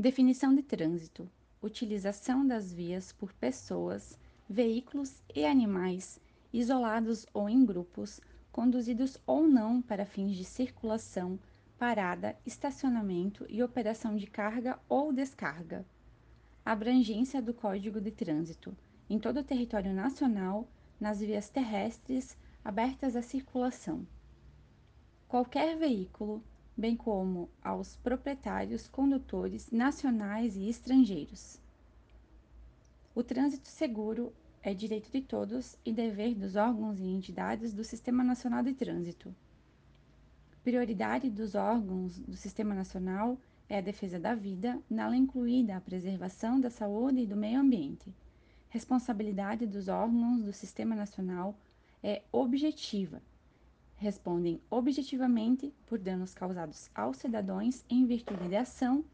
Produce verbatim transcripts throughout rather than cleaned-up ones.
Definição de trânsito: utilização das vias por pessoas, veículos e animais, isolados ou em grupos, conduzidos ou não para fins de circulação, parada, estacionamento e operação de carga ou descarga. Abrangência do Código de Trânsito: em todo o território nacional, nas vias terrestres abertas à circulação. Qualquer veículo, bem como aos proprietários condutores nacionais e estrangeiros. O trânsito seguro é direito de todos e dever dos órgãos e entidades do Sistema Nacional de Trânsito. Prioridade dos órgãos do Sistema Nacional é a defesa da vida, nela incluída a preservação da saúde e do meio ambiente. Responsabilidade dos órgãos do Sistema Nacional é objetiva. Respondem objetivamente por danos causados aos cidadãos em virtude de ação,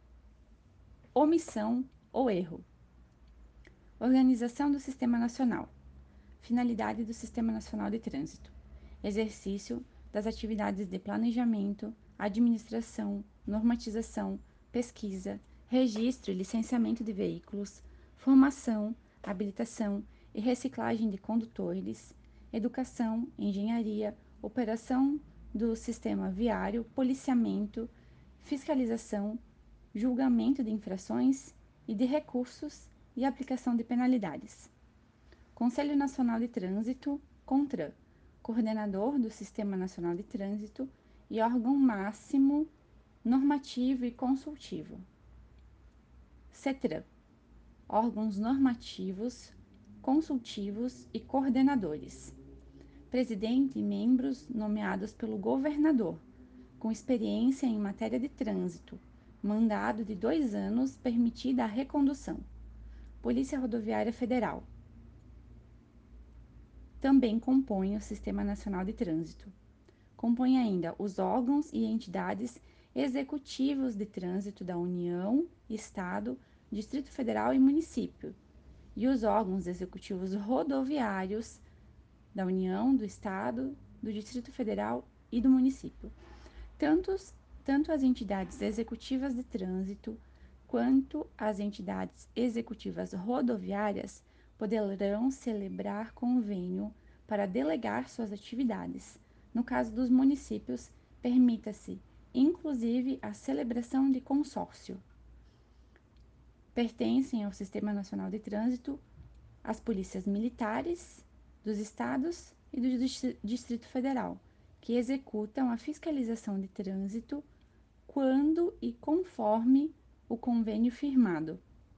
omissão ou erro. Organização do Sistema Nacional. Finalidade do Sistema Nacional de Trânsito: exercício das atividades de planejamento, administração, normatização, pesquisa, registro e licenciamento de veículos, formação, habilitação e reciclagem de condutores, educação, engenharia, operação do sistema viário, policiamento, fiscalização, julgamento de infrações e de recursos e aplicação de penalidades. Conselho Nacional de Trânsito, CONTRAN, coordenador do Sistema Nacional de Trânsito e órgão máximo normativo e consultivo. CETRAN, órgãos normativos, consultivos e coordenadores. Presidente e membros nomeados pelo governador, com experiência em matéria de trânsito, mandado de dois anos, permitida a recondução. Polícia Rodoviária Federal. Também compõe o Sistema Nacional de Trânsito. Compõe ainda os órgãos e entidades executivos de trânsito da União, Estado, Distrito Federal e município, e os órgãos executivos rodoviários da União, do Estado, do Distrito Federal e do município. Tantos, tanto as entidades executivas de trânsito quanto as entidades executivas rodoviárias poderão celebrar convênio para delegar suas atividades. No caso dos municípios, permita-se, inclusive, a celebração de consórcio. Pertencem ao Sistema Nacional de Trânsito as polícias militares dos estados e do Distrito Federal, que executam a fiscalização de trânsito quando e conforme o convênio firmado.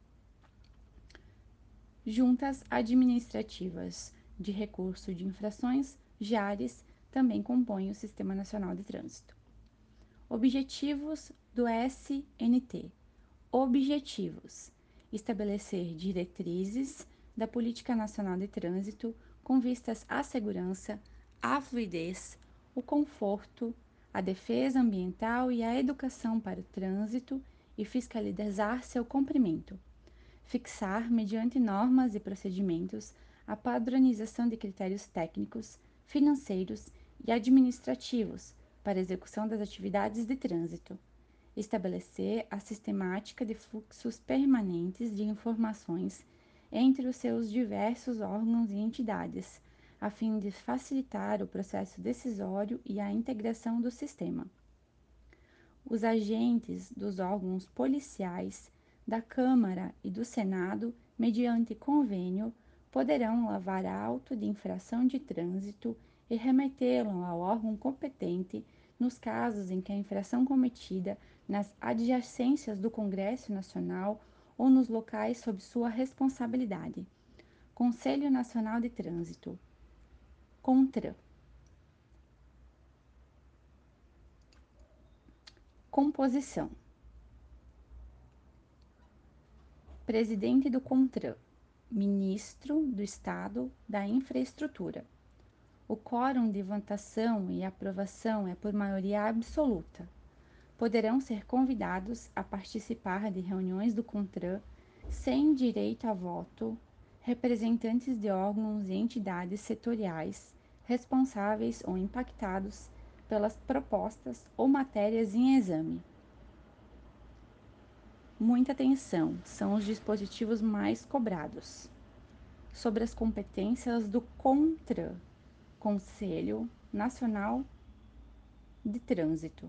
Juntas administrativas de recurso de infrações, JARes, também compõem o Sistema Nacional de Trânsito. Objetivos do S N T. Objetivos: estabelecer diretrizes da Política Nacional de Trânsito com vistas à segurança, à fluidez, o conforto, a defesa ambiental e a educação para o trânsito e fiscalizar seu cumprimento. Fixar, mediante normas e procedimentos, a padronização de critérios técnicos, financeiros e administrativos para a execução das atividades de trânsito. Estabelecer a sistemática de fluxos permanentes de informações entre os seus diversos órgãos e entidades, a fim de facilitar o processo decisório e a integração do sistema. Os agentes dos órgãos policiais, da Câmara e do Senado, mediante convênio, poderão lavar auto de infração de trânsito e remetê-lo ao órgão competente nos casos em que a infração cometida nas adjacências do Congresso Nacional ou nos locais sob sua responsabilidade. Conselho Nacional de Trânsito, CONTRAN. Composição: Presidente do CONTRAN, Ministro do Estado da Infraestrutura. O quórum de votação e aprovação é por maioria absoluta. Poderão ser convidados a participar de reuniões do CONTRAN sem direito a voto representantes de órgãos e entidades setoriais responsáveis ou impactados pelas propostas ou matérias em exame. muita atenção, são os dispositivos mais cobrados. Sobre as competências do CONTRAN, Conselho Nacional de Trânsito.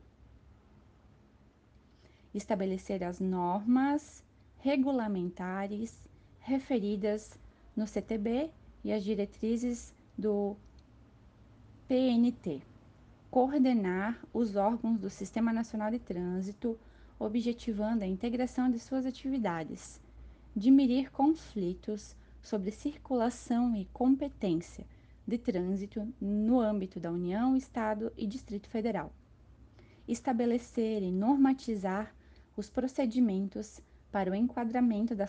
Estabelecer as normas regulamentares referidas no C T B e as diretrizes do P N T. Coordenar os órgãos do Sistema Nacional de Trânsito, objetivando a integração de suas atividades. Diminuir conflitos sobre circulação e competência de trânsito no âmbito da União, Estado e Distrito Federal. Estabelecer e normatizar os procedimentos para o enquadramento das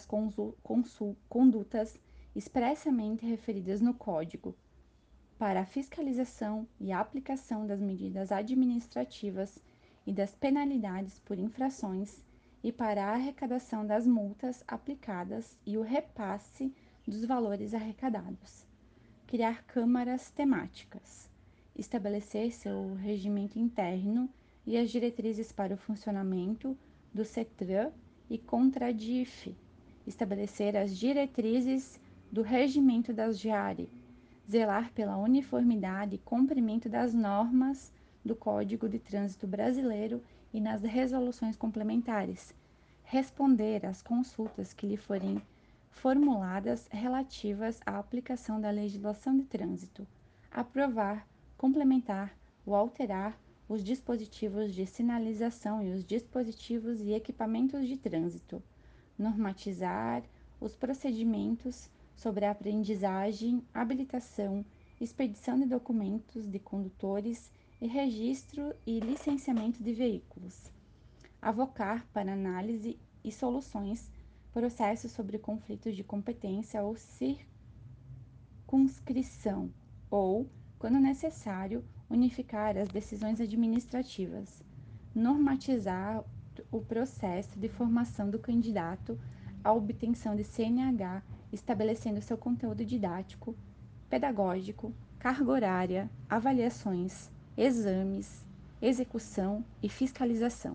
condutas expressamente referidas no Código, para a fiscalização e a aplicação das medidas administrativas e das penalidades por infrações e para a arrecadação das multas aplicadas e o repasse dos valores arrecadados. Criar câmaras temáticas. Estabelecer seu regimento interno e as diretrizes para o funcionamento do CETRAN e CONTRADIF. Estabelecer as diretrizes do regimento das JARE. Zelar pela uniformidade e cumprimento das normas do Código de Trânsito Brasileiro e nas resoluções complementares. Responder às consultas que lhe forem formuladas relativas à aplicação da legislação de trânsito. Aprovar, complementar ou alterar os dispositivos de sinalização e os dispositivos e equipamentos de trânsito. Normatizar os procedimentos sobre a aprendizagem, habilitação, expedição de documentos de condutores e registro e licenciamento de veículos. Avocar para análise e soluções processos sobre conflitos de competência ou circunscrição, ou, quando necessário, unificar as decisões administrativas. Normatizar o processo de formação do candidato à obtenção de C N H, estabelecendo seu conteúdo didático, pedagógico, carga horária, avaliações, exames, execução e fiscalização.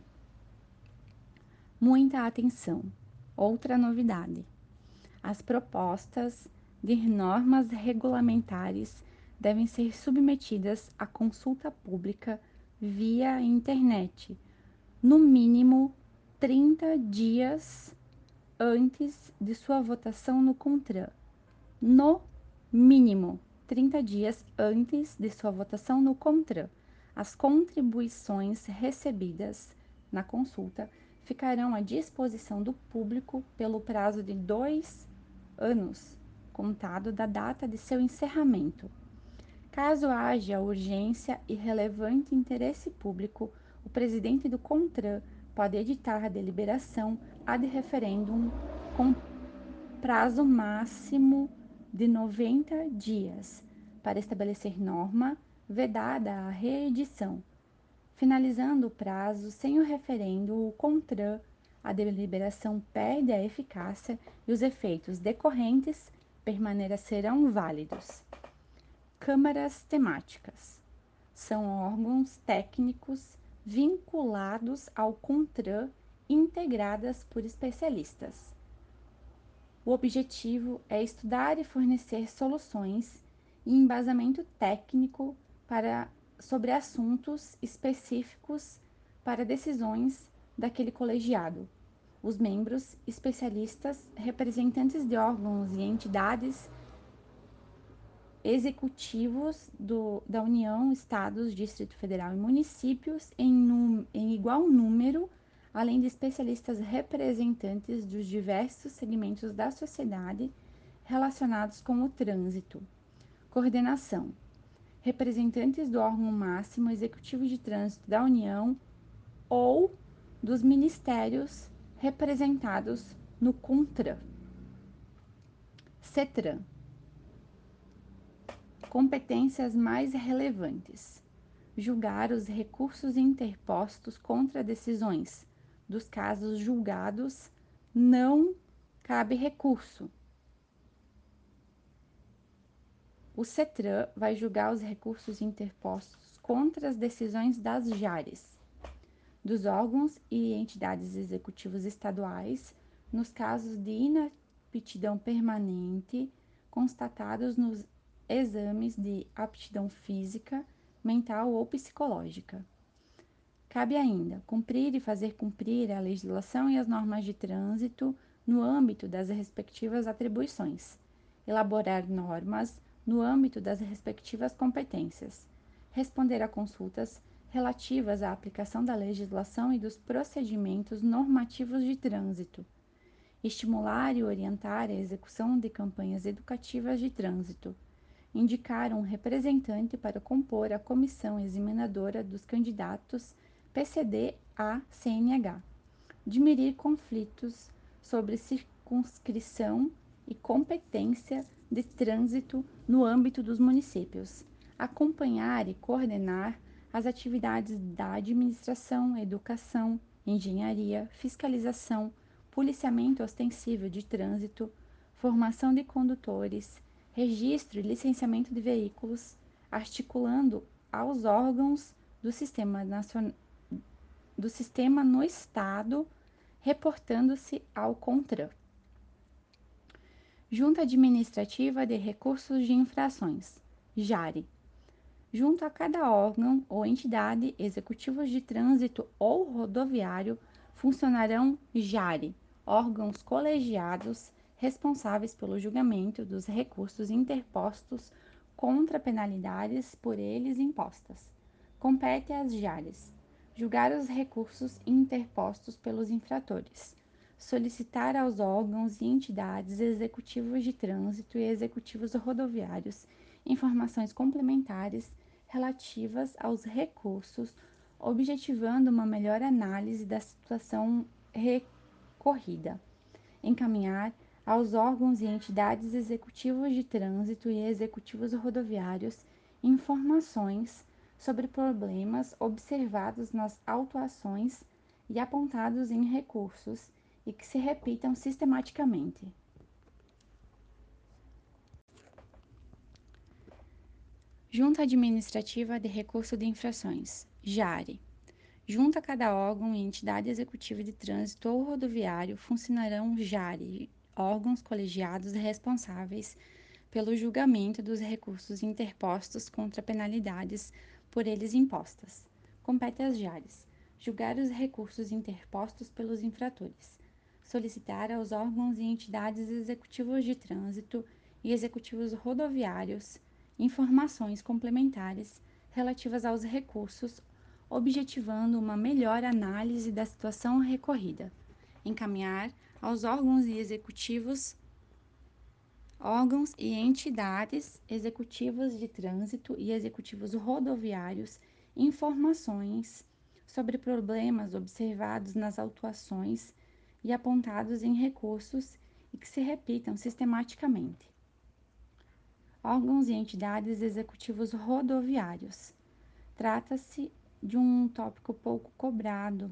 Muita atenção! Outra novidade: as propostas de normas regulamentares devem ser submetidas à consulta pública via internet, no mínimo trinta dias antes de sua votação no CONTRAN. No mínimo trinta dias antes de sua votação no CONTRAN. As contribuições recebidas na consulta ficarão à disposição do público pelo prazo de dois anos, contado da data de seu encerramento. Caso haja urgência e relevante interesse público, o presidente do CONTRAN pode editar a deliberação ad referendum com prazo máximo de noventa dias para estabelecer norma, vedada a reedição. Finalizando o prazo sem o referendo, o CONTRAN, a deliberação perde a eficácia e os efeitos decorrentes permanecerão válidos. Câmaras temáticas. São órgãos técnicos vinculados ao CONTRAN, integradas por especialistas. O objetivo é estudar e fornecer soluções e embasamento técnico para, sobre assuntos específicos para decisões daquele colegiado. Os membros, especialistas, representantes de órgãos e entidades executivos do, da União, Estados, Distrito Federal e municípios em, num, em igual número, além de especialistas representantes dos diversos segmentos da sociedade relacionados com o trânsito. Coordenação: representantes do órgão máximo executivo de trânsito da União ou dos ministérios representados no CONTRAN. CETRAN. Competências mais relevantes: julgar os recursos interpostos contra decisões. Dos casos julgados, não cabe recurso. O CETRAN vai julgar os recursos interpostos contra as decisões das JARES. dos órgãos e entidades executivos estaduais nos casos de inaptidão permanente constatados nos exames de aptidão física, mental ou psicológica. Cabe ainda cumprir e fazer cumprir a legislação e as normas de trânsito no âmbito das respectivas atribuições, elaborar normas no âmbito das respectivas competências, responder a consultas relativas à aplicação da legislação e dos procedimentos normativos de trânsito, estimular e orientar a execução de campanhas educativas de trânsito, indicar um representante para compor a comissão examinadora dos candidatos P C D a C N H, diminuir conflitos sobre circunscrição e competência de trânsito no âmbito dos municípios, acompanhar e coordenar as atividades da administração, educação, engenharia, fiscalização, policiamento ostensivo de trânsito, formação de condutores, registro e licenciamento de veículos, articulando aos órgãos do Sistema Nacional do sistema no Estado, reportando-se ao CONTRAN. Junta Administrativa de Recursos de Infrações, JARE. Junto a cada órgão ou entidade, executivos de trânsito ou rodoviário, funcionarão JARE, órgãos colegiados responsáveis pelo julgamento dos recursos interpostos contra penalidades por eles impostas. Compete às JARES julgar os recursos interpostos pelos infratores, solicitar aos órgãos e entidades executivos de trânsito e executivos rodoviários informações complementares relativas aos recursos, objetivando uma melhor análise da situação recorrida, encaminhar aos órgãos e entidades executivos de trânsito e executivos rodoviários informações sobre problemas observados nas autuações e apontados em recursos e que se repitam sistematicamente. Junta Administrativa de Recurso de Infrações, JARE. Junto a cada órgão e entidade executiva de trânsito ou rodoviário funcionarão JARE, órgãos colegiados responsáveis pelo julgamento dos recursos interpostos contra penalidades por eles impostas. Compete às JARES julgar os recursos interpostos pelos infratores, solicitar aos órgãos e entidades executivos de trânsito e executivos rodoviários informações complementares relativas aos recursos, objetivando uma melhor análise da situação recorrida, encaminhar aos órgãos e executivos órgãos e entidades executivas de trânsito e executivos rodoviários informações sobre problemas observados nas autuações e apontados em recursos e que se repitam sistematicamente. Órgãos e entidades executivos rodoviários. Trata-se de um tópico pouco cobrado.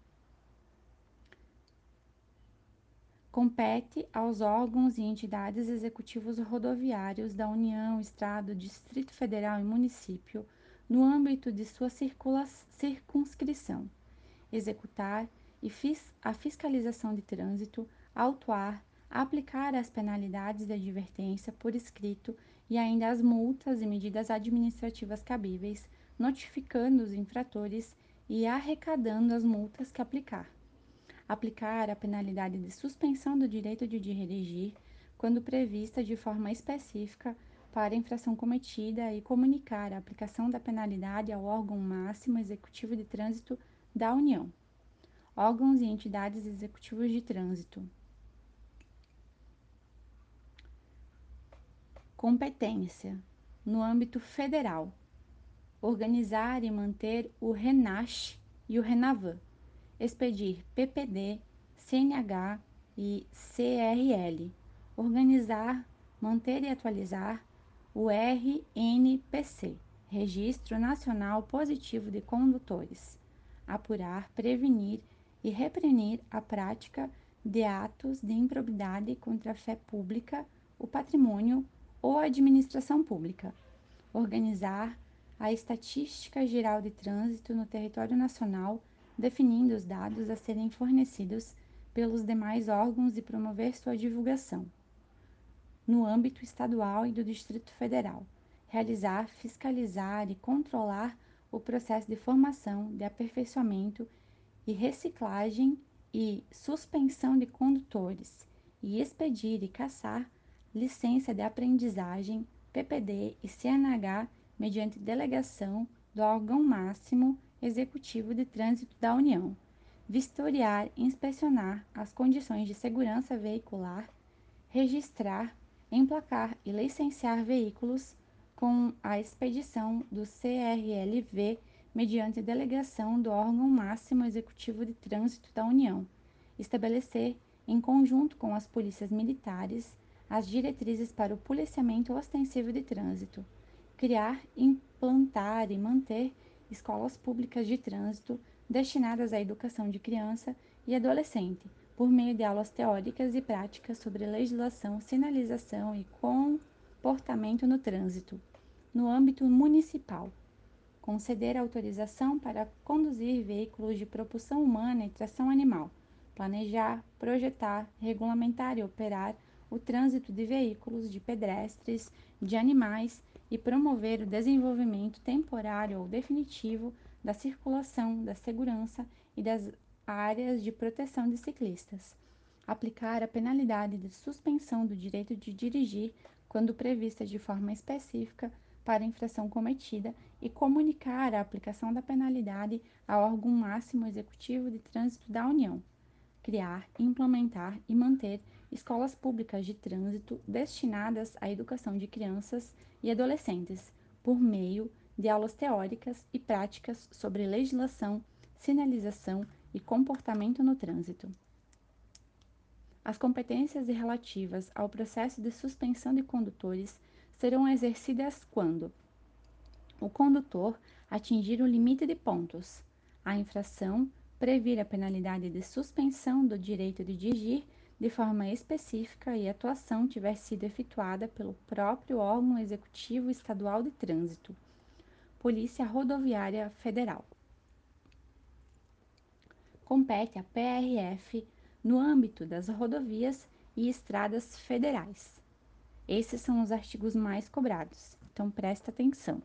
Compete aos órgãos e entidades executivos rodoviários da União, Estado, Distrito Federal e Município, no âmbito de sua circunscrição, executar e fis a fiscalização de trânsito, autuar, aplicar as penalidades de advertência por escrito e ainda as multas e medidas administrativas cabíveis, notificando os infratores e arrecadando as multas que aplicar. Aplicar a penalidade de suspensão do direito de dirigir, quando prevista de forma específica para a infração cometida, e comunicar a aplicação da penalidade ao órgão máximo executivo de trânsito da União. Órgãos e entidades executivos de trânsito. Competência. No âmbito federal, organizar e manter o RENASH e o RENAVAN, expedir P P D, C N H e C R L, organizar, manter e atualizar o R N P C, Registro Nacional Positivo de Condutores, apurar, prevenir e reprimir a prática de atos de improbidade contra a fé pública, o patrimônio ou a administração pública, organizar a Estatística Geral de Trânsito no território nacional, definindo os dados a serem fornecidos pelos demais órgãos e promover sua divulgação. No âmbito estadual e do Distrito Federal, realizar, fiscalizar e controlar o processo de formação, de aperfeiçoamento e reciclagem e suspensão de condutores, e expedir e cassar licença de aprendizagem, P P D e C N H mediante delegação do órgão máximo executivo de trânsito da União, vistoriar e inspecionar as condições de segurança veicular, registrar, emplacar e licenciar veículos com a expedição do C R L V mediante delegação do órgão máximo executivo de trânsito da União, estabelecer, em conjunto com as polícias militares, as diretrizes para o policiamento ostensivo de trânsito, criar, implantar e manter escolas públicas de trânsito destinadas à educação de criança e adolescente, por meio de aulas teóricas e práticas sobre legislação, sinalização e comportamento no trânsito, no âmbito municipal. Conceder autorização para conduzir veículos de propulsão humana e tração animal, planejar, projetar, regulamentar e operar o trânsito de veículos, de pedestres, de animais e promover o desenvolvimento temporário ou definitivo da circulação, da segurança e das áreas de proteção de ciclistas. Aplicar a penalidade de suspensão do direito de dirigir quando prevista de forma específica para a infração cometida e comunicar a aplicação da penalidade ao órgão máximo executivo de trânsito da União. Criar, implementar e manter escolas públicas de trânsito destinadas à educação de crianças e adolescentes, por meio de aulas teóricas e práticas sobre legislação, sinalização e comportamento no trânsito. As competências relativas ao processo de suspensão de condutores serão exercidas quando o condutor atingir o limite de pontos, a infração previr a penalidade de suspensão do direito de dirigir de forma específica e a atuação tiver sido efetuada pelo próprio órgão executivo estadual de trânsito, Polícia Rodoviária Federal. Compete à P R F no âmbito das rodovias e estradas federais. Esses são os artigos mais cobrados, então presta atenção.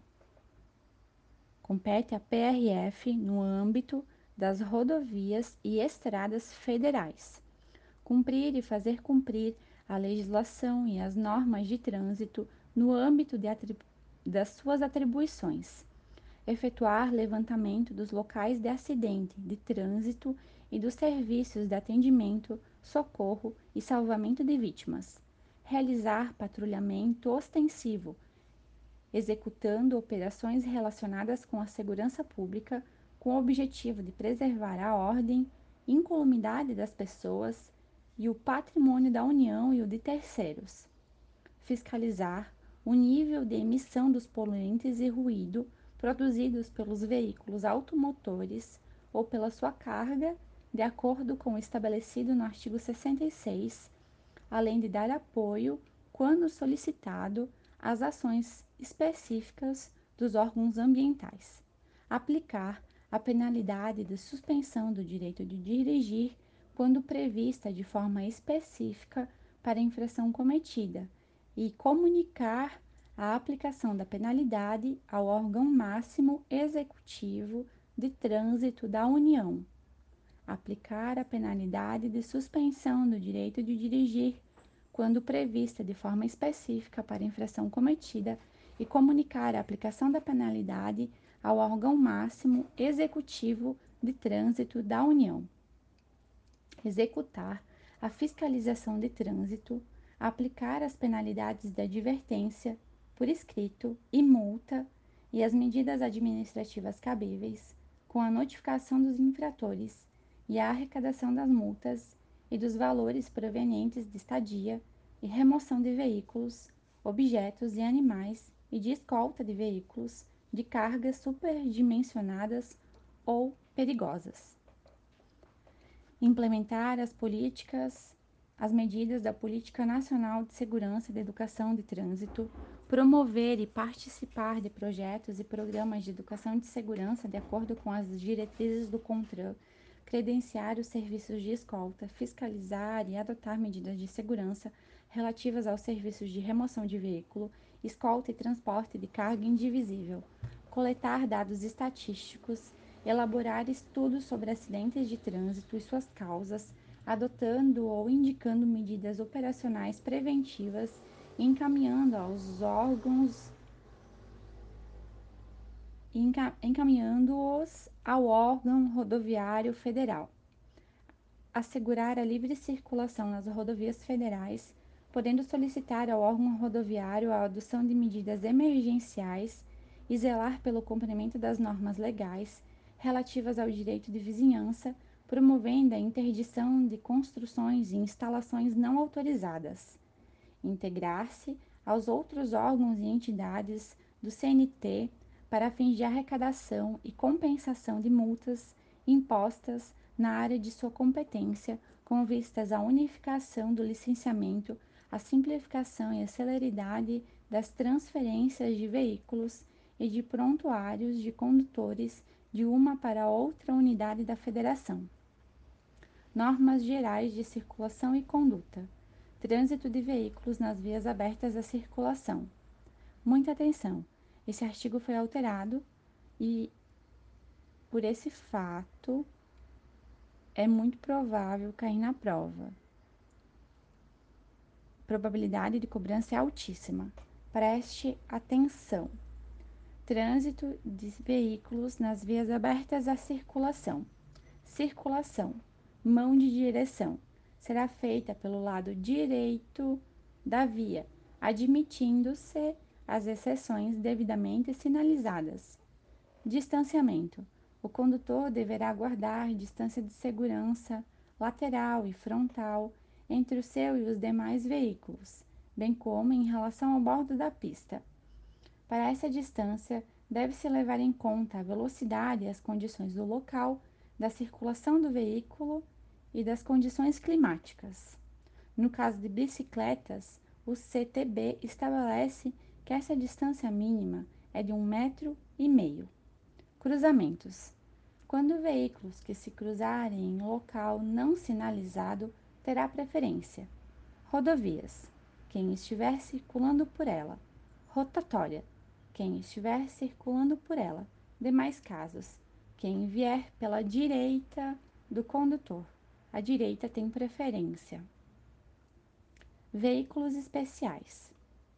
Compete à P R F no âmbito das rodovias e estradas federais. Cumprir e fazer cumprir a legislação e as normas de trânsito no âmbito de atribu- das suas atribuições. Efetuar levantamento dos locais de acidente de trânsito e dos serviços de atendimento, socorro e salvamento de vítimas. Realizar patrulhamento ostensivo, executando operações relacionadas com a segurança pública, com o objetivo de preservar a ordem, incolumidade das pessoas e o patrimônio da União e o de terceiros. Fiscalizar o nível de emissão dos poluentes e ruído produzidos pelos veículos automotores ou pela sua carga, de acordo com o estabelecido no artigo sessenta e seis, além de dar apoio, quando solicitado, às ações específicas dos órgãos ambientais. Aplicar a penalidade de suspensão do direito de dirigir quando prevista de forma específica para a infração cometida e comunicar a aplicação da penalidade ao órgão máximo executivo de trânsito da União. Aplicar a penalidade de suspensão do direito de dirigir quando prevista de forma específica para a infração cometida e comunicar a aplicação da penalidade ao órgão máximo executivo de trânsito da União. Executar a fiscalização de trânsito, aplicar as penalidades de advertência por escrito e multa e as medidas administrativas cabíveis, com a notificação dos infratores e a arrecadação das multas e dos valores provenientes de estadia e remoção de veículos, objetos e animais e de escolta de veículos de cargas superdimensionadas ou perigosas. Implementar as políticas as medidas da Política Nacional de Segurança da Educação de Trânsito, promover e participar de projetos e programas de educação de segurança de acordo com as diretrizes do CONTRAN, credenciar os serviços de escolta, fiscalizar e adotar medidas de segurança relativas aos serviços de remoção de veículo, escolta e transporte de carga indivisível, coletar dados estatísticos, elaborar estudos sobre acidentes de trânsito e suas causas, adotando ou indicando medidas operacionais preventivas e encaminhando aos órgãos encaminhando-os ao órgão rodoviário federal. Assegurar a livre circulação nas rodovias federais, podendo solicitar ao órgão rodoviário a adoção de medidas emergenciais e zelar pelo cumprimento das normas legais relativas ao direito de vizinhança, promovendo a interdição de construções e instalações não autorizadas. Integrar-se aos outros órgãos e entidades do C N T para fins de arrecadação e compensação de multas impostas na área de sua competência, com vistas à unificação do licenciamento, à simplificação e à celeridade das transferências de veículos e de prontuários de condutores de uma para outra unidade da Federação. Normas gerais de circulação e conduta. Trânsito de veículos nas vias abertas à circulação. Muita atenção! Esse artigo foi alterado e, por esse fato, é muito provável cair na prova. Probabilidade de cobrança é altíssima. Preste atenção. Trânsito de veículos nas vias abertas à circulação. Circulação. Mão de direção. Será feita pelo lado direito da via, admitindo-se as exceções devidamente sinalizadas. Distanciamento. O condutor deverá guardar distância de segurança lateral e frontal entre o seu e os demais veículos, bem como em relação ao bordo da pista. Para essa distância, deve-se levar em conta a velocidade e as condições do local, da circulação do veículo e das condições climáticas. No caso de bicicletas, o C T B estabelece que essa distância mínima é de um metro e meio. Cruzamentos. Quando veículos que se cruzarem em local não sinalizado terá preferência. Rodovias. Quem estiver circulando por ela. Rotatória. Quem estiver circulando por ela. Demais casos. Quem vier pela direita do condutor. A direita tem preferência. Veículos especiais.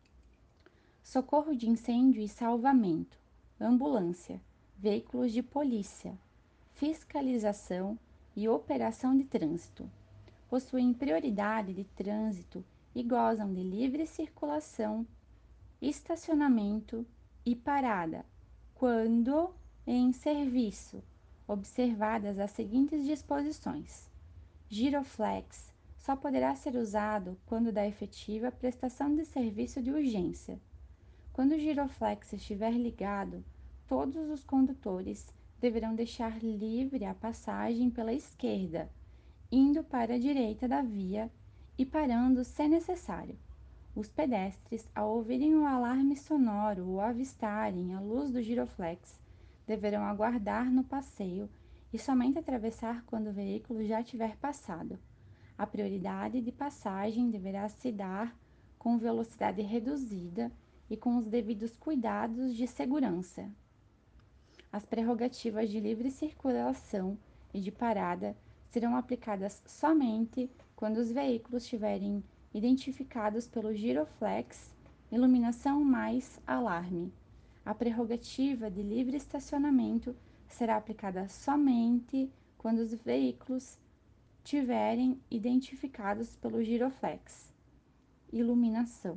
Socorro de incêndio e salvamento. Ambulância. Veículos de polícia. Fiscalização e operação de trânsito. Possuem prioridade de trânsito e gozam de livre circulação, estacionamento e parada, quando em serviço, observadas as seguintes disposições. Giroflex só poderá ser usado quando da efetiva prestação de serviço de urgência. Quando o giroflex estiver ligado, todos os condutores deverão deixar livre a passagem pela esquerda, indo para a direita da via e parando se necessário. Os pedestres, ao ouvirem o alarme sonoro ou avistarem a luz do giroflex, deverão aguardar no passeio e somente atravessar quando o veículo já tiver passado. A prioridade de passagem deverá se dar com velocidade reduzida e com os devidos cuidados de segurança. As prerrogativas de livre circulação e de parada serão aplicadas somente quando os veículos estiverem identificados pelo giroflex, iluminação mais alarme. A prerrogativa de livre estacionamento será aplicada somente quando os veículos tiverem identificados pelo giroflex, iluminação.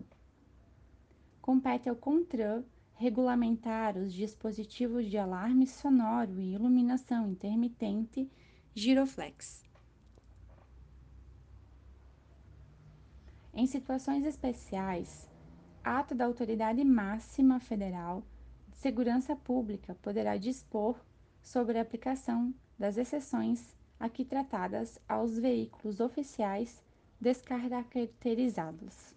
Compete ao CONTRAN regulamentar os dispositivos de alarme sonoro e iluminação intermitente giroflex. Em situações especiais, ato da autoridade máxima federal de segurança pública poderá dispor sobre a aplicação das exceções aqui tratadas aos veículos oficiais descaracterizados.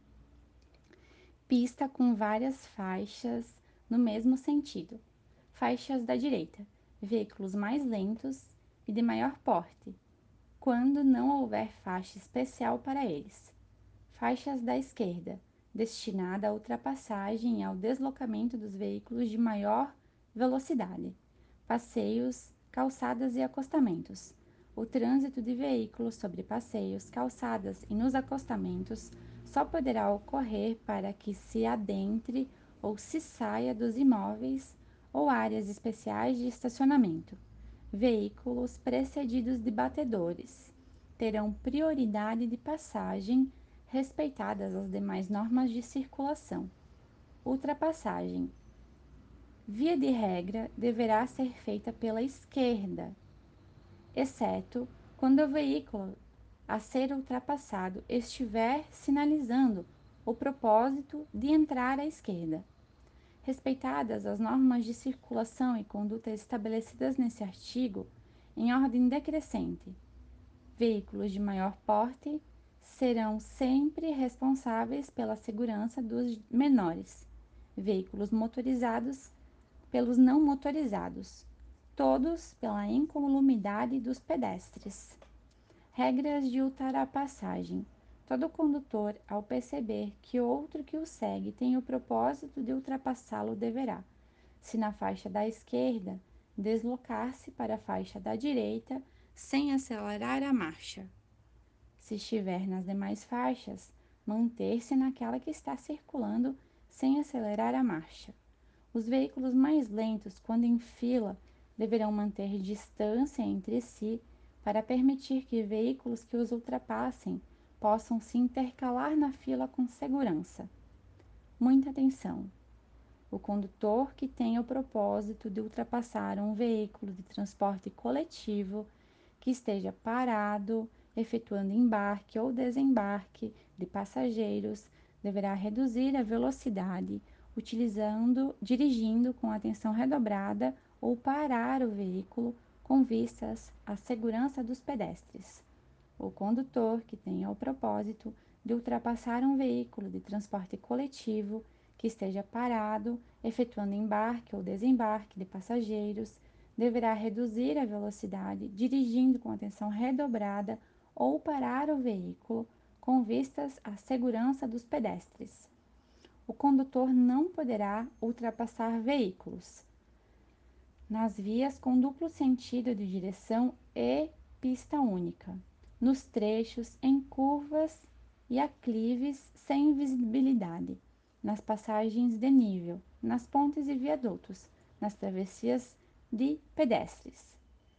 Pista com várias faixas no mesmo sentido. Faixas da direita, veículos mais lentos e de maior porte, quando não houver faixa especial para eles. Faixas da esquerda, destinada à ultrapassagem e ao deslocamento dos veículos de maior velocidade. Passeios, calçadas e acostamentos. O trânsito de veículos sobre passeios, calçadas e nos acostamentos só poderá ocorrer para que se adentre ou se saia dos imóveis ou áreas especiais de estacionamento. Veículos precedidos de batedores terão prioridade de passagem, respeitadas as demais normas de circulação. Ultrapassagem. Via de regra, deverá ser feita pela esquerda, exceto quando o veículo a ser ultrapassado estiver sinalizando o propósito de entrar à esquerda. Respeitadas as normas de circulação e conduta estabelecidas nesse artigo, em ordem decrescente, veículos de maior porte serão sempre responsáveis pela segurança dos menores, veículos motorizados pelos não motorizados, todos pela incolumidade dos pedestres. Regras de ultrapassagem. Todo condutor, ao perceber que outro que o segue tem o propósito de ultrapassá-lo, deverá, se na faixa da esquerda, deslocar-se para a faixa da direita sem acelerar a marcha. Se estiver nas demais faixas, manter-se naquela que está circulando sem acelerar a marcha. Os veículos mais lentos, quando em fila, deverão manter distância entre si para permitir que veículos que os ultrapassem possam se intercalar na fila com segurança. Muita atenção! O condutor que tenha o propósito de ultrapassar um veículo de transporte coletivo que esteja parado, efetuando embarque ou desembarque de passageiros, deverá reduzir a velocidade, utilizando, dirigindo com atenção redobrada ou parar o veículo com vistas à segurança dos pedestres. O condutor que tenha o propósito de ultrapassar um veículo de transporte coletivo que esteja parado, efetuando embarque ou desembarque de passageiros, deverá reduzir a velocidade, dirigindo com atenção redobrada ou parar o veículo com vistas à segurança dos pedestres. O condutor não poderá ultrapassar veículos nas vias com duplo sentido de direção e pista única, nos trechos em curvas e aclives sem visibilidade, nas passagens de nível, nas pontes e viadutos, nas travessias de pedestres,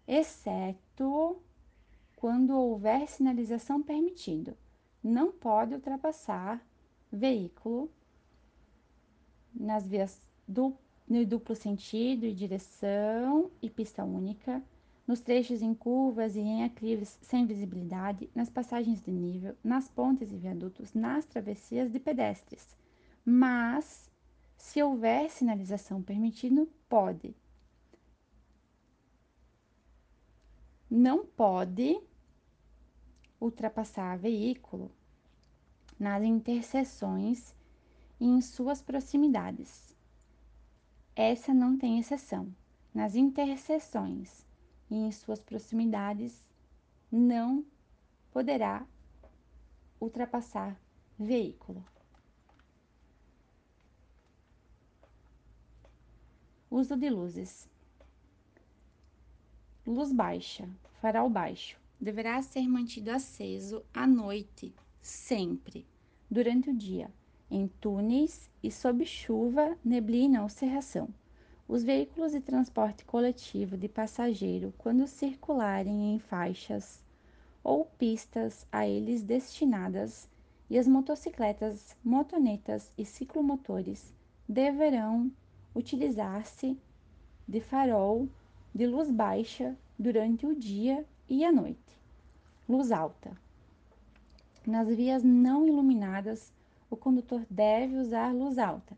exceto quando houver sinalização permitido. Não pode ultrapassar veículo nas vias do, no duplo sentido e direção e pista única, nos trechos em curvas e em aclives sem visibilidade, nas passagens de nível, nas pontes e viadutos, nas travessias de pedestres. Mas, se houver sinalização permitindo, pode. Não pode ultrapassar veículo nas interseções e em suas proximidades. Essa não tem exceção. Nas interseções e em suas proximidades, não poderá ultrapassar veículo. Uso de luzes. Luz baixa, farol baixo. Deverá ser mantido aceso à noite, sempre, durante o dia, em túneis e sob chuva, neblina ou cerração. Os veículos de transporte coletivo de passageiro, quando circularem em faixas ou pistas a eles destinadas, e as motocicletas, motonetas e ciclomotores deverão utilizar-se de farol de luz baixa durante o dia e a noite. Luz alta. Nas vias não iluminadas, o condutor deve usar luz alta,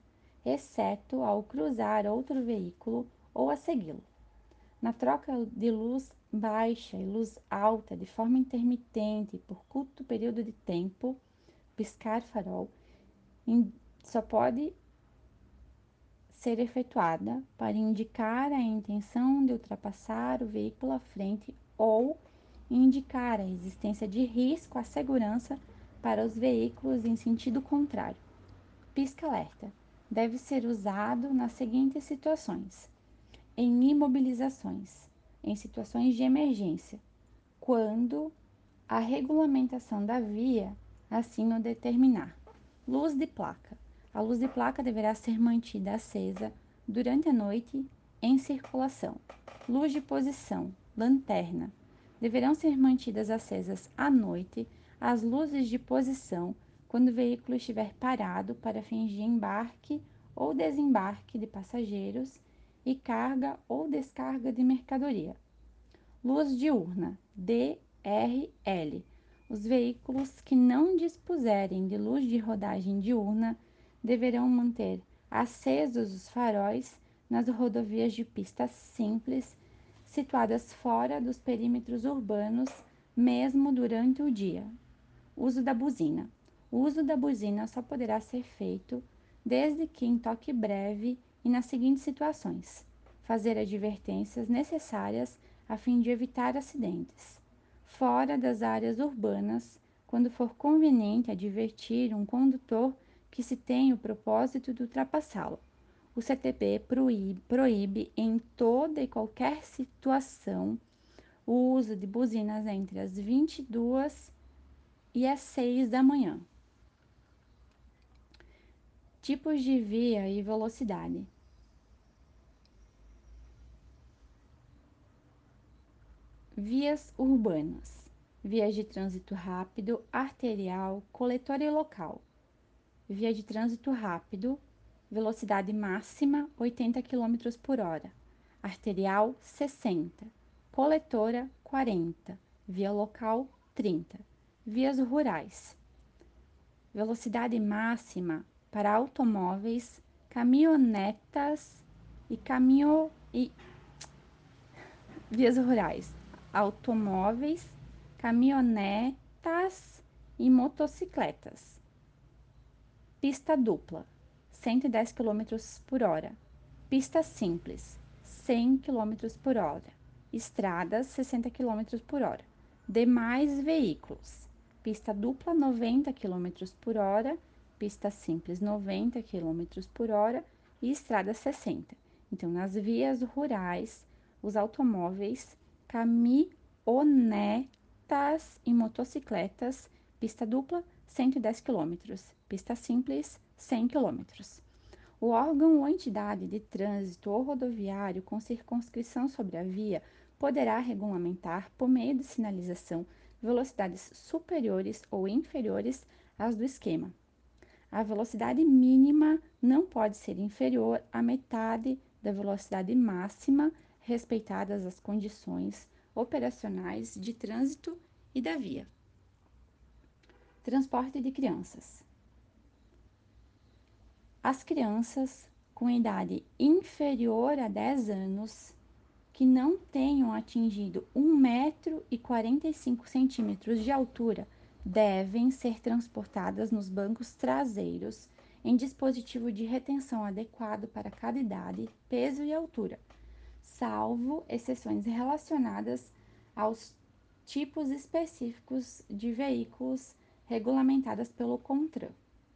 exceto ao cruzar outro veículo ou a segui-lo. Na troca de luz baixa e luz alta de forma intermitente por curto período de tempo, piscar farol, só pode ser efetuada para indicar a intenção de ultrapassar o veículo à frente ou indicar a existência de risco à segurança para os veículos em sentido contrário. Pisca-alerta deve ser usado nas seguintes situações: em imobilizações, em situações de emergência, quando a regulamentação da via assim o determinar. Luz de placa. A luz de placa deverá ser mantida acesa durante a noite em circulação. Luz de posição, lanterna. Deverão ser mantidas acesas à noite as luzes de posição quando o veículo estiver parado para fins de embarque ou desembarque de passageiros e carga ou descarga de mercadoria. Luz diurna, D R L. Os veículos que não dispuserem de luz de rodagem diurna deverão manter acesos os faróis nas rodovias de pista simples situadas fora dos perímetros urbanos, mesmo durante o dia. Uso da buzina. O uso da buzina só poderá ser feito desde que em toque breve e nas seguintes situações: fazer advertências necessárias a fim de evitar acidentes. Fora das áreas urbanas, quando for conveniente advertir um condutor que se tem o propósito de ultrapassá-lo. O C T B proíbe, proíbe em toda e qualquer situação o uso de buzinas entre as vinte e duas e às seis da manhã. Tipos de via e velocidade. Vias urbanas. Vias de trânsito rápido, arterial, coletora e local. Via de trânsito rápido, velocidade máxima oitenta quilômetros por hora. Arterial, sessenta. Coletora, quarenta. Via local, trinta. Vias rurais. Velocidade máxima para automóveis, caminhonetas e caminho e vias rurais, automóveis, caminhonetas e motocicletas. Pista dupla, cento e dez quilômetros por hora. Pista simples, cem quilômetros por hora. Estradas, sessenta quilômetros por hora. Demais veículos. Pista dupla, noventa quilômetros por hora. Pista simples, noventa quilômetros por hora. E estrada, sessenta. Então, nas vias rurais, os automóveis, caminhonetas e motocicletas, pista dupla, cento e dez quilômetros. Pista simples, cem quilômetros. O órgão ou entidade de trânsito ou rodoviário com circunscrição sobre a via poderá regulamentar, por meio de sinalização, velocidades superiores ou inferiores às do esquema. A velocidade mínima não pode ser inferior à metade da velocidade máxima, respeitadas as condições operacionais de trânsito e da via. Transporte de crianças. As crianças com idade inferior a dez anos que não tenham atingido um metro e quarenta e cinco centímetros de altura devem ser transportadas nos bancos traseiros em dispositivo de retenção adequado para cada idade, peso e altura, salvo exceções relacionadas aos tipos específicos de veículos regulamentadas pelo CONTRAN.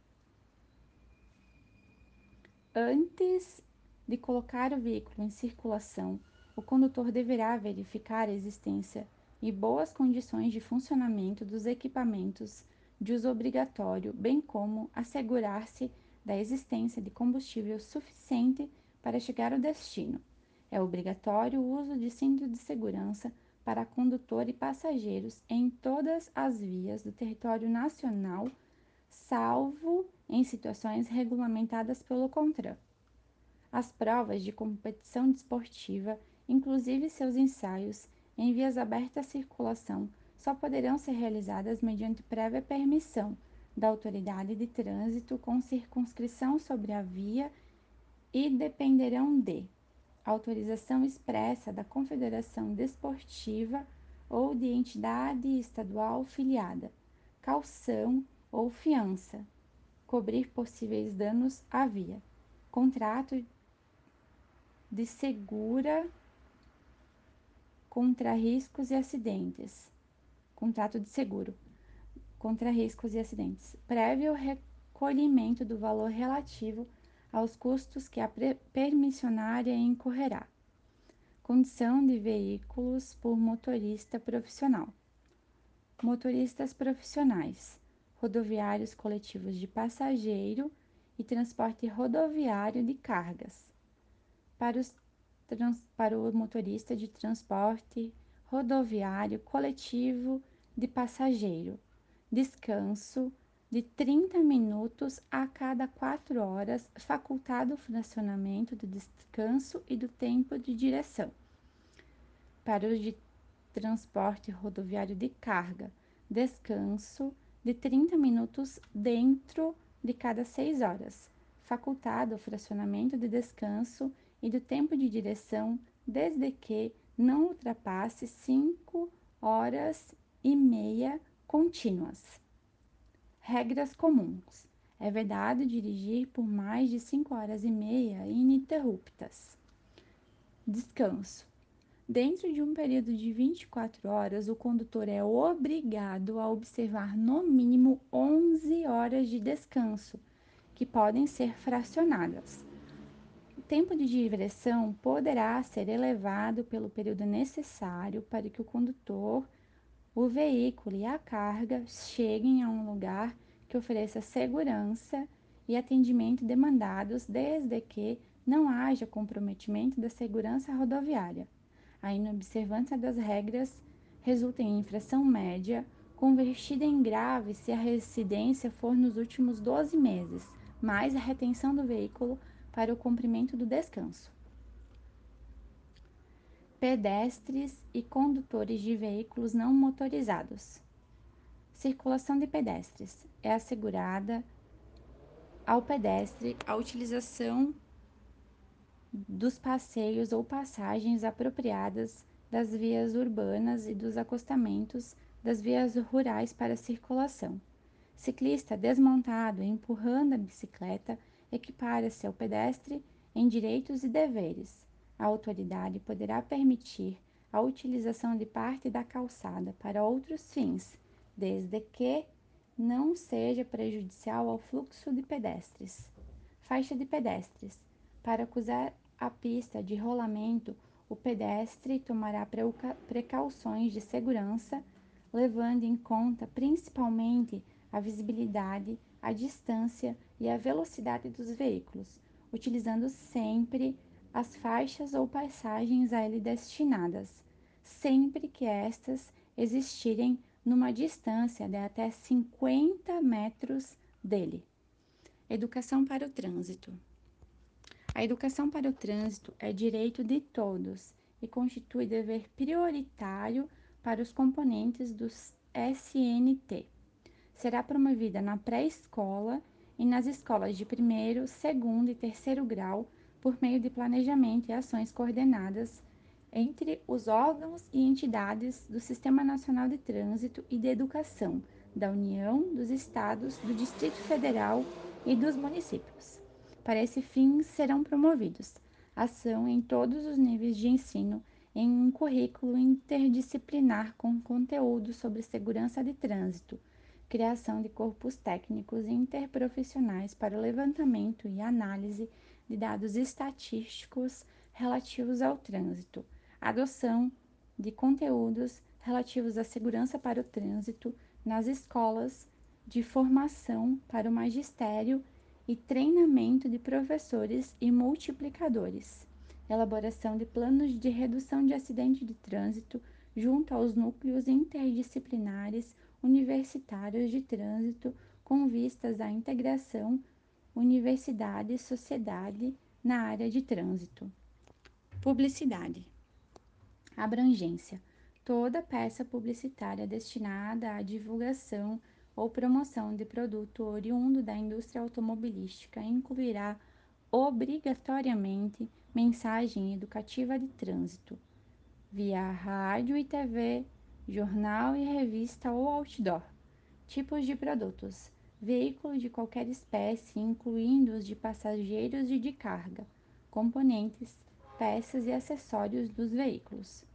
Antes de colocar o veículo em circulação, o condutor deverá verificar a existência e boas condições de funcionamento dos equipamentos de uso obrigatório, bem como assegurar-se da existência de combustível suficiente para chegar ao destino. É obrigatório o uso de cinto de segurança para condutor e passageiros em todas as vias do território nacional, salvo em situações regulamentadas pelo CONTRAN. As provas de competição desportiva, inclusive seus ensaios, em vias abertas à circulação, só poderão ser realizadas mediante prévia permissão da autoridade de trânsito com circunscrição sobre a via e dependerão de autorização expressa da confederação desportiva ou de entidade estadual filiada, caução ou fiança, cobrir possíveis danos à via, contrato de segura contra riscos e acidentes, contrato de seguro contra riscos e acidentes, prévio recolhimento do valor relativo aos custos que a permissionária incorrerá, condição de veículos por motorista profissional, motoristas profissionais, rodoviários coletivos de passageiro e transporte rodoviário de cargas, para, os trans, para o motorista de transporte rodoviário coletivo de passageiro, descanso de trinta minutos a cada quatro horas, facultado o fracionamento do descanso e do tempo de direção. Para os de transporte rodoviário de carga, descanso de trinta minutos dentro de cada seis horas, facultado o fracionamento de descanso e do tempo de direção, desde que não ultrapasse cinco horas e meia contínuas. Regras comuns. É vedado dirigir por mais de cinco horas e meia ininterruptas. Descanso. Dentro de um período de vinte e quatro horas, o condutor é obrigado a observar no mínimo onze horas de descanso, que podem ser fracionadas. O tempo de direção poderá ser elevado pelo período necessário para que o condutor, o veículo e a carga cheguem a um lugar que ofereça segurança e atendimento demandados, desde que não haja comprometimento da segurança rodoviária. A inobservância das regras resulta em infração média, convertida em grave se a residência for nos últimos doze meses, mais a retenção do veículo para o cumprimento do descanso. Pedestres e condutores de veículos não motorizados. Circulação de pedestres. É assegurada ao pedestre a utilização dos passeios ou passagens apropriadas das vias urbanas e dos acostamentos das vias rurais para circulação. Ciclista desmontado e empurrando a bicicleta equipara-se ao pedestre em direitos e deveres. A autoridade poderá permitir a utilização de parte da calçada para outros fins, desde que não seja prejudicial ao fluxo de pedestres. Faixa de pedestres. Para cruzar a pista de rolamento, o pedestre tomará precauções de segurança, levando em conta principalmente a visibilidade, a distância e a velocidade dos veículos, utilizando sempre as faixas ou passagens a ele destinadas, sempre que estas existirem numa distância de até cinquenta metros dele. Educação para o trânsito. A educação para o trânsito é direito de todos e constitui dever prioritário para os componentes dos S N T. Será promovida na pré-escola e nas escolas de primeiro, segundo e terceiro grau por meio de planejamento e ações coordenadas entre os órgãos e entidades do Sistema Nacional de Trânsito e de Educação, da União, dos Estados, do Distrito Federal e dos municípios. Para esse fim, serão promovidos ação em todos os níveis de ensino em um currículo interdisciplinar com conteúdo sobre segurança de trânsito, criação de corpos técnicos interprofissionais para o levantamento e análise de dados estatísticos relativos ao trânsito, adoção de conteúdos relativos à segurança para o trânsito nas escolas, de formação para o magistério e treinamento de professores e multiplicadores, elaboração de planos de redução de acidentes de trânsito junto aos núcleos interdisciplinares universitários de trânsito com vistas à integração universidade-sociedade na área de trânsito. Publicidade. Abrangência. Toda peça publicitária destinada à divulgação ou promoção de produto oriundo da indústria automobilística incluirá obrigatoriamente mensagem educativa de trânsito, via rádio e T V, jornal e revista ou outdoor. Tipos de produtos: veículo de qualquer espécie, incluindo os de passageiros e de carga, componentes, peças e acessórios dos veículos.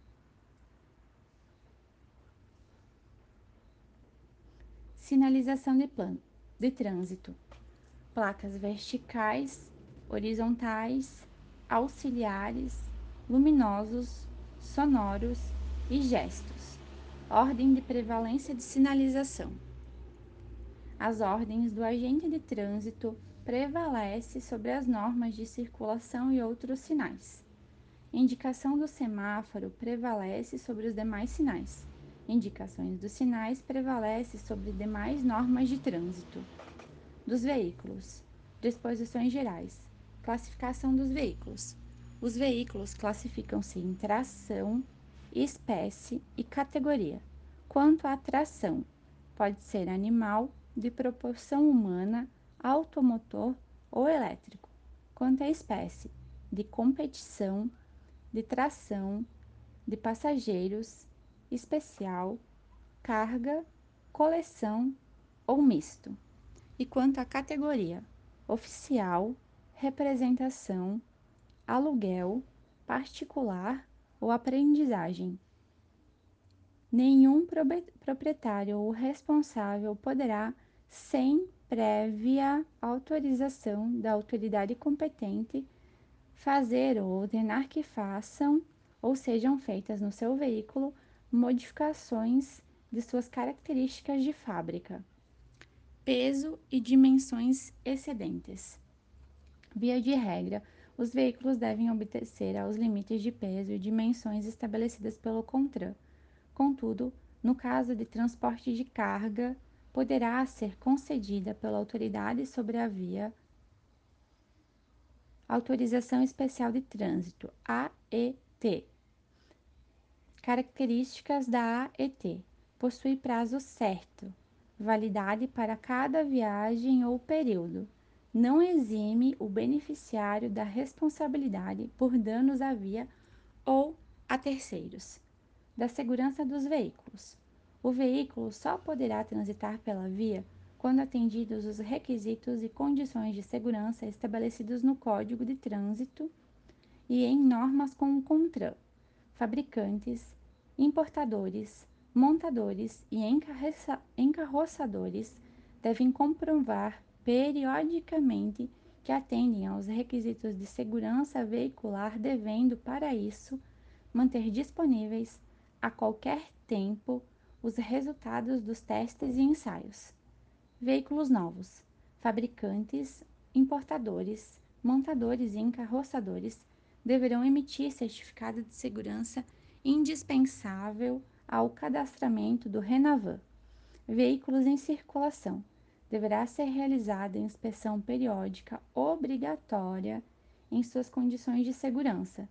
Sinalização de plano de trânsito: placas verticais, horizontais, auxiliares, luminosos, sonoros e gestos. Ordem de prevalência de sinalização: as ordens do agente de trânsito prevalecem sobre as normas de circulação e outros sinais. Indicação do semáforo prevalece sobre os demais sinais. Indicações dos sinais prevalecem sobre demais normas de trânsito. Dos veículos: disposições gerais. Classificação dos veículos: os veículos classificam-se em tração, espécie e categoria. Quanto à tração, pode ser animal, de propulsão humana, automotor ou elétrico. Quanto à espécie, de competição, de tração, de passageiros, especial, carga, coleção ou misto. E quanto à categoria, oficial, representação, aluguel, particular ou aprendizagem. Nenhum proprietário ou responsável poderá, sem prévia autorização da autoridade competente, fazer ou ordenar que façam ou sejam feitas no seu veículo modificações de suas características de fábrica. Peso e dimensões excedentes. Via de regra, os veículos devem obedecer aos limites de peso e dimensões estabelecidas pelo CONTRAN. Contudo, no caso de transporte de carga, poderá ser concedida pela autoridade sobre a via Autorização Especial de Trânsito, A E T. Características da A E T: possui prazo certo, validade para cada viagem ou período. Não exime o beneficiário da responsabilidade por danos à via ou a terceiros. Da segurança dos veículos: o veículo só poderá transitar pela via quando atendidos os requisitos e condições de segurança estabelecidos no Código de Trânsito e em normas com o CONTRAN. Fabricantes, importadores, montadores e encarroçadores devem comprovar periodicamente que atendem aos requisitos de segurança veicular, devendo, para isso, manter disponíveis a qualquer tempo os resultados dos testes e ensaios. Veículos novos: fabricantes, importadores, montadores e encarroçadores deverão emitir certificado de segurança indispensável ao cadastramento do RENAVAN. Veículos em circulação: deverá ser realizada inspeção periódica obrigatória em suas condições de segurança,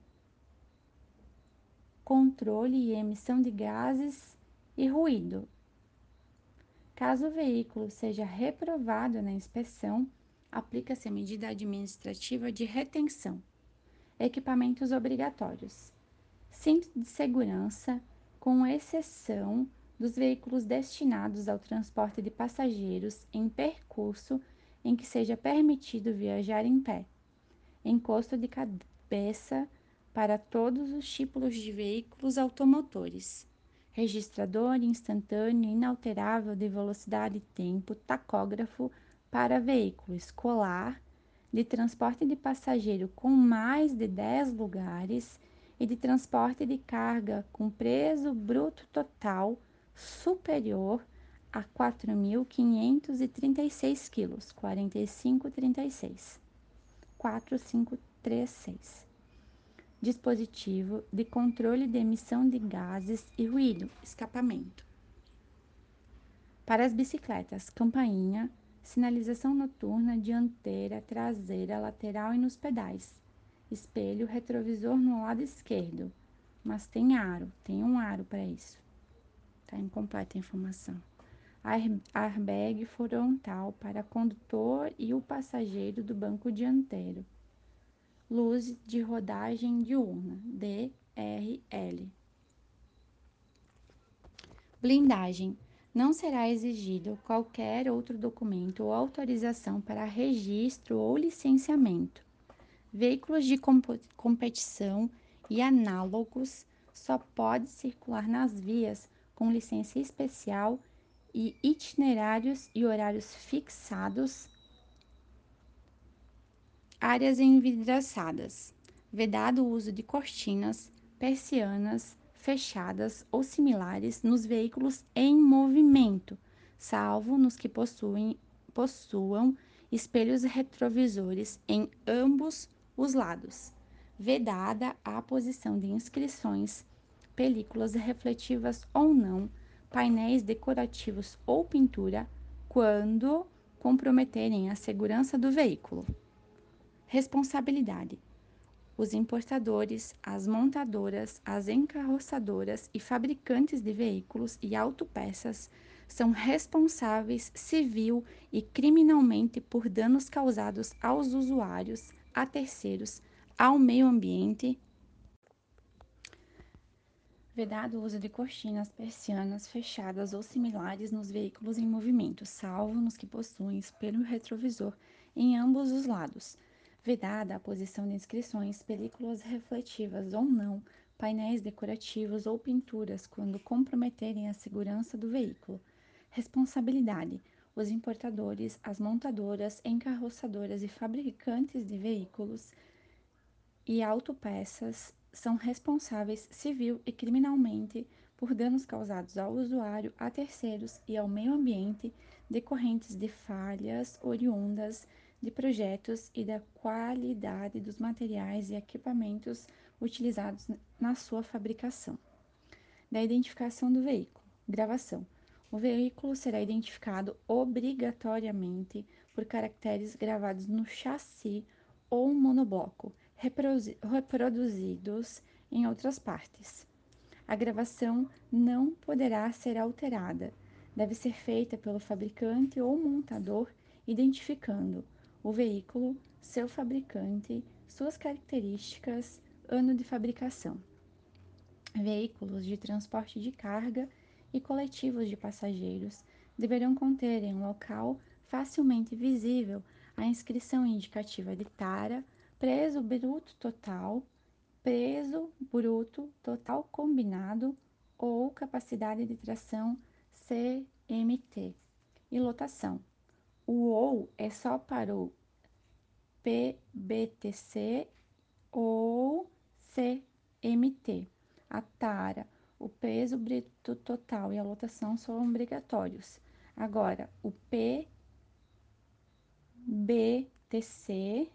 controle e emissão de gases e ruído. Caso o veículo seja reprovado na inspeção, aplica-se a medida administrativa de retenção. Equipamentos obrigatórios: cinto de segurança, com exceção dos veículos destinados ao transporte de passageiros em percurso em que seja permitido viajar em pé. Encosto de cabeça para todos os tipos de veículos automotores. Registrador instantâneo inalterável de velocidade e tempo, tacógrafo para veículo escolar, de transporte de passageiro com mais de dez lugares e de transporte de carga com peso bruto total superior a quatro mil quinhentos e trinta e seis quilos, quarenta e cinco trinta e seis, quatro cinco três seis. Dispositivo de controle de emissão de gases e ruído, escapamento. Para as bicicletas: campainha, sinalização noturna dianteira, traseira, lateral e nos pedais. Espelho retrovisor no lado esquerdo, mas tem aro, tem um aro para isso. Tá incompleta a informação. Airbag frontal para condutor e o passageiro do banco dianteiro. luz de rodagem diurna, D R L. Blindagem. Não será exigido qualquer outro documento ou autorização para registro ou licenciamento. Veículos de competição e análogos só podem circular nas vias com licença especial e itinerários e horários fixados. Áreas envidraçadas. Vedado o uso de cortinas, persianas fechadas ou similares nos veículos em movimento, salvo nos que possuem, possuam espelhos retrovisores em ambos os lados. Vedada a posição de inscrições, películas refletivas ou não, painéis decorativos ou pintura, quando comprometerem a segurança do veículo. Responsabilidade. Os importadores, as montadoras, as encarroçadoras e fabricantes de veículos e autopeças são responsáveis civil e criminalmente por danos causados aos usuários, a terceiros, ao meio ambiente. Vedado o uso de cortinas, persianas fechadas ou similares nos veículos em movimento, salvo nos que possuem espelho retrovisor em ambos os lados. Vedada a posição de inscrições, películas refletivas ou não, painéis decorativos ou pinturas quando comprometerem a segurança do veículo. Responsabilidade. Os importadores, as montadoras, encarroçadoras e fabricantes de veículos e autopeças são responsáveis civil e criminalmente por danos causados ao usuário, a terceiros e ao meio ambiente decorrentes de falhas oriundas de projetos e da qualidade dos materiais e equipamentos utilizados na sua fabricação. Da identificação do veículo. Gravação. O veículo será identificado obrigatoriamente por caracteres gravados no chassi ou monobloco, reproduzidos em outras partes. A gravação não poderá ser alterada. Deve ser feita pelo fabricante ou montador, identificando o veículo, seu fabricante, suas características, ano de fabricação. Veículos de transporte de carga e coletivos de passageiros deverão conter em um local facilmente visível a inscrição indicativa de tara, peso bruto total, peso bruto total combinado ou capacidade de tração C M T e lotação. O ou é só para o P B T C ou C M T. A tara, o peso bruto total e a lotação são obrigatórios. Agora, o P B T C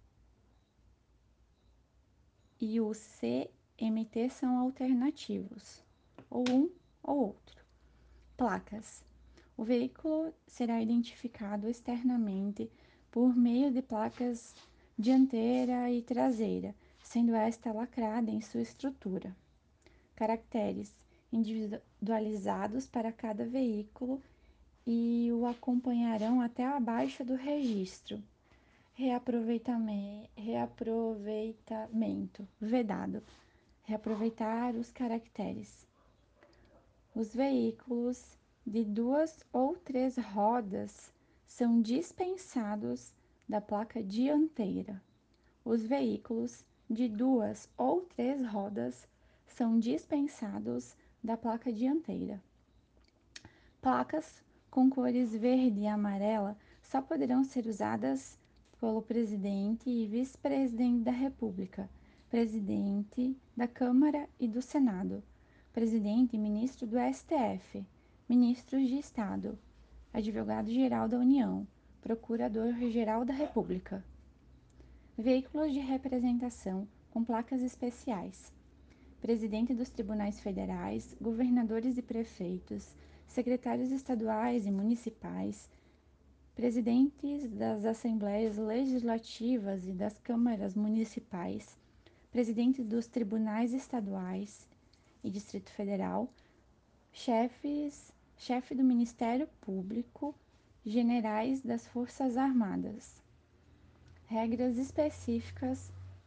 e o C M T são alternativos, ou um ou outro. Placas. O veículo será identificado externamente por meio de placas dianteira e traseira, sendo esta lacrada em sua estrutura. Caracteres individualizados para cada veículo e o acompanharão até a baixa do registro. Reaproveitamento, reaproveitamento vedado. Reaproveitar os caracteres. Os veículos de duas ou três rodas são dispensados da placa dianteira. Os veículos de duas ou três rodas são dispensados da placa dianteira. Placas com cores verde e amarela só poderão ser usadas pelo presidente e vice-presidente da República, presidente da Câmara e do Senado, presidente e ministro do S T F, ministros de Estado, advogado-geral da União, procurador-geral da República. Veículos de representação com placas especiais. Presidente dos tribunais federais, governadores e prefeitos, secretários estaduais e municipais, presidentes das assembleias legislativas e das câmaras municipais, presidentes dos tribunais estaduais e Distrito Federal, chefes, chefe do Ministério Público, generais das Forças Armadas. Regras específicas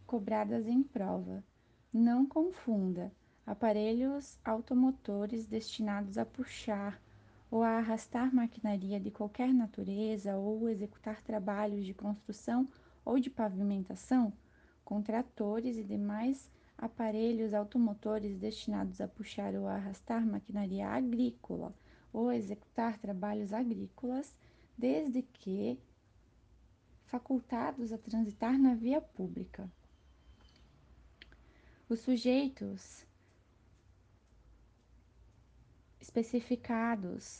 cobradas em prova. Não confunda aparelhos automotores destinados a puxar ou a arrastar maquinaria de qualquer natureza ou executar trabalhos de construção ou de pavimentação, com tratores e demais aparelhos automotores destinados a puxar ou a arrastar maquinaria agrícola ou executar trabalhos agrícolas, desde que facultados a transitar na via pública. Os sujeitos especificados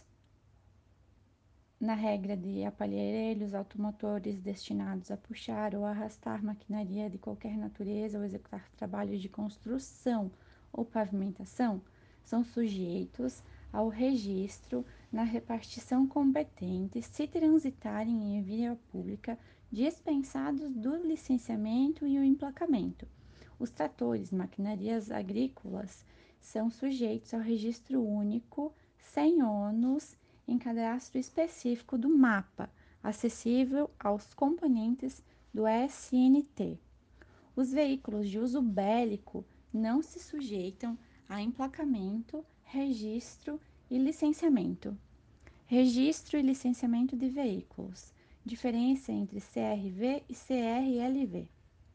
na regra de aparelhos automotores destinados a puxar ou arrastar maquinaria de qualquer natureza ou executar trabalhos de construção ou pavimentação são sujeitos ao registro na repartição competente se transitarem em via pública, dispensados do licenciamento e o emplacamento. Os tratores, maquinarias agrícolas, são sujeitos ao registro único, sem ônus, em cadastro específico do mapa, acessível aos componentes do S N T. Os veículos de uso bélico não se sujeitam a emplacamento, registro e licenciamento. Registro e licenciamento de veículos. Diferença entre C R V e C R L V.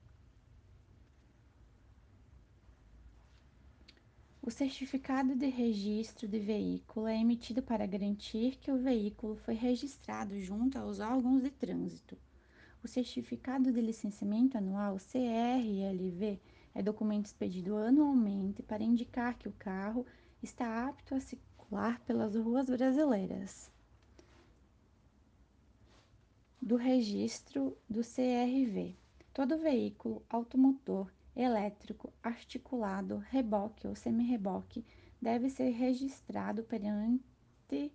O certificado de registro de veículo é emitido para garantir que o veículo foi registrado junto aos órgãos de trânsito. O certificado de licenciamento anual, C R L V, é documento expedido anualmente para indicar que o carro está apto a circular pelas ruas brasileiras. Do registro do C R V. Todo veículo automotor elétrico, articulado, reboque ou semi-reboque deve ser registrado perante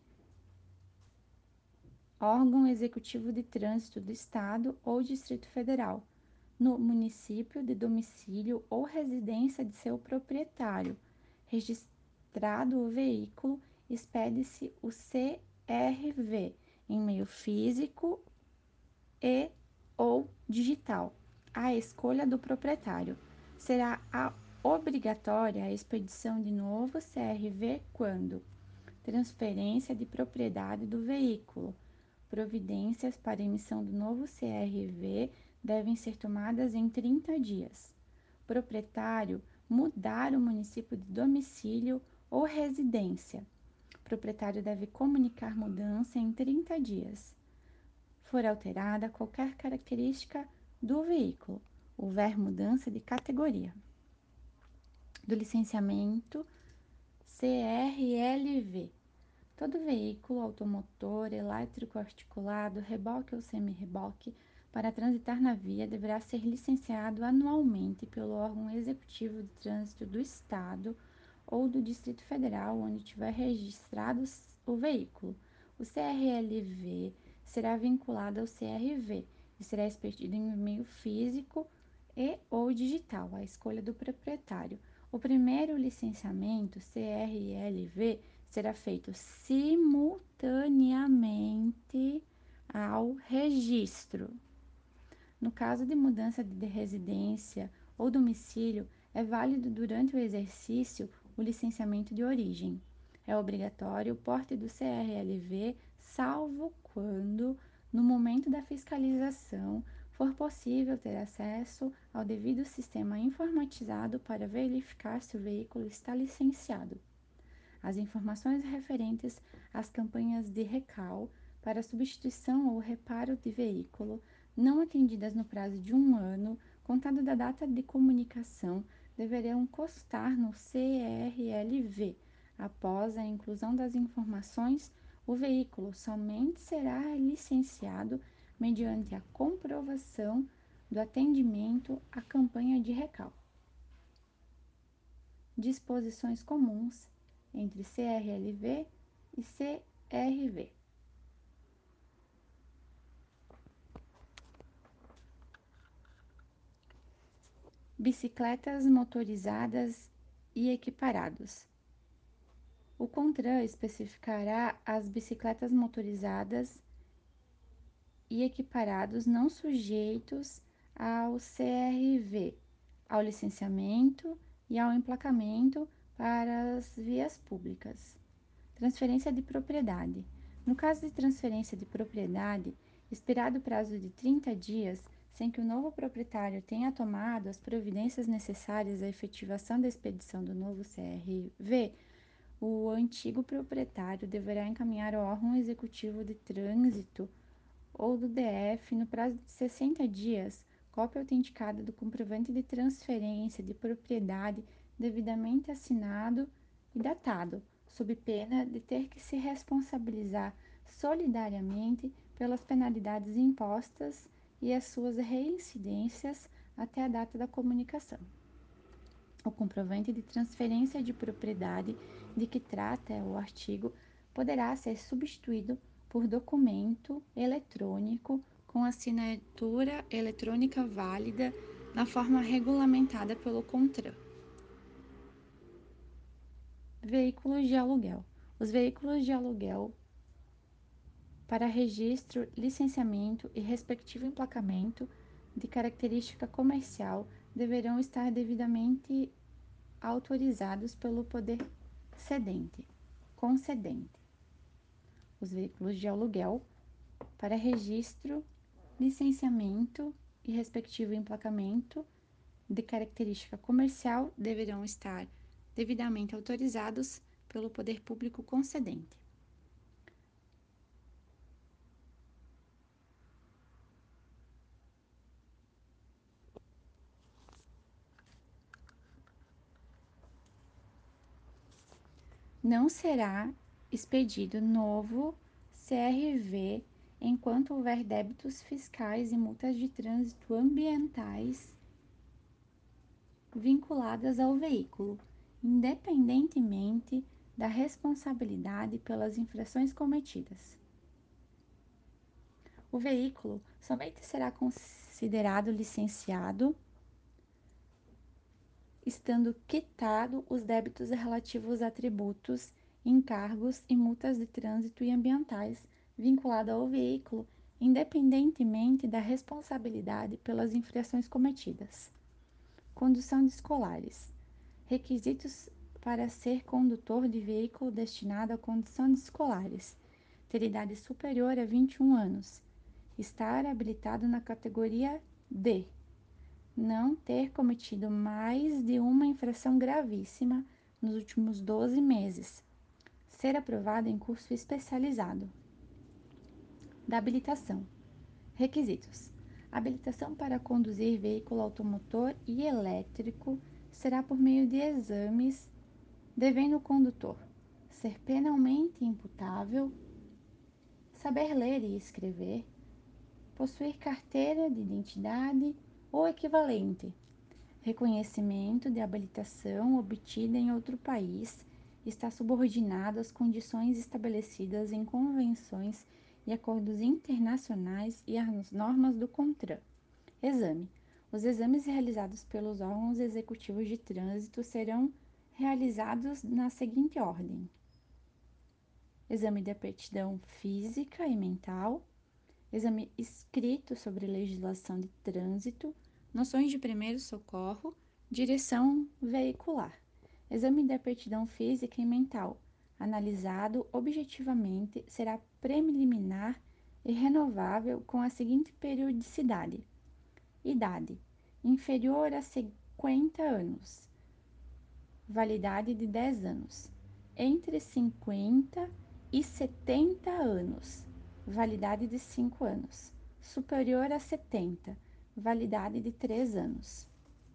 órgão executivo de trânsito do Estado ou Distrito Federal, no município de domicílio ou residência de seu proprietário. Registrado o veículo, expede-se o C R V em meio físico e ou digital, à escolha do proprietário. Será a obrigatória a expedição de novo C R V quando transferência de propriedade do veículo. Providências para emissão do novo C R V devem ser tomadas em trinta dias. Proprietário mudar o município de domicílio ou residência. Proprietário deve comunicar mudança em trinta dias. For alterada qualquer característica do veículo, houver mudança de categoria. Do licenciamento C R L V. Todo veículo automotor, elétrico articulado, reboque ou semi-reboque, para transitar na via, deverá ser licenciado anualmente pelo órgão executivo de trânsito do Estado ou do Distrito Federal, onde tiver registrado o veículo. O C R L V será vinculado ao C R V e será expedido em meio físico e ou digital, à escolha do proprietário. O primeiro licenciamento C R L V será feito simultaneamente ao registro. No caso de mudança de residência ou domicílio, é válido durante o exercício o licenciamento de origem. É obrigatório o porte do C R L V, salvo quando, no momento da fiscalização, for possível ter acesso ao devido sistema informatizado para verificar se o veículo está licenciado. As informações referentes às campanhas de recal para substituição ou reparo de veículo não atendidas no prazo de um ano, contado da data de comunicação, deverão constar no C R L V. Após a inclusão das informações, o veículo somente será licenciado mediante a comprovação do atendimento à campanha de recal. Disposições comuns entre C R L V e C R V. Bicicletas motorizadas e equiparados. O CONTRAN especificará as bicicletas motorizadas e equiparados não sujeitos ao C R V ao licenciamento e ao emplacamento para as vias públicas. Transferência de propriedade. No caso de transferência de propriedade, expirado o prazo de trinta dias, sem que o novo proprietário tenha tomado as providências necessárias à efetivação da expedição do novo C R V, o antigo proprietário deverá encaminhar ao órgão executivo de trânsito ou do D F, no prazo de sessenta dias, cópia autenticada do comprovante de transferência de propriedade devidamente assinado e datado, sob pena de ter que se responsabilizar solidariamente pelas penalidades impostas e as suas reincidências até a data da comunicação. O comprovante de transferência de propriedade de que trata o artigo poderá ser substituído por documento eletrônico com assinatura eletrônica válida na forma regulamentada pelo CONTRAN. Veículos de aluguel. Os veículos de aluguel para registro, licenciamento e respectivo emplacamento de característica comercial deverão estar devidamente autorizados pelo poder cedente, concedente. Os veículos de aluguel para registro, licenciamento e respectivo emplacamento de característica comercial deverão estar devidamente autorizados pelo poder público concedente. Não será expedido novo C R V enquanto houver débitos fiscais e multas de trânsito ambientais vinculadas ao veículo, independentemente da responsabilidade pelas infrações cometidas. O veículo somente será considerado licenciado estando quitado os débitos relativos a tributos, encargos e multas de trânsito e ambientais vinculados ao veículo, independentemente da responsabilidade pelas infrações cometidas. Condução de escolares. Requisitos para ser condutor de veículo destinado à condução de escolares: ter idade superior a vinte e um anos, estar habilitado na categoria D, não ter cometido mais de uma infração gravíssima nos últimos doze meses, ser aprovado em curso especializado. Da habilitação. Requisitos: habilitação para conduzir veículo automotor e elétrico será por meio de exames, devendo o condutor ser penalmente imputável, saber ler e escrever, possuir carteira de identidade ou equivalente, reconhecimento de habilitação obtida em outro país, está subordinado às condições estabelecidas em convenções e acordos internacionais e às normas do CONTRAN. Exame. Os exames realizados pelos órgãos executivos de trânsito serão realizados na seguinte ordem: exame de aptidão física e mental, exame escrito sobre legislação de trânsito, noções de primeiro socorro, direção veicular. Exame de aptidão física e mental, analisado objetivamente, será preliminar e renovável com a seguinte periodicidade: idade inferior a cinquenta anos, validade de dez anos, entre cinquenta e setenta anos, validade de cinco anos, superior a setenta, validade de três anos.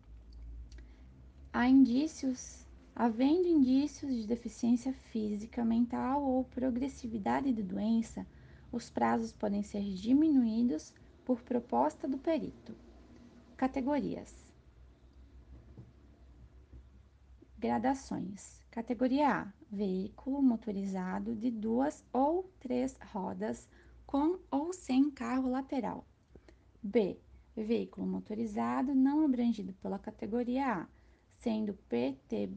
Há indícios, havendo indícios de deficiência física, mental ou progressividade de doença, os prazos podem ser diminuídos por proposta do perito. Categorias. Gradações. Categoria A: veículo motorizado de duas ou três rodas com ou sem carro lateral. B: veículo motorizado não abrangido pela categoria A, sendo P T,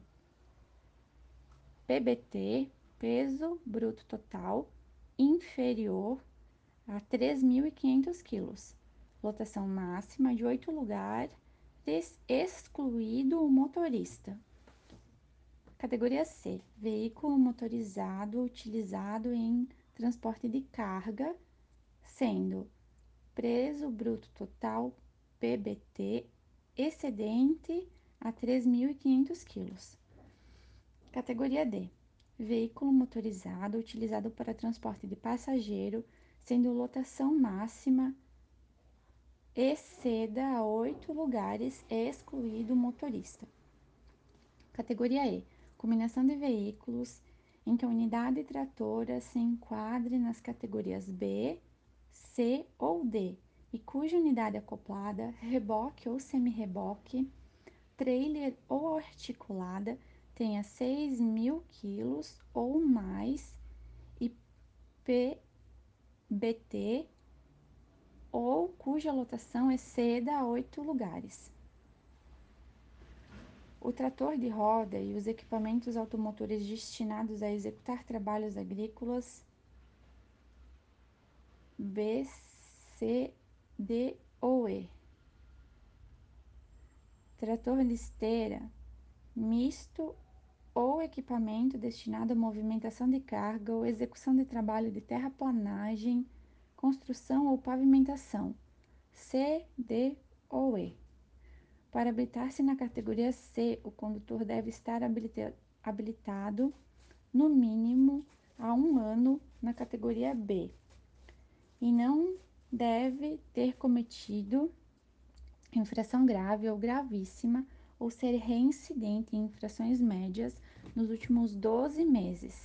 P B T, peso bruto total, inferior a três mil e quinhentos quilos, lotação máxima de oito lugares excluído o motorista. Categoria C, veículo motorizado utilizado em transporte de carga, sendo preço bruto total P B T excedente a três mil e quinhentos quilos. Categoria D, veículo motorizado utilizado para transporte de passageiro, sendo lotação máxima exceda a oito lugares, excluído o motorista. Categoria E, combinação de veículos em que a unidade tratora se enquadre nas categorias B, C ou D, e cuja unidade acoplada, reboque ou semi-reboque, trailer ou articulada tenha seis mil quilos ou mais e P B T ou cuja lotação exceda a oito lugares. O trator de roda e os equipamentos automotores destinados a executar trabalhos agrícolas B, C, D ou E. Trator de esteira misto ou equipamento destinado à movimentação de carga ou execução de trabalho de terraplanagem, construção ou pavimentação C, D ou E. Para habilitar-se na categoria C, o condutor deve estar habilita- habilitado no mínimo há um ano na categoria B e não deve ter cometido infração grave ou gravíssima ou ser reincidente em infrações médias nos últimos doze meses.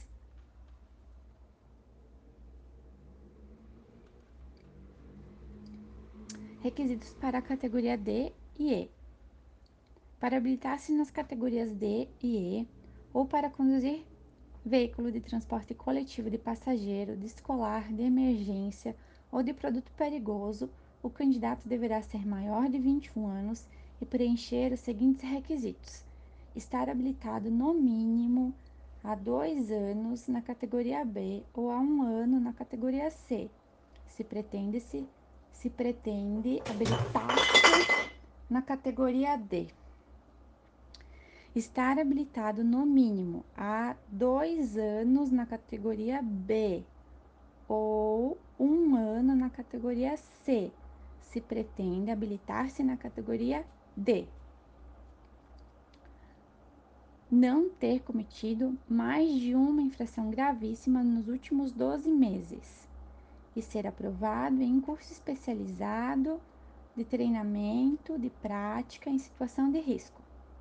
Requisitos para a categoria D e E. Para habilitar-se nas categorias D e E, ou para conduzir veículo de transporte coletivo de passageiro, de escolar, de emergência ou de produto perigoso, o candidato deverá ser maior de vinte e um anos e preencher os seguintes requisitos: estar habilitado no mínimo há dois anos na categoria B ou há um ano na categoria C. Se pretende-se, se pretende habilitar-se na categoria D. Estar habilitado no mínimo há dois anos na categoria B ou um ano na categoria C, se pretende habilitar-se na categoria D. Não ter cometido mais de uma infração gravíssima nos últimos doze meses e ser aprovado em curso especializado de treinamento de prática em situação de risco.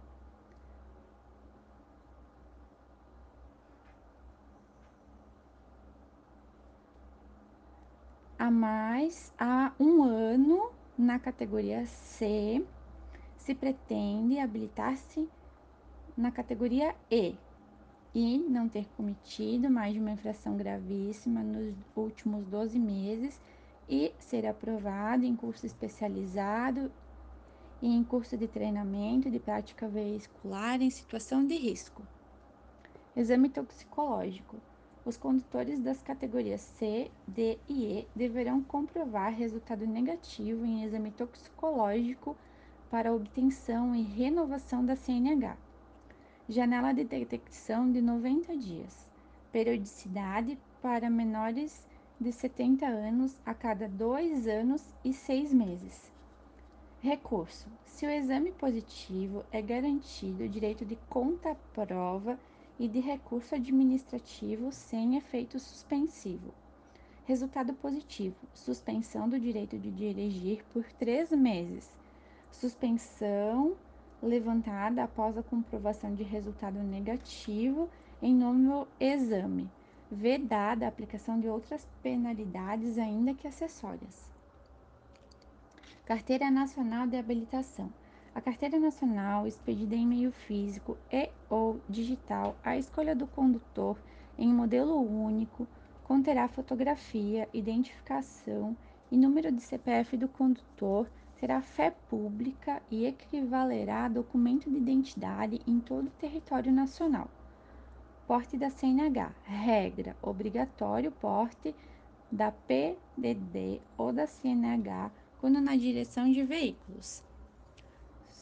A mais há um ano na categoria C, se pretende habilitar-se na categoria E e não ter cometido mais de uma infração gravíssima nos últimos doze meses e ser aprovado em curso especializado e em curso de treinamento de prática veicular em situação de risco. Exame toxicológico. Os condutores das categorias C, D e E deverão comprovar resultado negativo em exame toxicológico para obtenção e renovação da C N H. Janela de detecção de noventa dias. Periodicidade para menores de setenta anos a cada dois anos e seis meses. Recurso. Se o exame positivo, é garantido o direito de contraprova e de recurso administrativo sem efeito suspensivo. Resultado positivo: suspensão do direito de dirigir por três meses. Suspensão levantada após a comprovação de resultado negativo em novo exame. Vedada a aplicação de outras penalidades, ainda que acessórias. Carteira Nacional de Habilitação. A Carteira Nacional, expedida em meio físico e ou digital, à escolha do condutor em modelo único, conterá fotografia, identificação e número de C P F do condutor, será fé pública e equivalerá a documento de identidade em todo o território nacional. Porte da C N H. Regra: obrigatório porte da P D D ou da C N H quando na direção de veículos.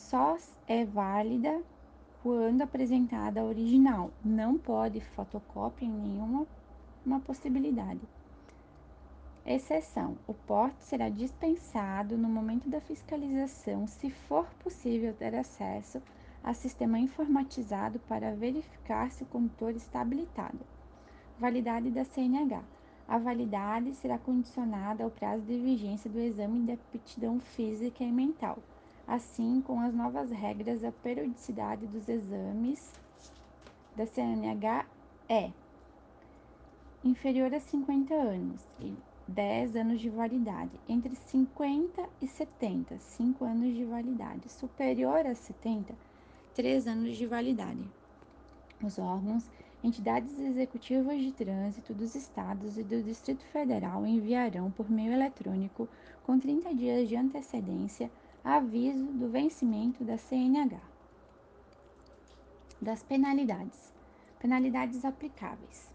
só é válida quando apresentada a original. Não pode fotocópia em nenhuma uma possibilidade. Exceção: o porte será dispensado no momento da fiscalização, se for possível ter acesso a sistema informatizado para verificar se o condutor está habilitado. Validade da C N H. A validade será condicionada ao prazo de vigência do exame de aptidão física e mental. Assim, com as novas regras, a periodicidade dos exames da C N H é inferior a cinquenta anos e dez anos de validade. Entre cinquenta e setenta, cinco anos de validade. Superior a setenta, três anos de validade. Os órgãos, entidades executivas de trânsito dos estados e do Distrito Federal enviarão por meio eletrônico, com trinta dias de antecedência, aviso do vencimento da C N H. Das penalidades. Penalidades aplicáveis.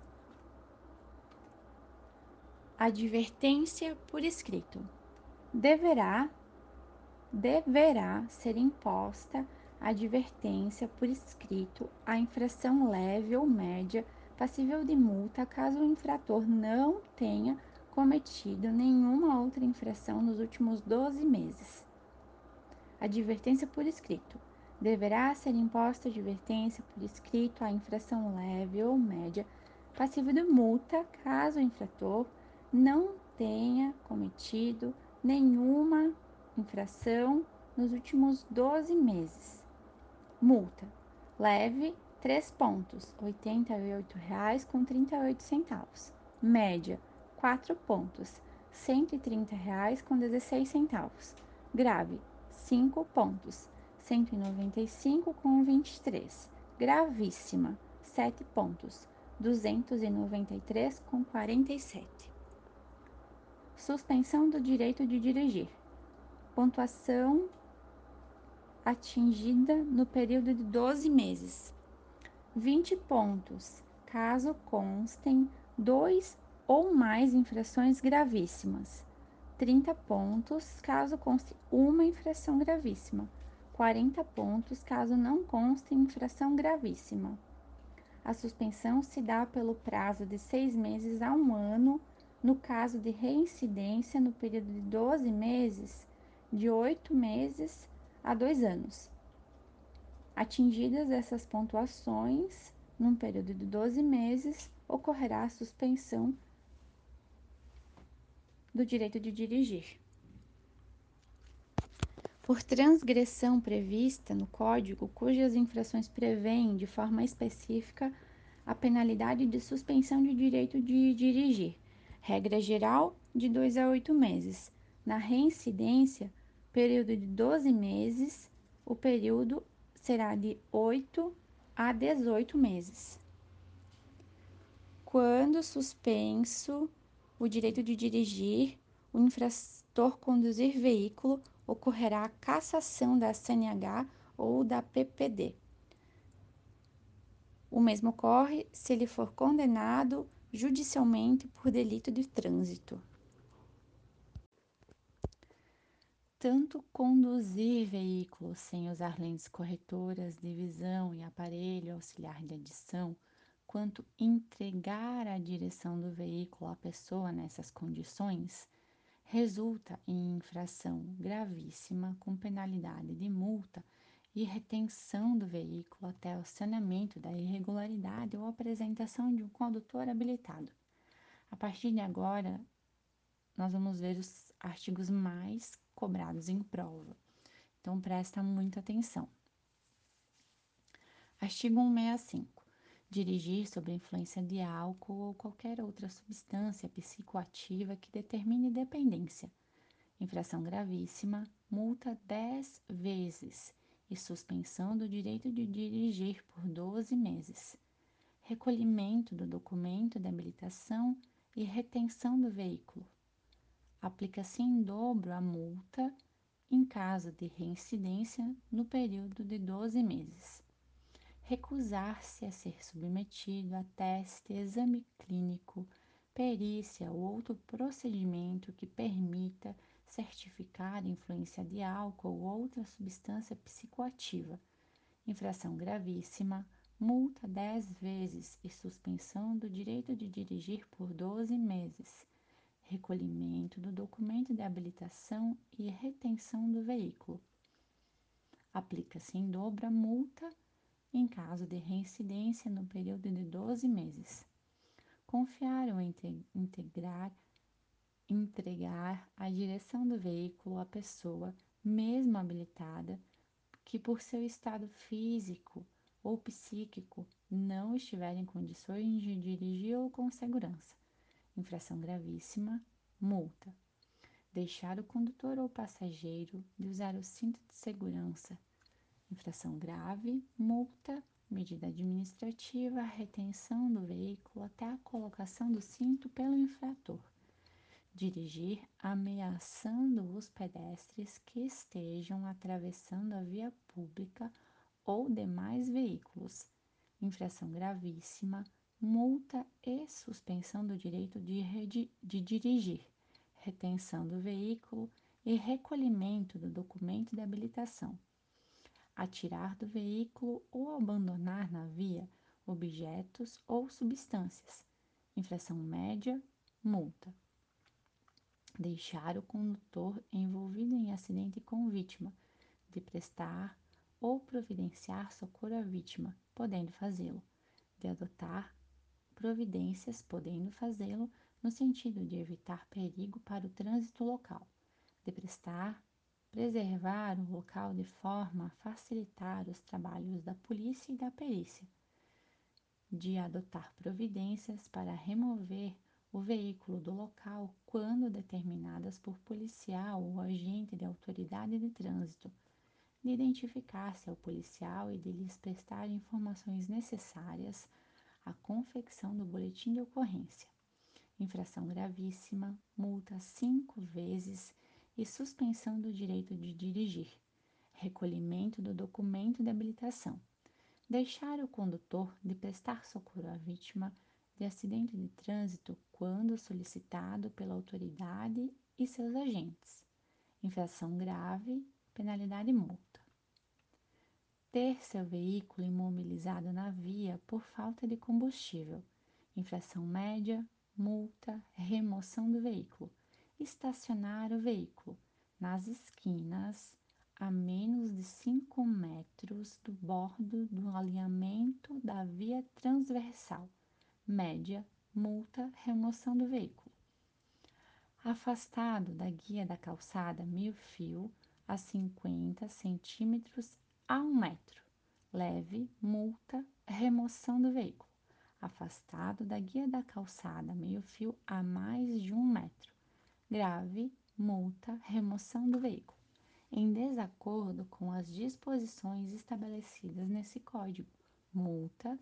Advertência por escrito. Deverá, deverá ser imposta advertência por escrito a infração leve ou média passível de multa caso o infrator não tenha cometido nenhuma outra infração nos últimos doze meses. Advertência por escrito. Deverá ser imposta advertência por escrito a infração leve ou média passível de multa caso o infrator não tenha cometido nenhuma infração nos últimos doze meses. Multa leve, três pontos, oitenta e oito reais com trinta e oito centavos. Média, quatro pontos, cento e trinta reais com dezesseis centavos. Grave, cinco pontos, cento e noventa e cinco com vinte e três. Gravíssima, sete pontos, duzentos e noventa e três com quarenta e sete. Suspensão do direito de dirigir. Pontuação atingida no período de doze meses. vinte pontos, caso constem dois ou mais infrações gravíssimas. trinta pontos, caso conste uma infração gravíssima. quarenta pontos, caso não conste infração gravíssima. A suspensão se dá pelo prazo de seis meses a um ano, no caso de reincidência no período de doze meses, de oito meses a dois anos. Atingidas essas pontuações, num período de doze meses, ocorrerá a suspensão do direito de dirigir. Por transgressão prevista no Código, cujas infrações prevêem de forma específica a penalidade de suspensão de direito de dirigir, regra geral de dois a oito meses. Na reincidência, período de doze meses, o período será de oito a dezoito meses. Quando suspenso o direito de dirigir, o infrator conduzir veículo, ocorrerá a cassação da C N H ou da P P D. O mesmo ocorre se ele for condenado judicialmente por delito de trânsito. Tanto conduzir veículos sem usar lentes corretoras de visão e aparelho auxiliar de adição, quanto entregar a direção do veículo à pessoa nessas condições, resulta em infração gravíssima com penalidade de multa e retenção do veículo até o saneamento da irregularidade ou apresentação de um condutor habilitado. A partir de agora, nós vamos ver os artigos mais cobrados em prova. Então, presta muita atenção. Artigo cento e sessenta e cinco. Dirigir sob a influência de álcool ou qualquer outra substância psicoativa que determine dependência. Infração gravíssima, multa dez vezes e suspensão do direito de dirigir por doze meses. Recolhimento do documento de habilitação e retenção do veículo. Aplica-se em dobro a multa em caso de reincidência no período de doze meses. Recusar-se a ser submetido a teste, exame clínico, perícia ou outro procedimento que permita certificar influência de álcool ou outra substância psicoativa. Infração gravíssima, multa dez vezes e suspensão do direito de dirigir por doze meses. Recolhimento do documento de habilitação e retenção do veículo. Aplica-se em dobro a multa em caso de reincidência no período de doze meses. Confiar ou integrar, entregar a direção do veículo à pessoa, mesmo habilitada, que por seu estado físico ou psíquico não estiver em condições de dirigi-lo com segurança. Infração gravíssima, multa. Deixar o condutor ou passageiro de usar o cinto de segurança. Infração grave, multa, medida administrativa, retenção do veículo até a colocação do cinto pelo infrator. Dirigir ameaçando os pedestres que estejam atravessando a via pública ou demais veículos. Infração gravíssima, multa e suspensão do direito de, de dirigir, retenção do veículo e recolhimento do documento de habilitação. Atirar do veículo ou abandonar na via objetos ou substâncias. Infração média, multa. Deixar o condutor envolvido em acidente com vítima, de prestar ou providenciar socorro à vítima, podendo fazê-lo, de adotar providências, podendo fazê-lo, no sentido de evitar perigo para o trânsito local, de prestar, preservar o local de forma a facilitar os trabalhos da polícia e da perícia, de adotar providências para remover o veículo do local quando determinadas por policial ou agente de autoridade de trânsito, de identificar-se ao policial e de lhes prestar informações necessárias à confecção do boletim de ocorrência. Infração gravíssima, multa cinco vezes e suspensão do direito de dirigir. Recolhimento do documento de habilitação. Deixar o condutor de prestar socorro à vítima de acidente de trânsito quando solicitado pela autoridade e seus agentes. Infração grave, penalidade e multa. Ter seu veículo imobilizado na via por falta de combustível. Infração média, multa, remoção do veículo. Estacionar o veículo nas esquinas a menos de cinco metros do bordo do alinhamento da via transversal. Média, multa, remoção do veículo. Afastado da guia da calçada meio-fio a cinquenta centímetros a um metro. Leve, multa, remoção do veículo. Afastado da guia da calçada meio-fio a mais de um metro. Grave, multa, remoção do veículo. Em desacordo com as disposições estabelecidas nesse código. Multa,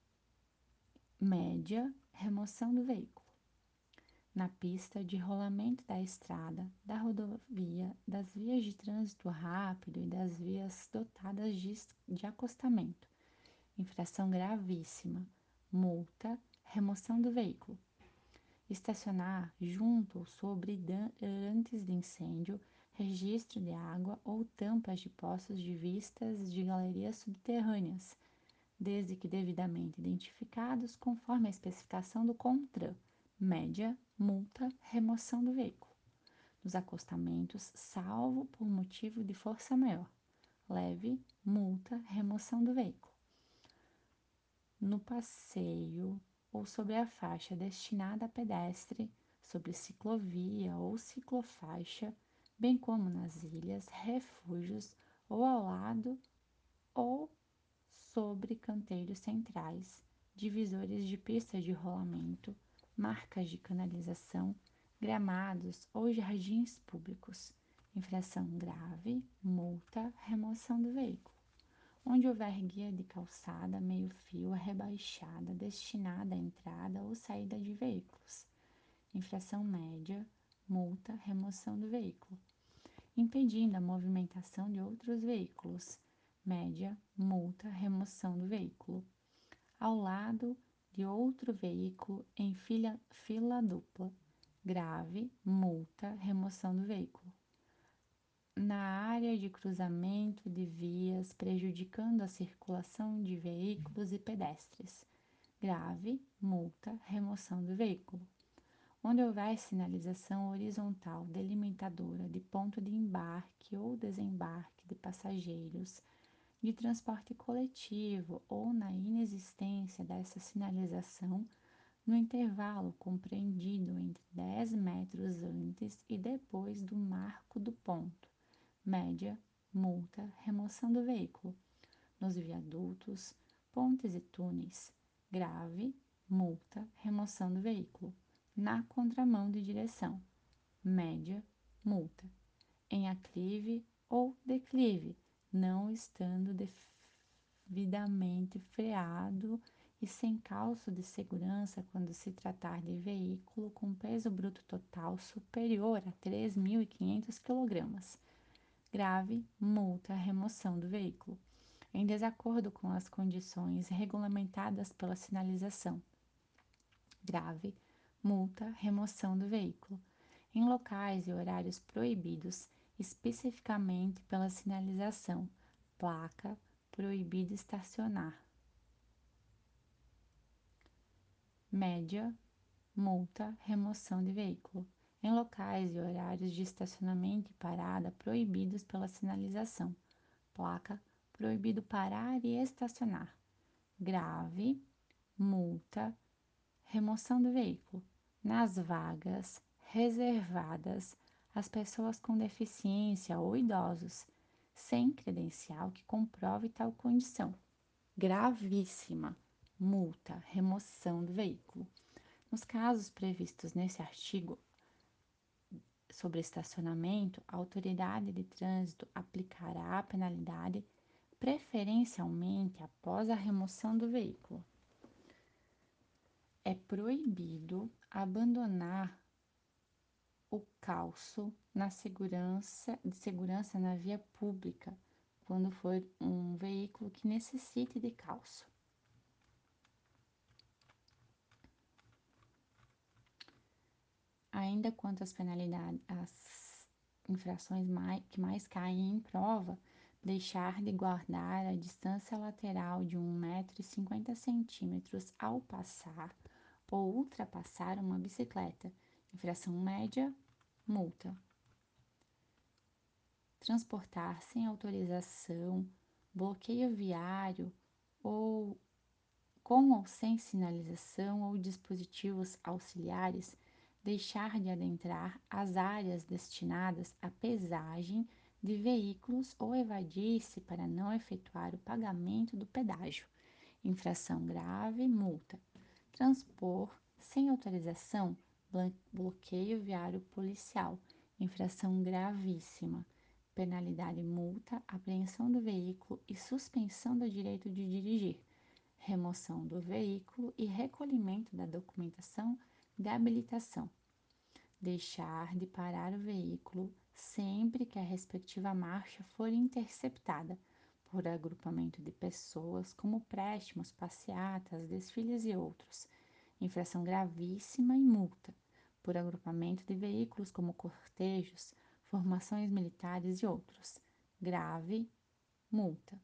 média, remoção do veículo. Na pista de rolamento da estrada, da rodovia, das vias de trânsito rápido e das vias dotadas de, de acostamento. Infração gravíssima, multa, remoção do veículo. Estacionar junto ou sobre antes de incêndio, registro de água ou tampas de poços de vistas de galerias subterrâneas, desde que devidamente identificados conforme a especificação do CONTRAN. Média, multa, remoção do veículo. Nos acostamentos, salvo por motivo de força maior. Leve, multa, remoção do veículo. No passeio ou sobre a faixa destinada a pedestre, sobre ciclovia ou ciclofaixa, bem como nas ilhas, refúgios ou ao lado ou sobre canteiros centrais, divisores de pistas de rolamento, marcas de canalização, gramados ou jardins públicos. Infração grave, multa, remoção do veículo. Onde houver guia de calçada, meio-fio rebaixada destinada à entrada ou saída de veículos. Infração média, multa, remoção do veículo. Impedindo a movimentação de outros veículos. Média, multa, remoção do veículo. Ao lado de outro veículo em fila, fila dupla. Grave, multa, remoção do veículo. na área de cruzamento de vias, prejudicando a circulação de veículos e pedestres. Grave, multa, remoção do veículo. Onde houver sinalização horizontal delimitadora de ponto de embarque ou desembarque de passageiros, de transporte coletivo ou na inexistência dessa sinalização, no intervalo compreendido entre dez metros antes e depois do marco do ponto. Média, multa, remoção do veículo. Nos viadutos, pontes e túneis. Grave, multa, remoção do veículo. Na contramão de direção. Média, multa. Em aclive ou declive, não estando devidamente freado e sem calço de segurança quando se tratar de veículo com peso bruto total superior a três mil e quinhentos quilogramas. Grave, multa, remoção do veículo, em desacordo com as condições regulamentadas pela sinalização. Grave, multa, remoção do veículo, em locais e horários proibidos, especificamente pela sinalização. Placa, proibido estacionar. Média, multa, remoção de veículo, em locais e horários de estacionamento e parada proibidos pela sinalização. Placa, proibido parar e estacionar. Grave, multa, remoção do veículo, nas vagas reservadas às pessoas com deficiência ou idosos, sem credencial que comprove tal condição. Gravíssima, multa, remoção do veículo. Nos casos previstos nesse artigo sobre estacionamento, a autoridade de trânsito aplicará a penalidade preferencialmente após a remoção do veículo. É proibido abandonar o calço na segurança, de segurança na via pública, quando for um veículo que necessite de calço. Ainda quanto às penalidades, as infrações mais, que mais caem em prova, deixar de guardar a distância lateral de um metro e cinquenta centímetros ao passar ou ultrapassar uma bicicleta. Infração média, multa. Transportar sem autorização, bloqueio viário ou com ou sem sinalização ou dispositivos auxiliares, deixar de adentrar as áreas destinadas à pesagem de veículos ou evadir-se para não efetuar o pagamento do pedágio. Infração grave, multa. Transpor sem autorização, bloqueio viário policial. Infração gravíssima. Penalidade, multa, apreensão do veículo e suspensão do direito de dirigir. Remoção do veículo e recolhimento da documentação de habilitação. Deixar de parar o veículo sempre que a respectiva marcha for interceptada por agrupamento de pessoas, como préstimos, passeatas, desfiles e outros. Infração gravíssima e multa, por agrupamento de veículos como cortejos, formações militares e outros. Grave, multa.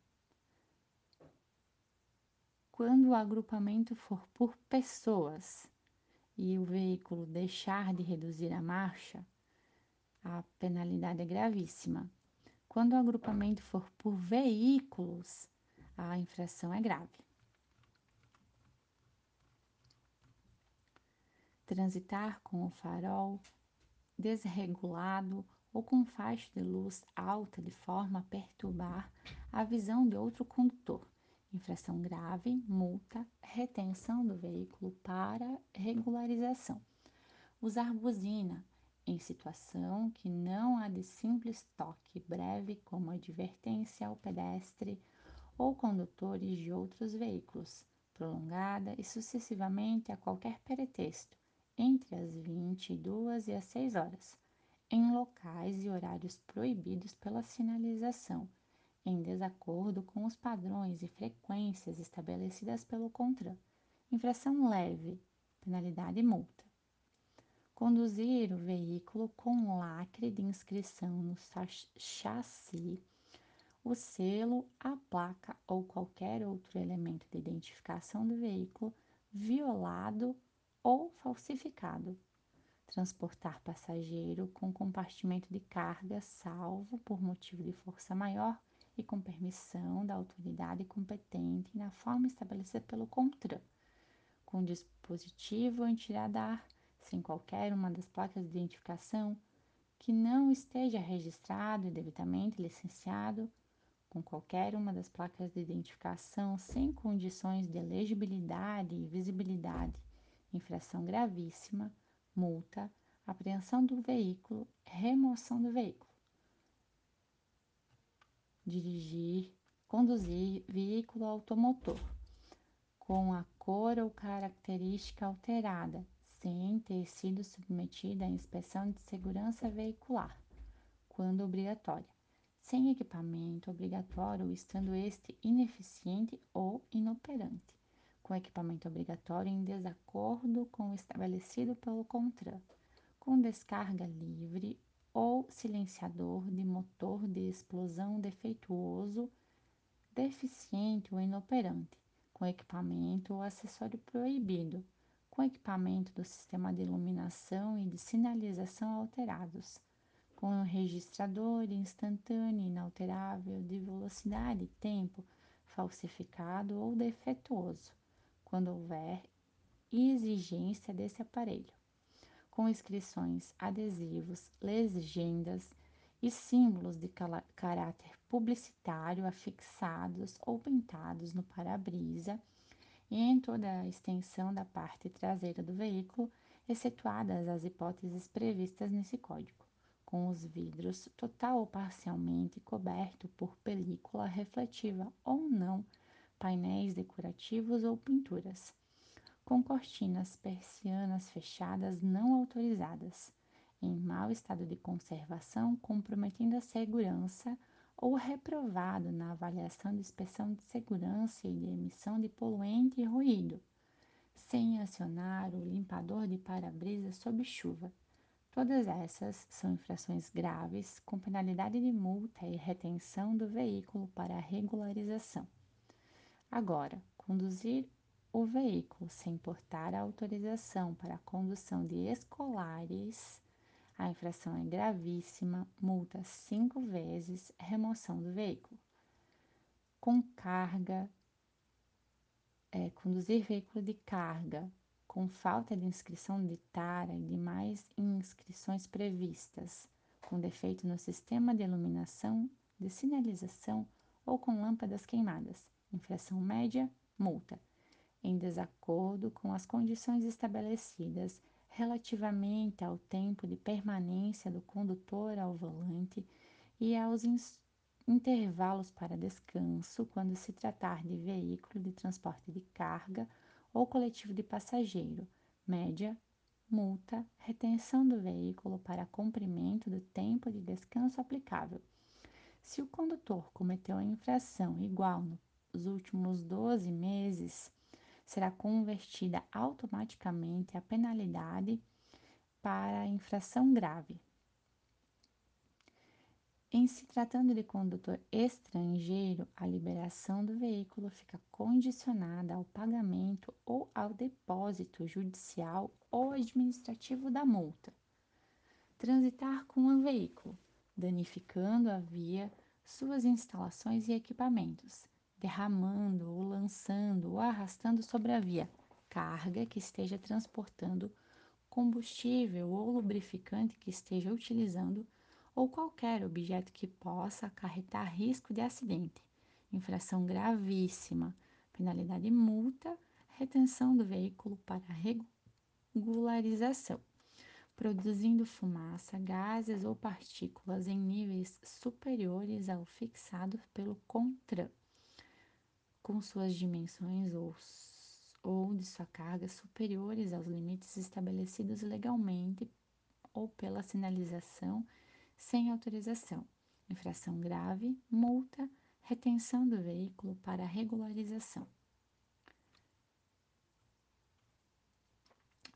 Quando o agrupamento for por pessoas e o veículo deixar de reduzir a marcha, a penalidade é gravíssima. Quando o agrupamento for por veículos, a infração é grave. Transitar com o farol desregulado ou com faixa de luz alta de forma a perturbar a visão de outro condutor. Infração grave, multa, retenção do veículo para regularização. Usar buzina em situação que não há de simples toque breve como advertência ao pedestre ou condutores de outros veículos, prolongada e sucessivamente a qualquer pretexto, entre as vinte e duas e as seis horas, em locais e horários proibidos pela sinalização, em desacordo com os padrões e frequências estabelecidas pelo CONTRAN. Infração leve, penalidade e multa. Conduzir o veículo com lacre de inscrição no chassi, o selo, a placa ou qualquer outro elemento de identificação do veículo violado ou falsificado. Transportar passageiro com compartimento de carga salvo por motivo de força maior e com permissão da autoridade competente na forma estabelecida pelo CONTRAN, com dispositivo antiradar, sem qualquer uma das placas de identificação que não esteja registrado e devidamente licenciado, com qualquer uma das placas de identificação sem condições de legibilidade e visibilidade, infração gravíssima, multa, apreensão do veículo, remoção do veículo. Dirigir, conduzir veículo automotor com a cor ou característica alterada, sem ter sido submetida à inspeção de segurança veicular, quando obrigatória, sem equipamento obrigatório, estando este ineficiente ou inoperante, com equipamento obrigatório em desacordo com o estabelecido pelo CONTRAN, com descarga livre ou silenciador de motor de explosão defeituoso, deficiente ou inoperante, com equipamento ou acessório proibido, com equipamento do sistema de iluminação e de sinalização alterados, com um registrador instantâneo inalterável de velocidade e tempo falsificado ou defeituoso, quando houver exigência desse aparelho, com inscrições, adesivos, legendas e símbolos de caráter publicitário afixados ou pintados no para-brisa e em toda a extensão da parte traseira do veículo, excetuadas as hipóteses previstas nesse código, com os vidros total ou parcialmente coberto por película refletiva ou não, painéis decorativos ou pinturas, com cortinas persianas fechadas não autorizadas, em mau estado de conservação, comprometendo a segurança ou reprovado na avaliação de inspeção de segurança e de emissão de poluente e ruído, sem acionar o limpador de para-brisa sob chuva. Todas essas são infrações graves, com penalidade de multa e retenção do veículo para regularização. Agora, conduzir o veículo sem portar a autorização para a condução de escolares, a infração é gravíssima, multa cinco vezes, remoção do veículo. Com carga, é, conduzir veículo de carga, com falta de inscrição de tara e demais inscrições previstas, com defeito no sistema de iluminação, de sinalização ou com lâmpadas queimadas, infração média, multa, em desacordo com as condições estabelecidas relativamente ao tempo de permanência do condutor ao volante e aos intervalos para descanso quando se tratar de veículo de transporte de carga ou coletivo de passageiro, média, multa, retenção do veículo para cumprimento do tempo de descanso aplicável. Se o condutor cometeu a infração igual nos últimos doze meses, será convertida automaticamente a penalidade para a infração grave. Em se tratando de condutor estrangeiro, a liberação do veículo fica condicionada ao pagamento ou ao depósito judicial ou administrativo da multa. Transitar com o veículo, danificando a via, suas instalações e equipamentos, derramando ou lançando ou arrastando sobre a via carga que esteja transportando, combustível ou lubrificante que esteja utilizando, ou qualquer objeto que possa acarretar risco de acidente, infração gravíssima, penalidade multa, retenção do veículo para regularização, produzindo fumaça, gases ou partículas em níveis superiores ao fixado pelo CONTRAN, com suas dimensões ou, ou de sua carga superiores aos limites estabelecidos legalmente ou pela sinalização sem autorização, infração grave, multa, retenção do veículo para regularização.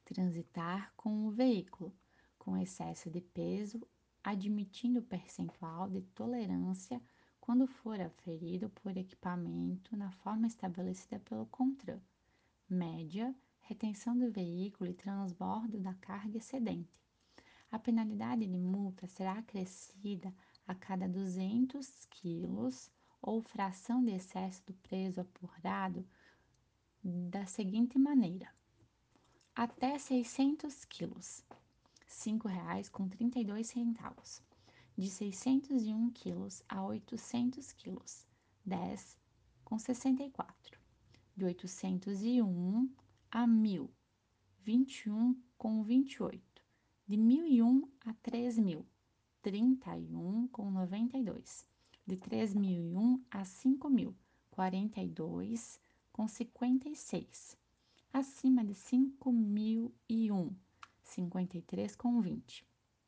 transitar com o veículo, com excesso de peso, admitindo percentual de tolerância quando for aferido por equipamento na forma estabelecida pelo CONTRAN. Média, retenção do veículo e transbordo da carga excedente. A penalidade de multa será acrescida a cada duzentos quilos ou fração de excesso do peso apurado da seguinte maneira: até seiscentos quilos, cinco reais com trinta e dois centavos. De seiscentos e um quilos a oitocentos quilos, dez com sessenta e quatro. De oitocentos e um a mil, vinte e um com vinte e oito. De mil e um a três mil, trinta e um com noventa e dois. De três mil e um a cinco mil, quarenta e dois com cinquenta e seis. Acima de cinco mil e um, cinquenta e três com vinte.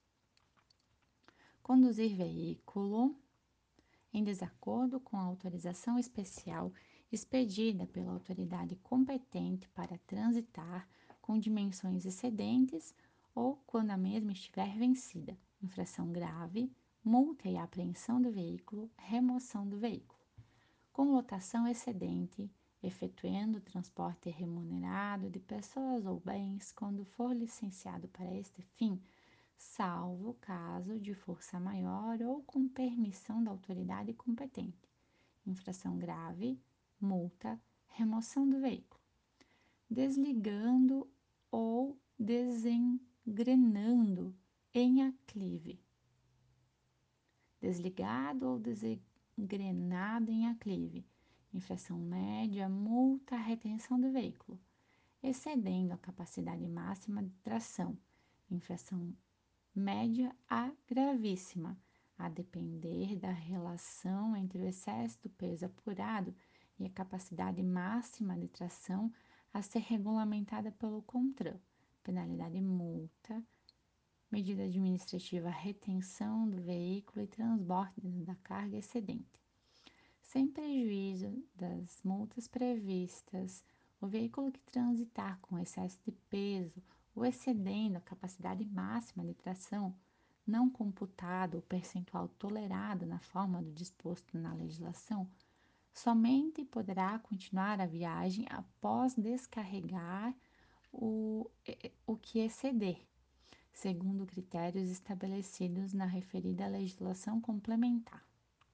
Conduzir veículo em desacordo com a autorização especial expedida pela autoridade competente para transitar com dimensões excedentes ou quando a mesma estiver vencida, infração grave, multa e apreensão do veículo, remoção do veículo. Com lotação excedente, efetuando transporte remunerado de pessoas ou bens quando for licenciado para este fim, salvo caso de força maior ou com permissão da autoridade competente. Infração grave, multa, remoção do veículo. Desligando ou desengrenando em aclive. Desligado ou desengrenado em aclive. Infração média, multa, retenção do veículo. Excedendo a capacidade máxima de tração. Infração média a gravíssima, a depender da relação entre o excesso do peso apurado e a capacidade máxima de tração a ser regulamentada pelo CONTRAN. Penalidade multa, medida administrativa retenção do veículo e transbordo da carga excedente. Sem prejuízo das multas previstas, o veículo que transitar com excesso de peso ou excedendo a capacidade máxima de tração, não computado o percentual tolerado na forma do disposto na legislação, somente poderá continuar a viagem após descarregar o, o que exceder, segundo critérios estabelecidos na referida legislação complementar.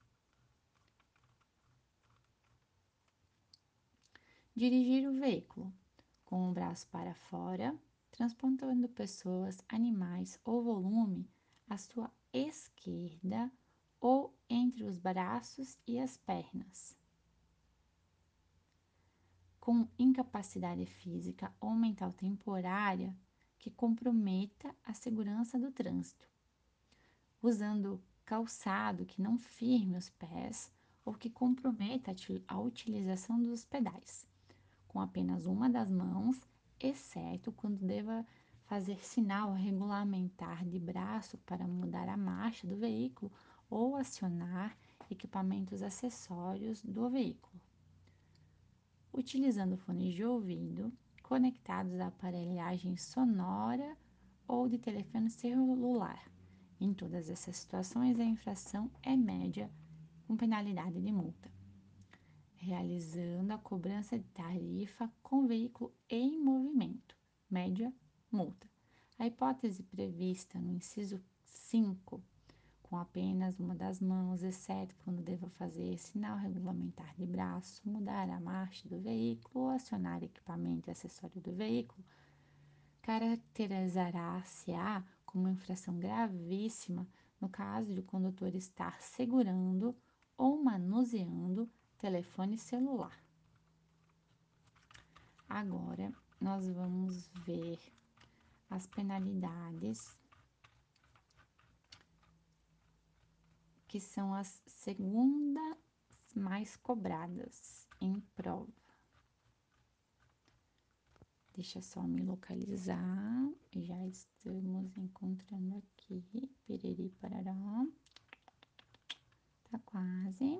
Dirigir o veículo com o braço para fora, transportando pessoas, animais ou volume à sua esquerda ou entre os braços e as pernas, com incapacidade física ou mental temporária que comprometa a segurança do trânsito, usando calçado que não firme os pés ou que comprometa a utilização dos pedais, com apenas uma das mãos, exceto quando deva fazer sinal regulamentar de braço para mudar a marcha do veículo ou acionar equipamentos acessórios do veículo. Utilizando fones de ouvido conectados à aparelhagem sonora ou de telefone celular. Em todas essas situações, a infração é média com penalidade de multa. Realizando a cobrança de tarifa com veículo em movimento, média, multa. A hipótese prevista no inciso cinco, com apenas uma das mãos, exceto quando deva fazer sinal regulamentar de braço, mudar a marcha do veículo ou acionar equipamento e acessório do veículo, caracterizará-se-á como infração gravíssima no caso de o condutor estar segurando ou manuseando telefone celular. Agora, nós vamos ver as penalidades que são as segundas mais cobradas em prova. Deixa só me localizar, já estamos encontrando aqui, piriri parará, tá quase.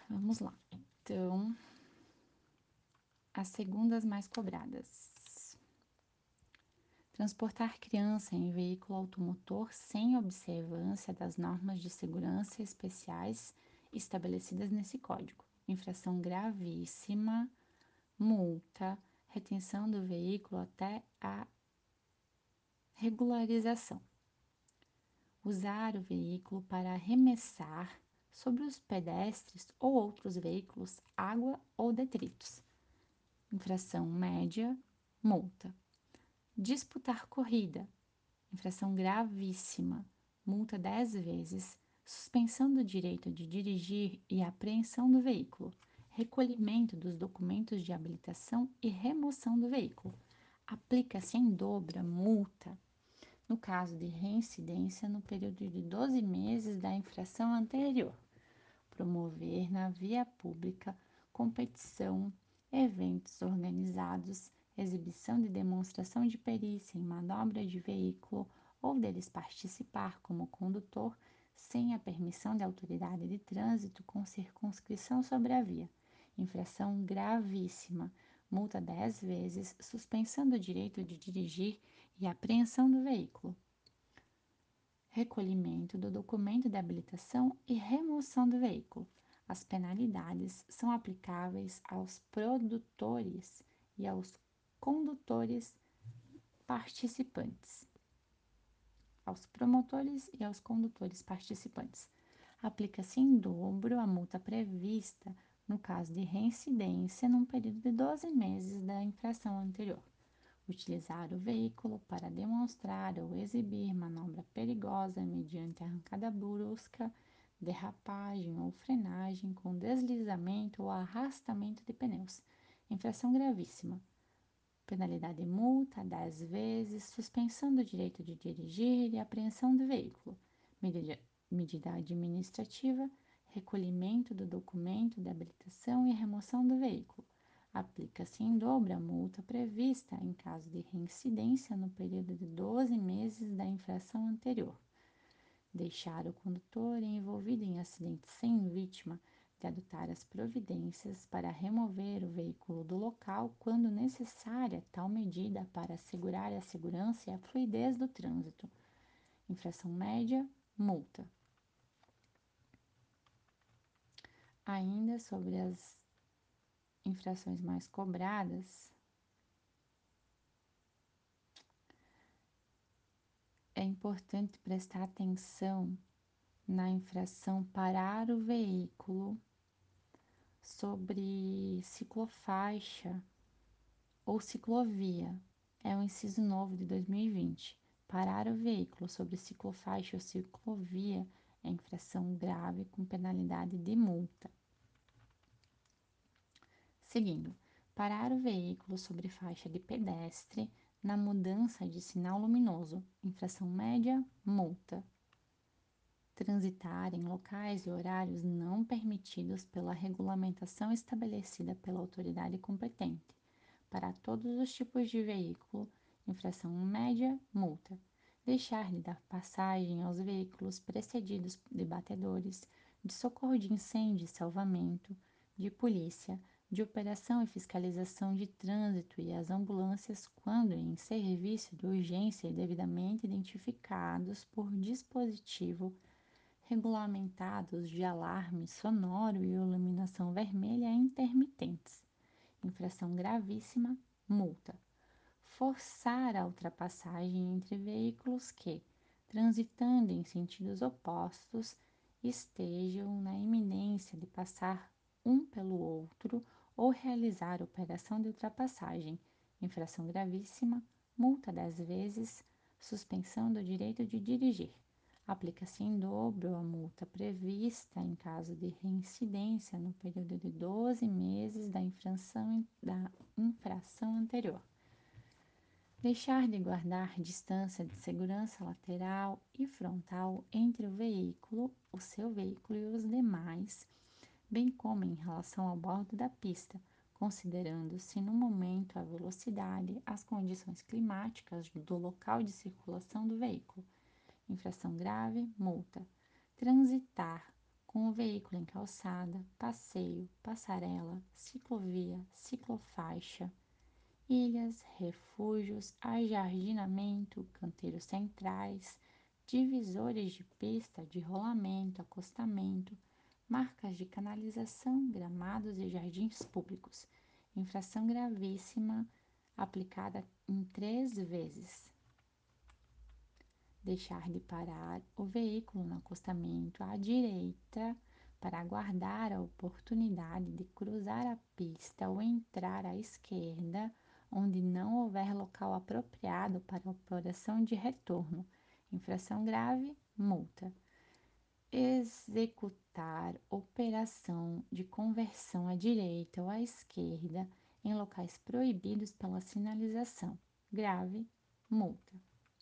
Vamos lá. Então, as segundas mais cobradas. Transportar criança em veículo automotor sem observância das normas de segurança especiais estabelecidas nesse código. Infração gravíssima, multa, retenção do veículo até a regularização. Usar o veículo para arremessar sobre os pedestres ou outros veículos água ou detritos. Infração média, multa. Disputar corrida, infração gravíssima, multa dez vezes, suspensão do direito de dirigir e apreensão do veículo, recolhimento dos documentos de habilitação e remoção do veículo. Aplica-se em dobro a multa no caso de reincidência no período de doze meses da infração anterior. Promover na via pública competição, eventos organizados, exibição de demonstração de perícia em manobra de veículo ou deles participar como condutor sem a permissão da autoridade de trânsito com circunscrição sobre a via. Infração gravíssima, multa dez vezes, suspensão do direito de dirigir e apreensão do veículo. Recolhimento do documento de habilitação e remoção do veículo. As penalidades são aplicáveis aos produtores e aos condutores participantes, aos promotores e aos condutores participantes. Aplica-se em dobro a multa prevista no caso de reincidência num período de doze meses da infração anterior. Utilizar o veículo para demonstrar ou exibir manobra perigosa mediante arrancada brusca, derrapagem ou frenagem com deslizamento ou arrastamento de pneus. Infração gravíssima. Penalidade multa dez vezes, suspensão do direito de dirigir e apreensão do veículo. Medida, medida administrativa, recolhimento do documento de habilitação e remoção do veículo. Aplica-se em dobro a multa prevista em caso de reincidência no período de doze meses da infração anterior. Deixar o condutor envolvido em acidente sem vítima de adotar as providências para remover o veículo do local quando necessária tal medida para assegurar a segurança e a fluidez do trânsito. Infração média, multa. Ainda sobre as infrações mais cobradas, é importante prestar atenção na infração parar o veículo sobre ciclofaixa ou ciclovia. É um inciso novo de dois mil e vinte. Parar o veículo sobre ciclofaixa ou ciclovia é infração grave com penalidade de multa. Seguindo, parar o veículo sobre faixa de pedestre na mudança de sinal luminoso, infração média, multa. Transitar em locais e horários não permitidos pela regulamentação estabelecida pela autoridade competente. Para todos os tipos de veículo, infração média, multa. Deixar de dar passagem aos veículos precedidos de batedores, de socorro de incêndio e salvamento, de polícia, de operação e fiscalização de trânsito e as ambulâncias quando em serviço de urgência e devidamente identificados por dispositivo regulamentados de alarme sonoro e iluminação vermelha intermitentes. Infração gravíssima, multa. Forçar a ultrapassagem entre veículos que, transitando em sentidos opostos, estejam na iminência de passar um pelo outro ou realizar operação de ultrapassagem. Infração gravíssima, multa dez vezes, suspensão do direito de dirigir. Aplica-se em dobro a multa prevista em caso de reincidência no período de doze meses da infração, da infração anterior. Deixar de guardar distância de segurança lateral e frontal entre o veículo, o seu veículo e os demais, bem como em relação ao bordo da pista, considerando-se no momento a velocidade, as condições climáticas do local de circulação do veículo. Infração grave, multa. Transitar com o veículo em calçada, passeio, passarela, ciclovia, ciclofaixa, ilhas, refúgios, ajardinamento, canteiros centrais, divisores de pista, de rolamento, acostamento, marcas de canalização, gramados e jardins públicos. Infração gravíssima aplicada em três vezes. Deixar de parar o veículo no acostamento à direita para aguardar a oportunidade de cruzar a pista ou entrar à esquerda, onde não houver local apropriado para a operação de retorno. Infração grave, multa. Executar operação de conversão à direita ou à esquerda em locais proibidos pela sinalização. Grave, multa.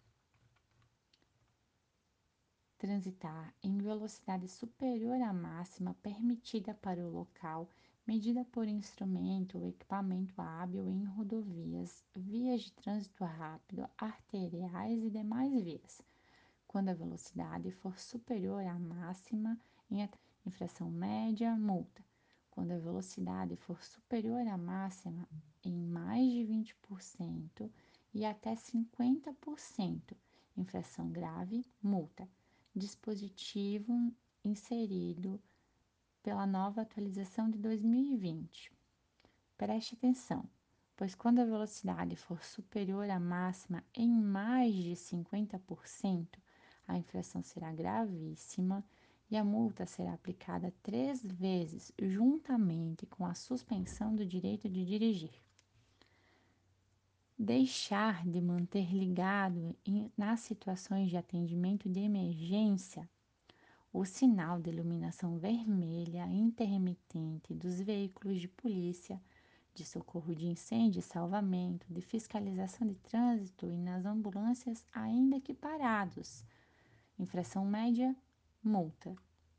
Transitar em velocidade superior à máxima permitida para o local, medida por instrumento ou equipamento hábil em rodovias, vias de trânsito rápido, arteriais e demais vias, quando a velocidade for superior à máxima em infração média, multa. Quando a velocidade for superior à máxima em mais de vinte por cento e até cinquenta por cento, infração grave, multa. Dispositivo inserido pela nova atualização de dois mil e vinte. Preste atenção, pois quando a velocidade for superior à máxima em mais de cinquenta por cento, a infração será gravíssima e a multa será aplicada três vezes, juntamente com a suspensão do direito de dirigir. Deixar de manter ligado em, nas situações de atendimento de emergência o sinal de iluminação vermelha intermitente dos veículos de polícia, de socorro de incêndio e salvamento, de fiscalização de trânsito e nas ambulâncias, ainda que parados. Infração média, multa.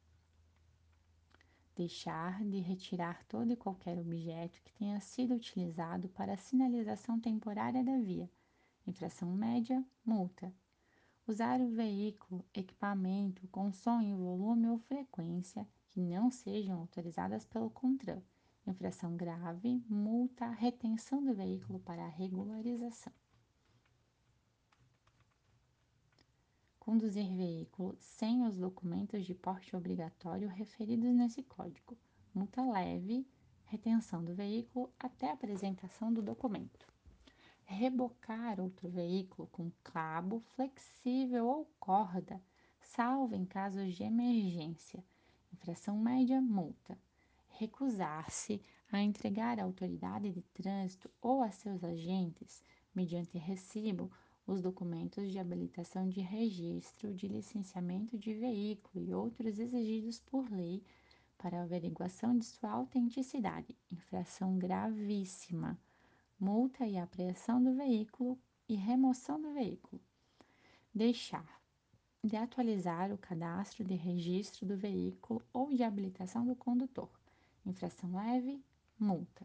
Deixar de retirar todo e qualquer objeto que tenha sido utilizado para sinalização temporária da via. Infração média, multa. Usar o veículo, equipamento com som em volume ou frequência que não sejam autorizadas pelo CONTRAN. Infração grave, multa, retenção do veículo para regularização. Conduzir veículo sem os documentos de porte obrigatório referidos nesse código. Multa leve, retenção do veículo até a apresentação do documento. Rebocar outro veículo com cabo flexível ou corda, salvo em casos de emergência. Infração média, multa. Recusar-se a entregar à autoridade de trânsito ou a seus agentes, mediante recibo, os documentos de habilitação de registro, de licenciamento de veículo e outros exigidos por lei para averiguação de sua autenticidade. Infração gravíssima. Multa e apreensão do veículo e remoção do veículo. Deixar de atualizar o cadastro de registro do veículo ou de habilitação do condutor. Infração leve, multa.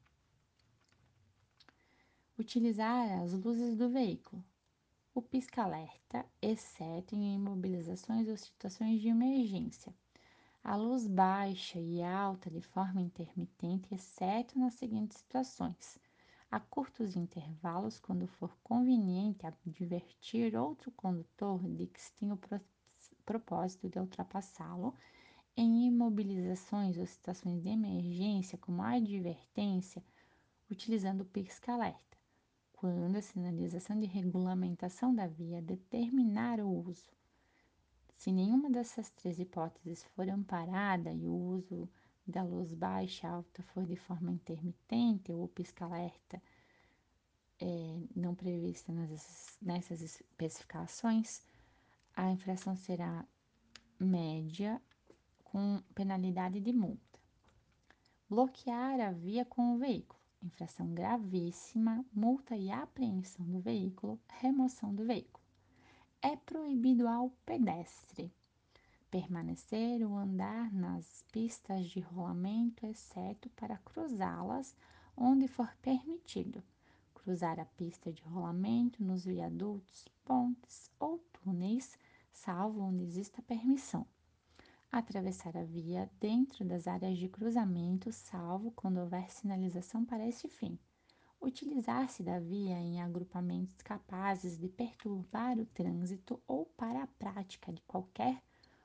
Utilizar as luzes do veículo. O pisca-alerta, exceto em imobilizações ou situações de emergência. A luz baixa e alta de forma intermitente, exceto nas seguintes situações: a curtos intervalos, quando for conveniente advertir outro condutor de que se tem o pro- propósito de ultrapassá-lo, em imobilizações ou situações de emergência, como advertência, utilizando o pisca-alerta, quando a sinalização de regulamentação da via determinar o uso. Se nenhuma dessas três hipóteses for amparada e o uso da luz baixa e alta for de forma intermitente ou o pisca-alerta é, não prevista nas, nessas especificações, a infração será média com penalidade de multa. Bloquear a via com o veículo, infração gravíssima, multa e apreensão do veículo, remoção do veículo. É proibido ao pedestre permanecer ou andar nas pistas de rolamento, exceto para cruzá-las onde for permitido. Cruzar a pista de rolamento nos viadutos, pontes ou túneis, salvo onde exista permissão. atravessar a via dentro das áreas de cruzamento, salvo quando houver sinalização para este fim, utilizar-se da via em agrupamentos capazes de perturbar o trânsito ou para a prática de qualquer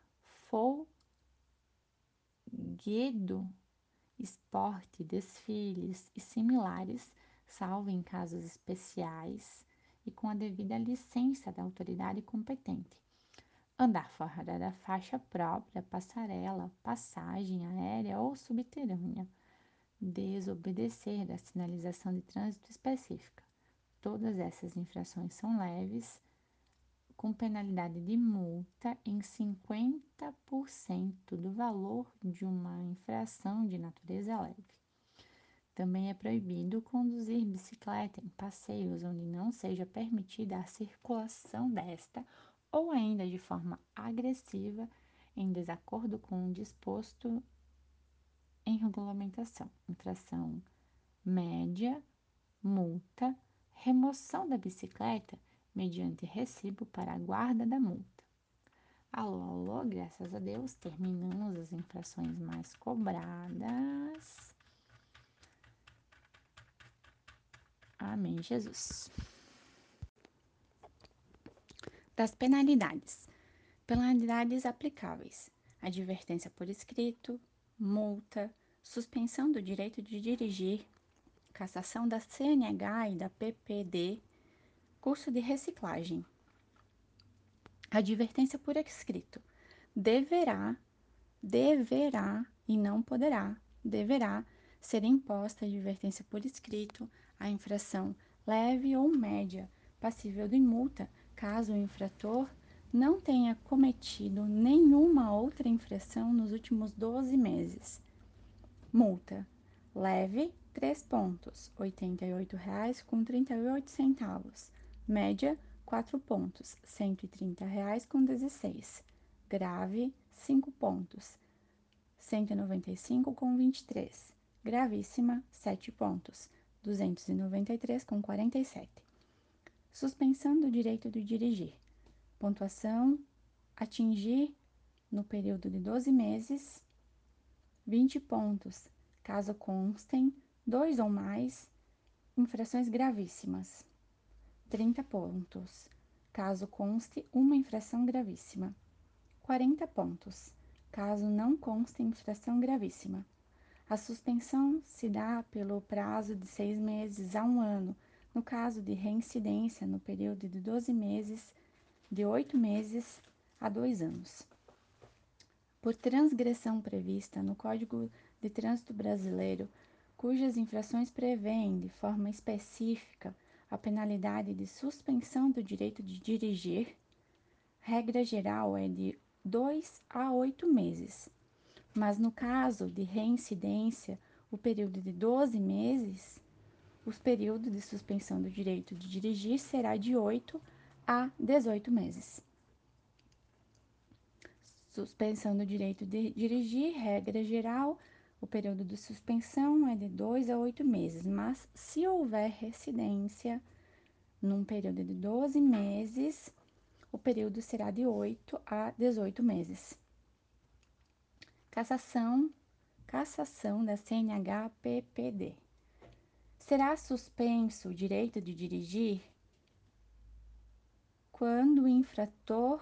folguedo, esporte, desfiles e similares, salvo em casos especiais e com a devida licença da autoridade competente. Andar fora da faixa própria, passarela, passagem aérea ou subterrânea. Desobedecer da sinalização de trânsito específica. Todas essas infrações são leves, com penalidade de multa em cinquenta por cento do valor de uma infração de natureza leve. Também é proibido conduzir bicicleta em passeios onde não seja permitida a circulação desta ou ainda de forma agressiva, em desacordo com o disposto em regulamentação. Infração média, multa, remoção da bicicleta mediante recibo para a guarda da multa. Alô, alô, graças a Deus, terminamos as infrações mais cobradas. Amém, Jesus. Das penalidades. Penalidades aplicáveis: advertência por escrito, multa, suspensão do direito de dirigir, cassação da C N H e da P P D, curso de reciclagem. Advertência por escrito: deverá, deverá e não poderá, deverá ser imposta advertência por escrito à infração leve ou média, passível de multa, caso o infrator não tenha cometido nenhuma outra infração nos últimos doze meses. Multa leve, três pontos, oitenta e oito reais com trinta e oito centavos. Média, quatro pontos, cento e trinta reais com dezesseis. Grave, cinco pontos, cento e noventa e cinco com vinte e três. Gravíssima, sete pontos, duzentos e noventa e três com quarenta e sete. Suspensão do direito de dirigir. Pontuação: atingir no período de doze meses, vinte pontos, caso constem dois ou mais infrações gravíssimas. trinta pontos, caso conste uma infração gravíssima. quarenta pontos, caso não conste infração gravíssima. A suspensão se dá pelo prazo de seis meses a um ano, no caso de reincidência no período de doze meses, de oito meses a dois anos. Por transgressão prevista no Código de Trânsito Brasileiro, cujas infrações prevêem de forma específica a penalidade de suspensão do direito de dirigir, regra geral é de dois a oito meses, mas no caso de reincidência, o período de doze meses, o período de suspensão do direito de dirigir será de oito a dezoito meses. Suspensão do direito de dirigir, regra geral, o período de suspensão é de dois a oito meses, mas se houver residência num período de doze meses, o período será de oito a dezoito meses. Cassação, cassação da C N H P P D. Será suspenso o direito de dirigir quando o infrator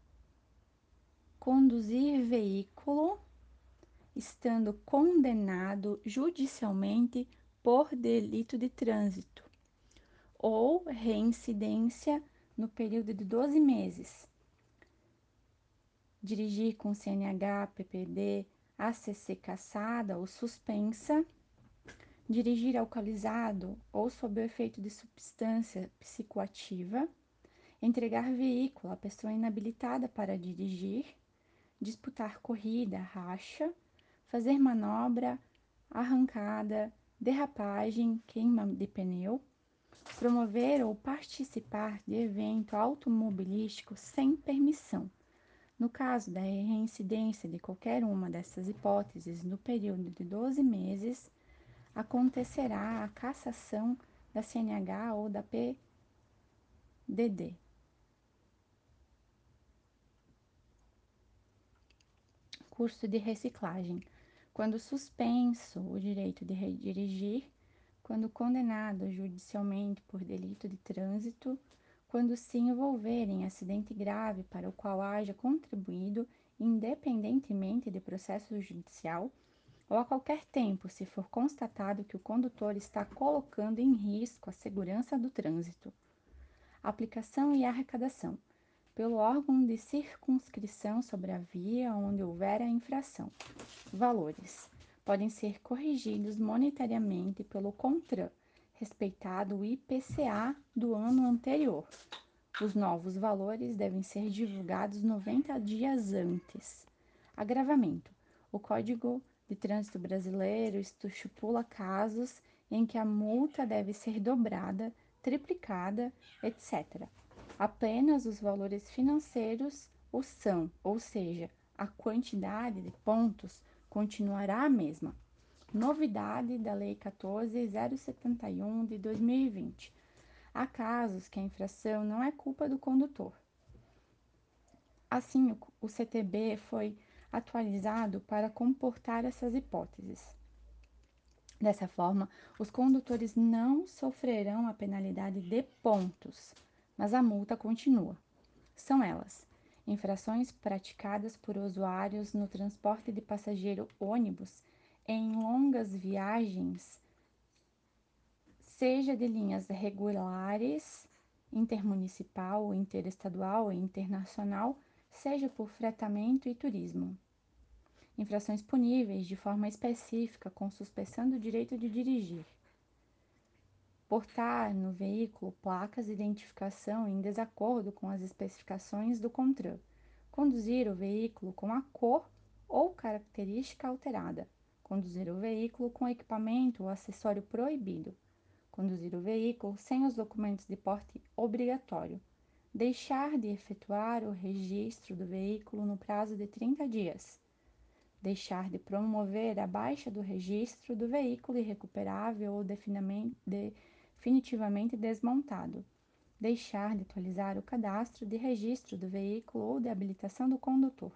conduzir veículo estando condenado judicialmente por delito de trânsito, ou reincidência no período de doze meses. Dirigir com C N H, P P D, A C C cassada ou suspensa. Dirigir alcoolizado ou sob o efeito de substância psicoativa. Entregar veículo à pessoa inabilitada para dirigir. Disputar corrida, racha. Fazer manobra, arrancada, derrapagem, queima de pneu, promover ou participar de evento automobilístico sem permissão. No caso da reincidência de qualquer uma dessas hipóteses no período de doze meses, acontecerá a cassação da C N H ou da P D D. recurso de reciclagem, quando suspenso o direito de dirigir, quando condenado judicialmente por delito de trânsito, quando se envolver em acidente grave para o qual haja contribuído, independentemente de processo judicial, ou a qualquer tempo, se for constatado que o condutor está colocando em risco a segurança do trânsito. Aplicação e arrecadação. Pelo órgão de circunscrição sobre a via onde houver a infração. Valores. Podem ser corrigidos monetariamente pelo CONTRAN, respeitado o I P C A do ano anterior. Os novos valores devem ser divulgados noventa dias antes. Agravamento. O Código de Trânsito Brasileiro estipula casos em que a multa deve ser dobrada, triplicada, etcétera. Apenas os valores financeiros o são, ou seja, a quantidade de pontos continuará a mesma. Novidade da Lei quatorze mil setenta e um de dois mil e vinte. Há casos que a infração não é culpa do condutor. Assim, o C T B foi atualizado para comportar essas hipóteses. Dessa forma, os condutores não sofrerão a penalidade de pontos, mas a multa continua. São elas: infrações praticadas por usuários no transporte de passageiro ônibus em longas viagens, seja de linhas regulares, intermunicipal, interestadual e internacional, seja por fretamento e turismo. Infrações puníveis de forma específica com suspensão do direito de dirigir. Portar no veículo placas de identificação em desacordo com as especificações do CONTRAN. Conduzir o veículo com a cor ou característica alterada. Conduzir o veículo com equipamento ou acessório proibido. Conduzir o veículo sem os documentos de porte obrigatório. Deixar de efetuar o registro do veículo no prazo de trinta dias. Deixar de promover a baixa do registro do veículo irrecuperável ou definitivamente desmontado. Deixar de atualizar o cadastro de registro do veículo ou de habilitação do condutor.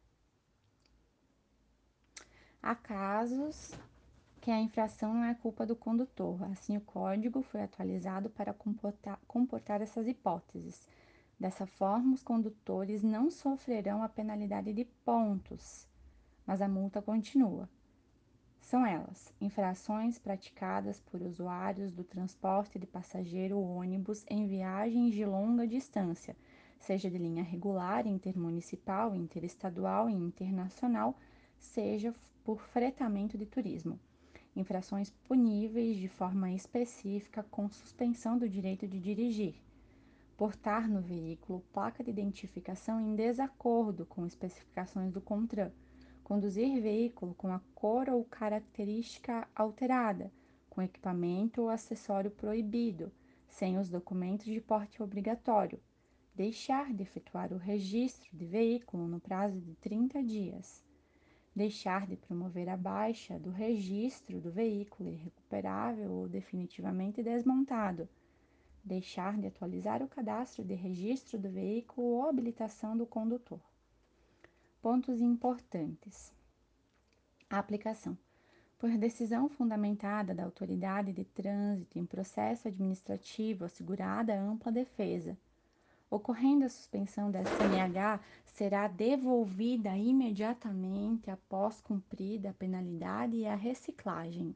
Há casos que a infração não é culpa do condutor. Assim, o código foi atualizado para comportar, comportar essas hipóteses. Dessa forma, os condutores não sofrerão a penalidade de pontos, mas a multa continua. São elas: infrações praticadas por usuários do transporte de passageiro ônibus em viagens de longa distância, seja de linha regular, intermunicipal, interestadual e internacional, seja por fretamento de turismo. Infrações puníveis de forma específica com suspensão do direito de dirigir. Portar no veículo placa de identificação em desacordo com especificações do CONTRAN. Conduzir veículo com a cor ou característica alterada, com equipamento ou acessório proibido, sem os documentos de porte obrigatório. Deixar de efetuar o registro de veículo no prazo de trinta dias. Deixar de promover a baixa do registro do veículo irrecuperável ou definitivamente desmontado. Deixar de atualizar o cadastro de registro do veículo ou habilitação do condutor. Pontos importantes. A aplicação. Por decisão fundamentada da autoridade de trânsito em processo administrativo assegurada ampla defesa. Ocorrendo a suspensão da C N H, será devolvida imediatamente após cumprida a penalidade e a reciclagem.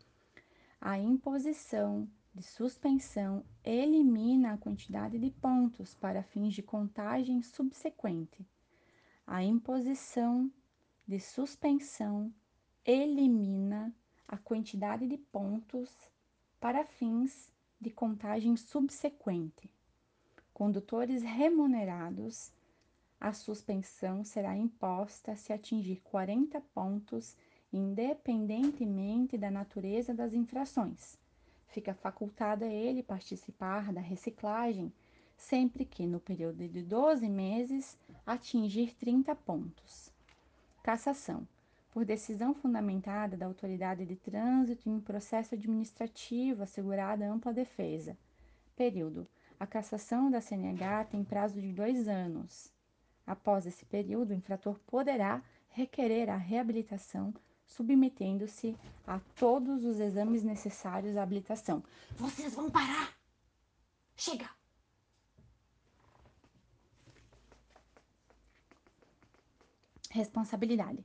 A imposição de suspensão elimina a quantidade de pontos para fins de contagem subsequente. A imposição de suspensão elimina a quantidade de pontos para fins de contagem subsequente. Condutores remunerados, a suspensão será imposta se atingir quarenta pontos, independentemente da natureza das infrações. Fica facultado a ele participar da reciclagem sempre que, no período de doze meses, atingir trinta pontos. Cassação. Por decisão fundamentada da autoridade de trânsito em processo administrativo assegurada ampla defesa. Período. A cassação da C N H tem prazo de dois anos. Após esse período, o infrator poderá requerer a reabilitação, submetendo-se a todos os exames necessários à habilitação. Vocês vão parar! Chega! Responsabilidade.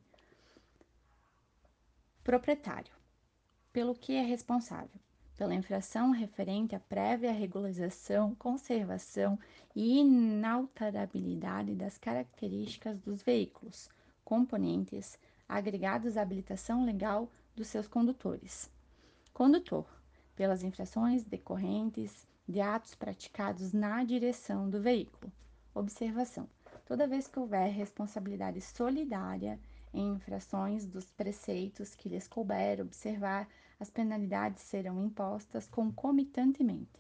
Proprietário. Pelo que é responsável? Pela infração referente à prévia regularização, conservação e inalterabilidade das características dos veículos, componentes, agregados à habilitação legal dos seus condutores. Condutor, pelas infrações decorrentes de atos praticados na direção do veículo. Observação: toda vez que houver responsabilidade solidária em infrações dos preceitos que lhes couber observar, as penalidades serão impostas concomitantemente.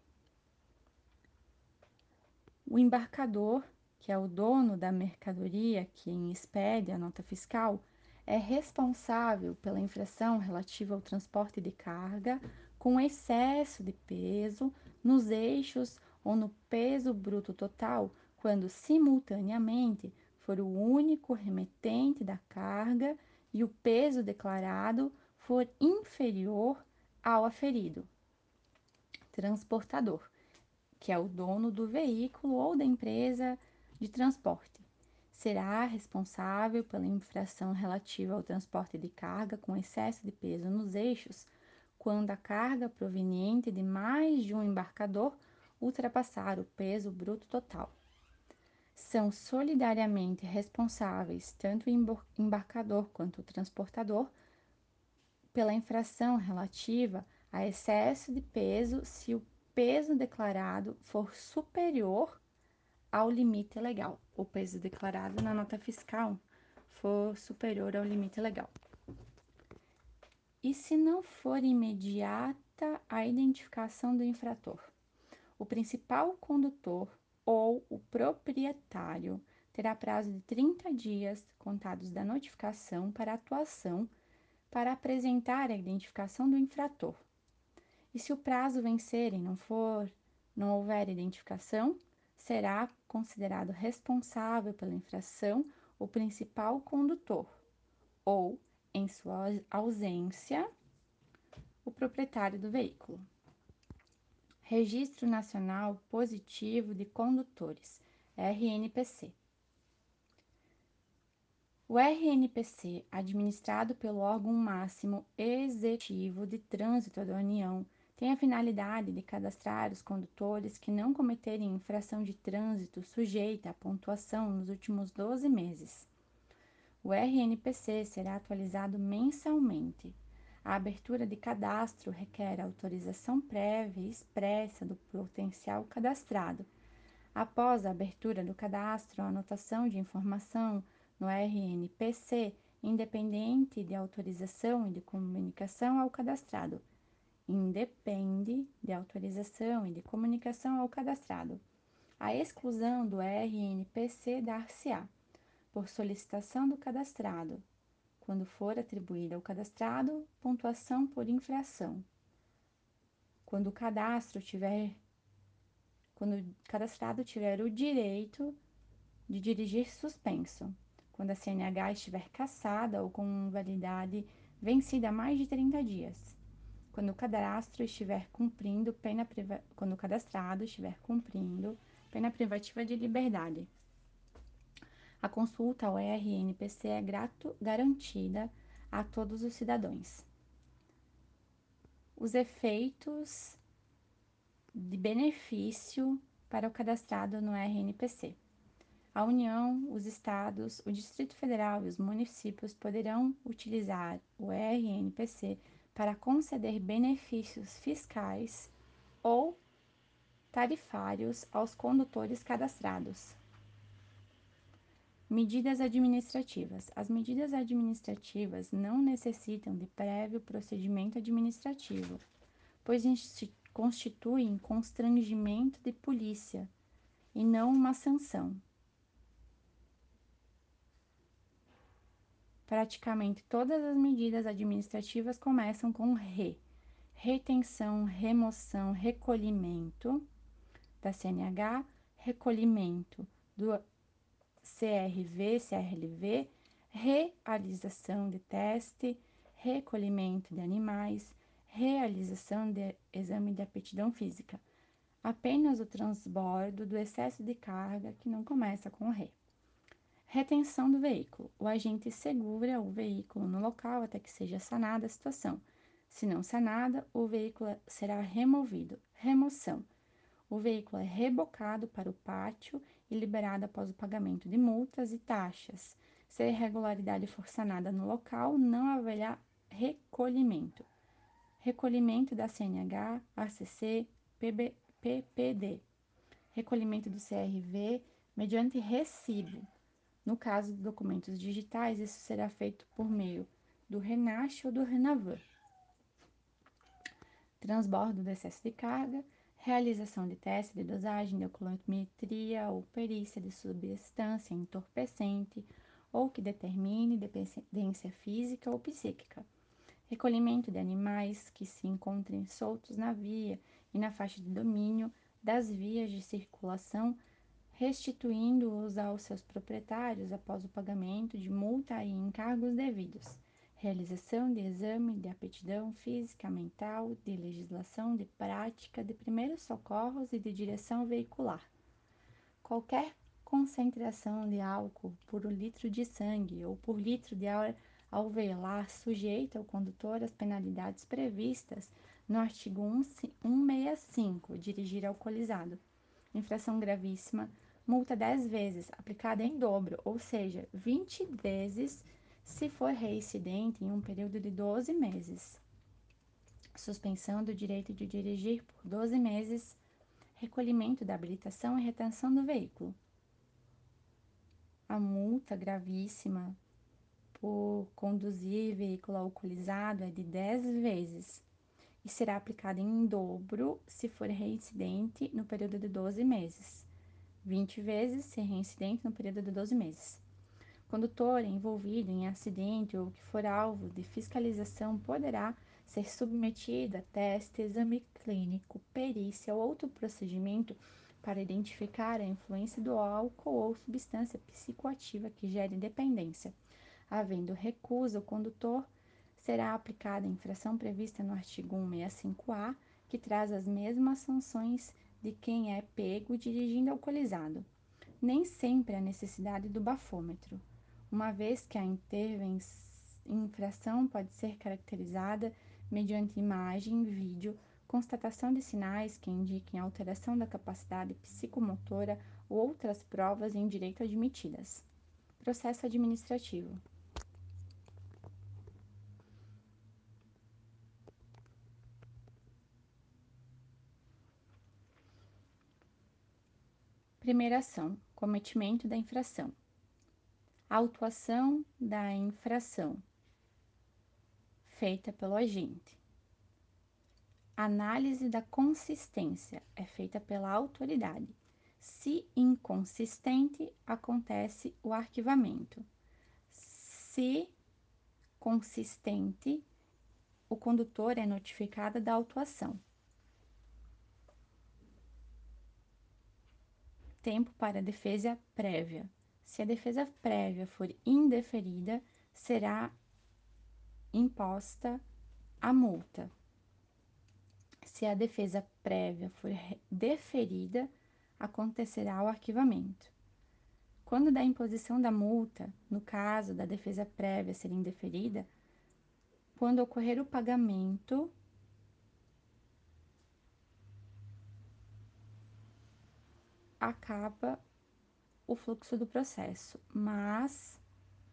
O embarcador, que é o dono da mercadoria que expede a nota fiscal, é responsável pela infração relativa ao transporte de carga com excesso de peso nos eixos ou no peso bruto total, quando simultaneamente for o único remetente da carga e o peso declarado for inferior ao aferido. Transportador, que é o dono do veículo ou da empresa de transporte, será responsável pela infração relativa ao transporte de carga com excesso de peso nos eixos, quando a carga proveniente de mais de um embarcador ultrapassar o peso bruto total. São solidariamente responsáveis tanto o embarcador quanto o transportador pela infração relativa a excesso de peso se o peso declarado for superior ao limite legal. O peso declarado na nota fiscal for superior ao limite legal. E se não for imediata a identificação do infrator? O principal condutor ou o proprietário terá prazo de trinta dias contados da notificação para atuação para apresentar a identificação do infrator. E se o prazo vencer e não for, não houver identificação, será considerado responsável pela infração o principal condutor, ou, em sua ausência, o proprietário do veículo. Registro Nacional Positivo de Condutores, R N P C. O R N P C, administrado pelo órgão máximo executivo de trânsito da União, tem a finalidade de cadastrar os condutores que não cometerem infração de trânsito sujeita à pontuação nos últimos doze meses. O R N P C será atualizado mensalmente. A abertura de cadastro requer autorização prévia e expressa do potencial cadastrado. Após a abertura do cadastro, a anotação de informação no R N P C, independente de autorização e de comunicação ao cadastrado. Independe de autorização e de comunicação ao cadastrado. A exclusão do R N P C dar-se-á, por solicitação do cadastrado, quando for atribuída ao cadastrado pontuação por infração. Quando o cadastro tiver, quando o cadastrado tiver o direito de dirigir suspenso, quando a C N H estiver cassada ou com validade vencida há mais de trinta dias. Quando o cadastro estiver cumprindo pena priva... quando o cadastrado estiver cumprindo pena privativa de liberdade. A consulta ao R N P C é grato... garantida a todos os cidadãos. Os efeitos de benefício para o cadastrado no R N P C. A União, os estados, o Distrito Federal e os municípios poderão utilizar o R N P C para conceder benefícios fiscais ou tarifários aos condutores cadastrados. Medidas administrativas. As medidas administrativas não necessitam de prévio procedimento administrativo, pois constituem constrangimento de polícia e não uma sanção. Praticamente todas as medidas administrativas começam com re. Retenção, remoção, recolhimento da C N H, recolhimento do C R V, C R L V, realização de teste, recolhimento de animais, realização de exame de aptidão física. Apenas o transbordo do excesso de carga que não começa com o re. Retenção do veículo. O agente segura o veículo no local até que seja sanada a situação. Se não sanada, o veículo será removido. Remoção. O veículo é rebocado para o pátio e liberado após o pagamento de multas e taxas. Se a irregularidade for sanada no local, não haverá recolhimento. Recolhimento da C N H, A C C, P P D. Recolhimento do C R V mediante recibo. No caso de documentos digitais, isso será feito por meio do RENASH ou do RENAVAN. Transbordo do excesso de carga, realização de teste de dosagem de alcoometria ou perícia de substância entorpecente ou que determine dependência física ou psíquica. Recolhimento de animais que se encontrem soltos na via e na faixa de domínio das vias de circulação, restituindo-os aos seus proprietários após o pagamento de multa e encargos devidos. Realização de exame de aptidão física, mental, de legislação, de prática, de primeiros socorros e de direção veicular. Qualquer concentração de álcool por litro de sangue ou por litro de ar alveolar sujeita o condutor às penalidades previstas no artigo cento e sessenta e cinco, dirigir alcoolizado. Infração gravíssima, multa dez vezes, aplicada em dobro, ou seja, vinte vezes se for reincidente em um período de doze meses. Suspensão do direito de dirigir por doze meses, recolhimento da habilitação e retenção do veículo. A multa gravíssima por conduzir veículo alcoolizado é de dez vezes e será aplicada em dobro se for reincidente no período de doze meses. vinte vezes se reincidente no período de doze meses. Condutor envolvido em acidente ou que for alvo de fiscalização poderá ser submetido a teste, exame clínico, perícia ou outro procedimento para identificar a influência do álcool ou substância psicoativa que gere dependência. Havendo recusa, o condutor será aplicada a infração prevista no artigo cento e sessenta e cinco A, que traz as mesmas sanções de quem é pego dirigindo alcoolizado. Nem sempre há necessidade do bafômetro, uma vez que a infração pode ser caracterizada mediante imagem, vídeo, constatação de sinais que indiquem alteração da capacidade psicomotora ou outras provas em direito admitidas. Processo administrativo. Primeira ação: cometimento da infração. Autuação da infração feita pelo agente. Análise da consistência é feita pela autoridade. Se inconsistente, acontece o arquivamento. Se consistente, o condutor é notificado da autuação. Tempo para defesa prévia. Se a defesa prévia for indeferida, será imposta a multa. Se a defesa prévia for deferida, acontecerá o arquivamento. Quando da imposição da multa, no caso da defesa prévia ser indeferida, quando ocorrer o pagamento, acaba o fluxo do processo, mas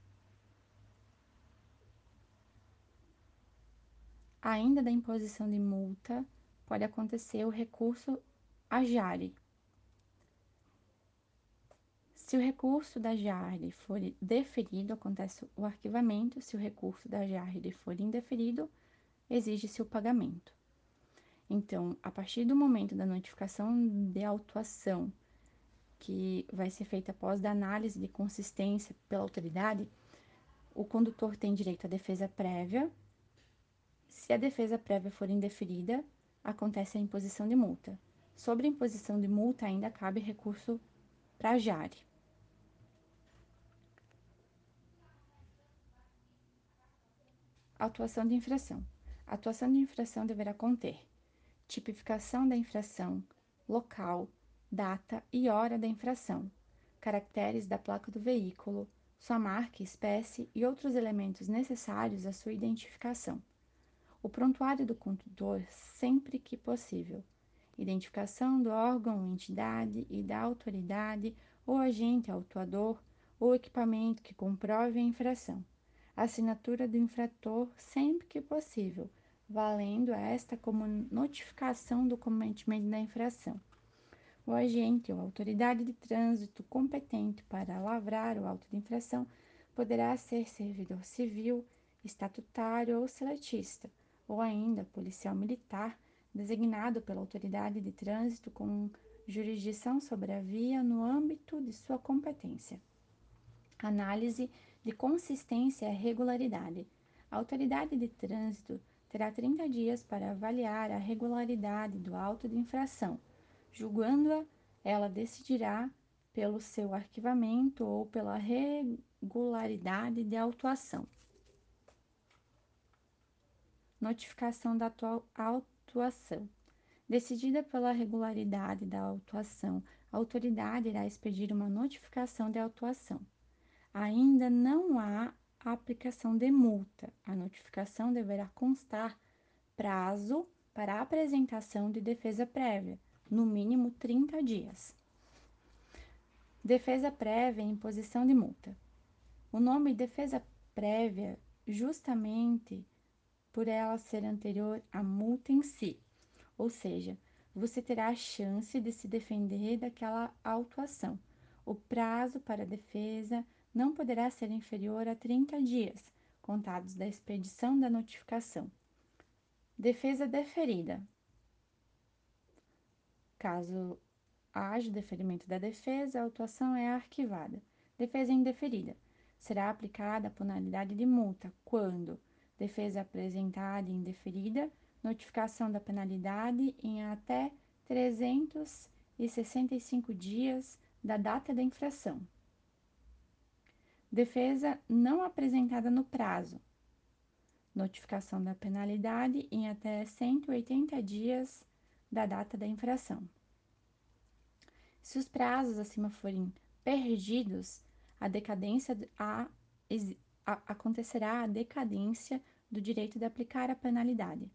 ainda da imposição de multa, pode acontecer o recurso à jare. Se o recurso da jare for deferido, acontece o arquivamento. Se o recurso da jare for indeferido, exige-se o pagamento. Então, a partir do momento da notificação de autuação, que vai ser feita após da análise de consistência pela autoridade, o condutor tem direito à defesa prévia. Se a defesa prévia for indeferida, acontece a imposição de multa. Sobre a imposição de multa, ainda cabe recurso para a jare. Autuação de infração. A atuação de infração deverá conter tipificação da infração, local, data e hora da infração, caracteres da placa do veículo, sua marca, espécie e outros elementos necessários à sua identificação. O prontuário do condutor sempre que possível. Identificação do órgão ou entidade e da autoridade ou agente autuador ou equipamento que comprove a infração. Assinatura do infrator sempre que possível, valendo esta como notificação do cometimento da infração. O agente ou autoridade de trânsito competente para lavrar o auto de infração poderá ser servidor civil, estatutário ou seletista, ou ainda policial militar, designado pela autoridade de trânsito com jurisdição sobre a via no âmbito de sua competência. Análise de consistência e regularidade. A autoridade de trânsito terá trinta dias para avaliar a regularidade do auto de infração. Julgando-a, ela decidirá pelo seu arquivamento ou pela regularidade de autuação. Notificação da autuação. Decidida pela regularidade da autuação, a autoridade irá expedir uma notificação de autuação. Ainda não há aplicação de multa. A notificação deverá constar prazo para a apresentação de defesa prévia, no mínimo trinta dias. Defesa prévia e imposição de multa. O nome defesa prévia, justamente por ela ser anterior à multa em si, ou seja, você terá a chance de se defender daquela autuação. O prazo para a defesa não poderá ser inferior a trinta dias, contados da expedição da notificação. Defesa deferida. Caso haja deferimento da defesa, a autuação é arquivada. Defesa indeferida. Será aplicada a penalidade de multa quando defesa apresentada e indeferida, notificação da penalidade em até trezentos e sessenta e cinco dias da data da infração. Defesa não apresentada no prazo. Notificação da penalidade em até cento e oitenta dias da data da infração. Se os prazos acima forem perdidos, a decadência a, a, acontecerá a decadência do direito de aplicar a penalidade.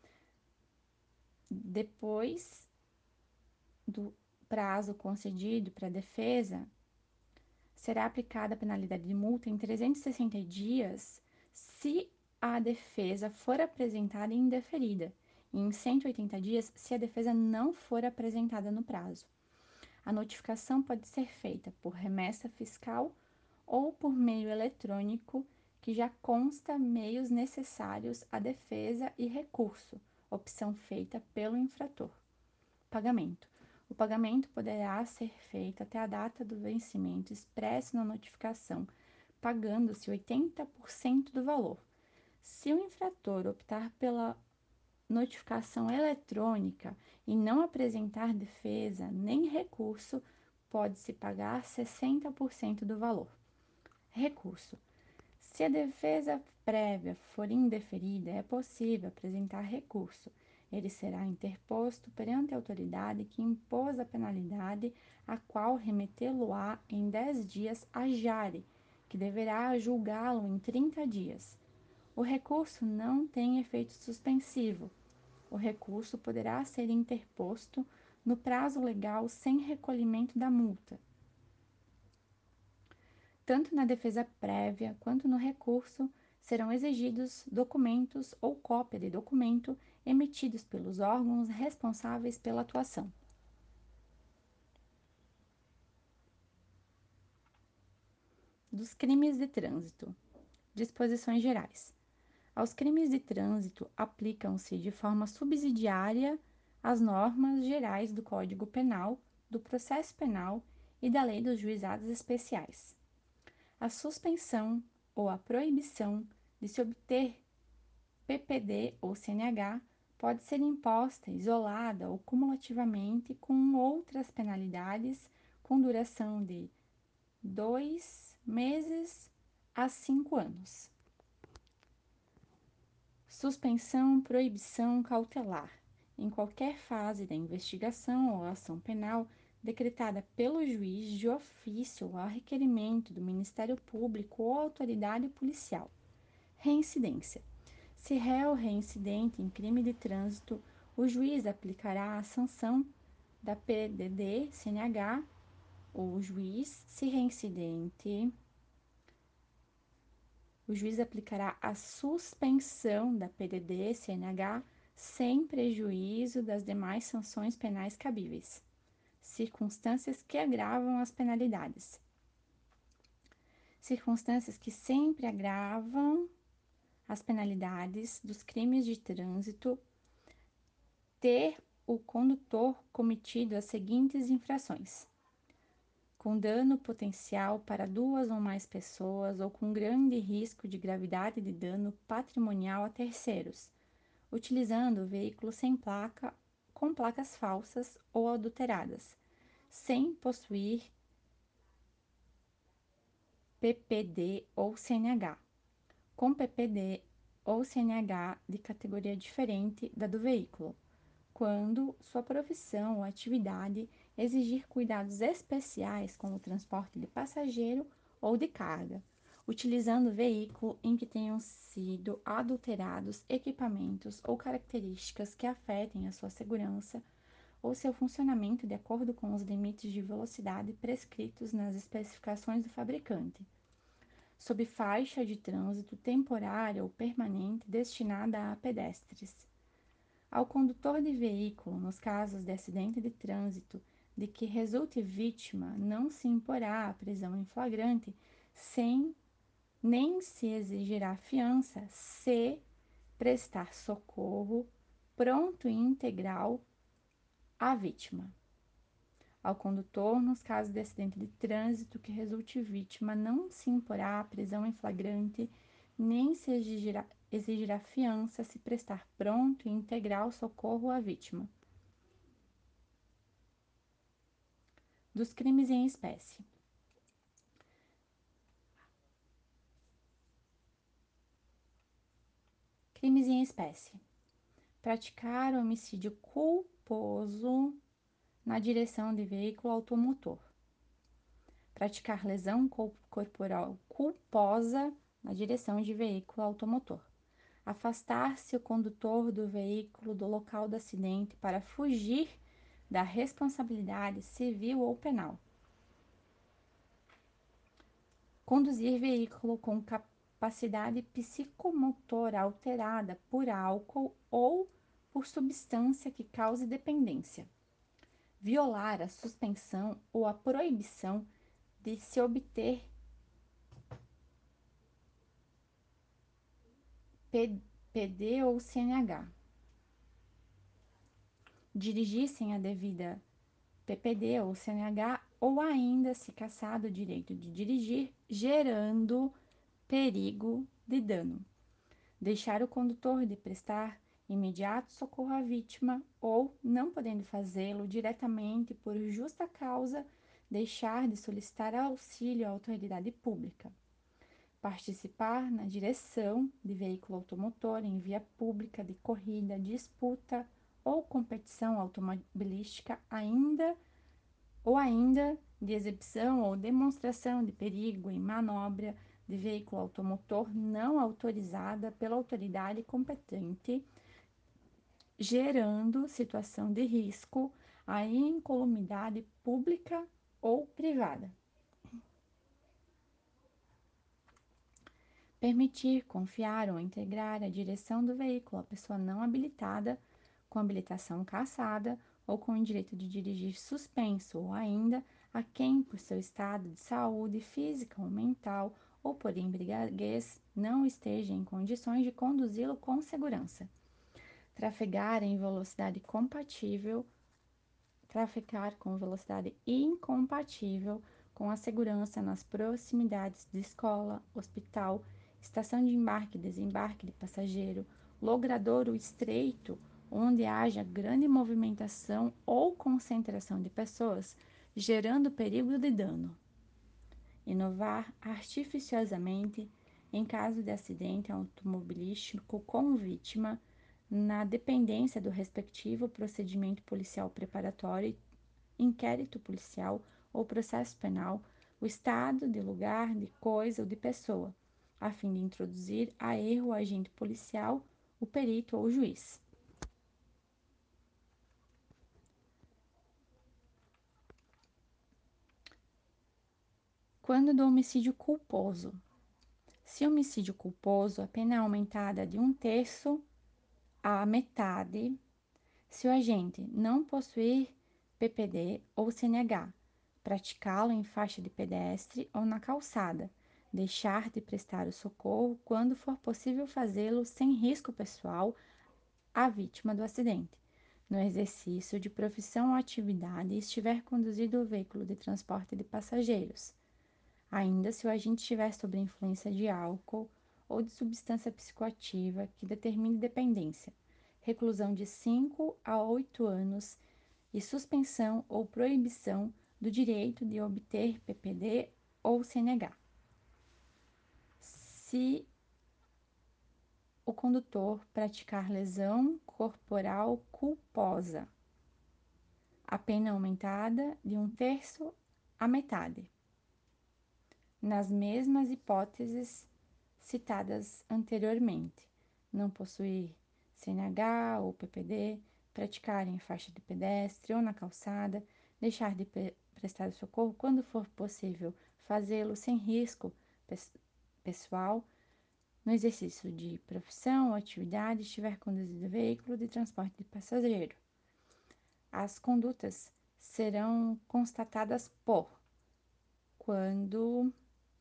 Depois do prazo concedido para a defesa, será aplicada a penalidade de multa em trezentos e sessenta dias se a defesa for apresentada e indeferida, e em cento e oitenta dias se a defesa não for apresentada no prazo. A notificação pode ser feita por remessa fiscal ou por meio eletrônico, que já consta meios necessários à defesa e recurso, opção feita pelo infrator. Pagamento. O pagamento poderá ser feito até a data do vencimento expresso na notificação, pagando-se oitenta por cento do valor. Se o infrator optar pela notificação eletrônica e não apresentar defesa nem recurso, pode-se pagar sessenta por cento do valor. Recurso. Se a defesa prévia for indeferida, é possível apresentar recurso. Ele será interposto perante a autoridade que impôs a penalidade, a qual remetê-lo-á em dez dias à jare, que deverá julgá-lo em trinta dias. O recurso não tem efeito suspensivo. O recurso poderá ser interposto no prazo legal sem recolhimento da multa. Tanto na defesa prévia quanto no recurso, serão exigidos documentos ou cópia de documento emitidos pelos órgãos responsáveis pela atuação. Dos crimes de trânsito. Disposições gerais. Aos crimes de trânsito aplicam-se de forma subsidiária as normas gerais do Código Penal, do Processo Penal e da Lei dos Juizados Especiais. A suspensão ou a proibição de se obter P P D ou C N H pode ser imposta isolada ou cumulativamente com outras penalidades com duração de dois meses a cinco anos. Suspensão, proibição cautelar. Em qualquer fase da investigação ou ação penal decretada pelo juiz de ofício a requerimento do Ministério Público ou autoridade policial. Reincidência. Se réu reincidente em crime de trânsito, o juiz aplicará a sanção da P D D C N H. O juiz, se reincidente, o juiz aplicará a suspensão da P D D C N H sem prejuízo das demais sanções penais cabíveis. Circunstâncias que agravam as penalidades. Circunstâncias que sempre agravam as penalidades dos crimes de trânsito: ter o condutor cometido as seguintes infrações: com dano potencial para duas ou mais pessoas ou com grande risco de gravidade de dano patrimonial a terceiros, utilizando o veículo sem placa, com placas falsas ou adulteradas, sem possuir P P D ou C N H, com P P D ou C N H de categoria diferente da do veículo, quando sua profissão ou atividade exigir cuidados especiais com o transporte de passageiro ou de carga, utilizando veículo em que tenham sido adulterados equipamentos ou características que afetem a sua segurança ou seu funcionamento de acordo com os limites de velocidade prescritos nas especificações do fabricante, sob faixa de trânsito temporária ou permanente destinada a pedestres. Ao condutor de veículo, nos casos de acidente de trânsito de que resulte vítima, não se imporá a prisão em flagrante, sem nem se exigirá fiança, se prestar socorro pronto e integral à vítima. Ao condutor, nos casos de acidente de trânsito que resulte vítima, não se imporá a prisão em flagrante, nem se exigirá, exigirá fiança se prestar pronto e integral socorro à vítima. Dos crimes em espécie. Crimes em espécie. Praticar homicídio culposo na direção de veículo automotor. Praticar lesão corporal culposa na direção de veículo automotor. Afastar-se o condutor do veículo do local do acidente para fugir da responsabilidade civil ou penal. Conduzir veículo com capacidade psicomotora alterada por álcool ou por substância que cause dependência. Violar a suspensão ou a proibição de se obter P D ou C N H. Dirigir sem a devida P P D ou C N H, ou ainda se cassado o direito de dirigir, gerando perigo de dano. Deixar o condutor de prestar imediato socorro à vítima ou, não podendo fazê-lo diretamente por justa causa, deixar de solicitar auxílio à autoridade pública. Participar na direção de veículo automotor em via pública de corrida, disputa ou competição automobilística, ainda ou ainda de exibição ou demonstração de perigo em manobra de veículo automotor não autorizada pela autoridade competente, gerando situação de risco à incolumidade pública ou privada. Permitir, confiar ou integrar a direção do veículo à pessoa não habilitada, com habilitação cassada ou com o direito de dirigir suspenso, ou ainda a quem, por seu estado de saúde física ou mental ou por embriaguez, não esteja em condições de conduzi-lo com segurança. Trafegar em velocidade compatível, trafegar com velocidade incompatível com a segurança nas proximidades de escola, hospital, estação de embarque e desembarque de passageiro, logradouro estreito, onde haja grande movimentação ou concentração de pessoas, gerando perigo de dano. Inovar artificiosamente, em caso de acidente automobilístico com vítima, na dependência do respectivo procedimento policial preparatório, inquérito policial ou processo penal, o estado de lugar, de coisa ou de pessoa, a fim de introduzir a erro o agente policial, o perito ou o juiz. Quando do homicídio culposo. Se homicídio culposo, a pena é aumentada de um terço à metade se o agente não possuir P P D ou C N H, praticá-lo em faixa de pedestre ou na calçada, deixar de prestar o socorro quando for possível fazê-lo sem risco pessoal à vítima do acidente, no exercício de profissão ou atividade e estiver conduzido o veículo de transporte de passageiros, ainda se o agente estiver sob a influência de álcool ou de substância psicoativa que determine dependência, reclusão de cinco a oito anos e suspensão ou proibição do direito de obter P P D ou C N H. Se o condutor praticar lesão corporal culposa, a pena aumentada de um terço à metade. Nas mesmas hipóteses citadas anteriormente, não possuir C N H ou P P D, praticar em faixa de pedestre ou na calçada, deixar de pre prestar socorro quando for possível, fazê-lo sem risco pessoal, no exercício de profissão ou atividade, estiver conduzido veículo de transporte de passageiro. As condutas serão constatadas por quando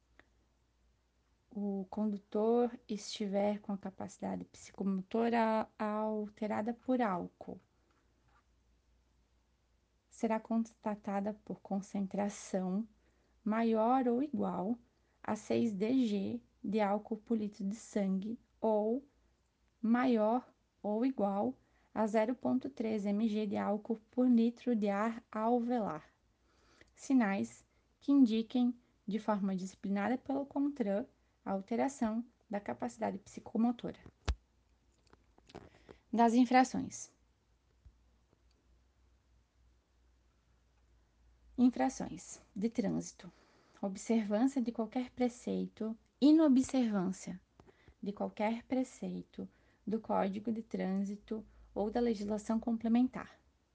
o condutor estiver com a capacidade psicomotora alterada por álcool. Será constatada por concentração maior ou igual a seis decilitros de álcool por litro de sangue ou maior ou igual a zero vírgula três mililitros de álcool por litro de ar alveolar. Sinais que indiquem, de forma disciplinada pelo CONTRAN, a alteração da capacidade psicomotora. Das infrações. Infrações de trânsito. Observância de qualquer preceito, inobservância de qualquer preceito do Código de Trânsito ou da legislação complementar.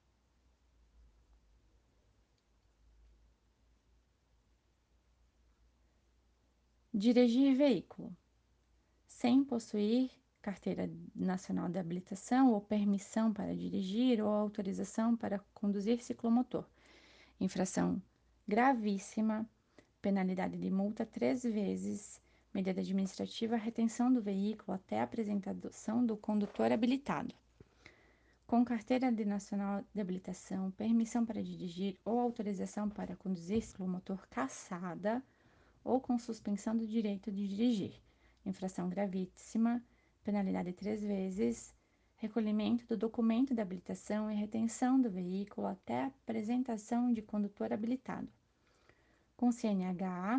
Dirigir veículo sem possuir carteira nacional de habilitação ou permissão para dirigir ou autorização para conduzir ciclomotor. Infração gravíssima, penalidade de multa três vezes, medida administrativa, retenção do veículo até a apresentação do condutor habilitado. Com carteira de nacional de habilitação, permissão para dirigir ou autorização para conduzir ciclomotor cassada ou com suspensão do direito de dirigir. Infração gravíssima, penalidade três vezes, recolhimento do documento de habilitação e retenção do veículo até a apresentação de condutor habilitado. Com C N H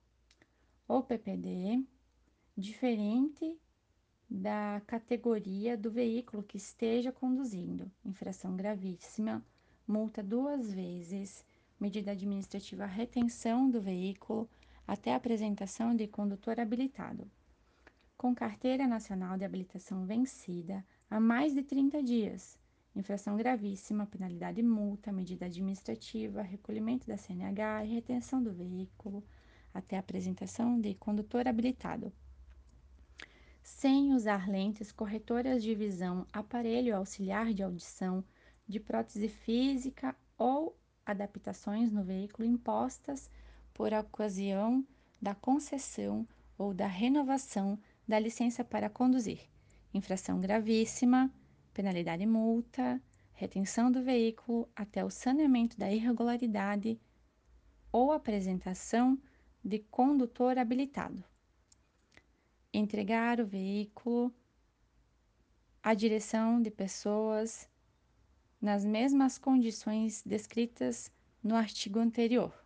ou P P D, diferente da categoria do veículo que esteja conduzindo. Infração gravíssima, multa duas vezes, medida administrativa retenção do veículo até a apresentação de condutor habilitado. Com carteira nacional de habilitação vencida há mais de trinta dias. Infração gravíssima, penalidade multa, medida administrativa, recolhimento da C N H e retenção do veículo até a apresentação de condutor habilitado. Sem usar lentes corretoras de visão, aparelho auxiliar de audição, de prótese física ou adaptações no veículo impostas por ocasião da concessão ou da renovação da licença para conduzir. Infração gravíssima, penalidade multa, retenção do veículo até o saneamento da irregularidade ou apresentação de condutor habilitado. Entregar o veículo à direção de pessoas nas mesmas condições descritas no artigo anterior.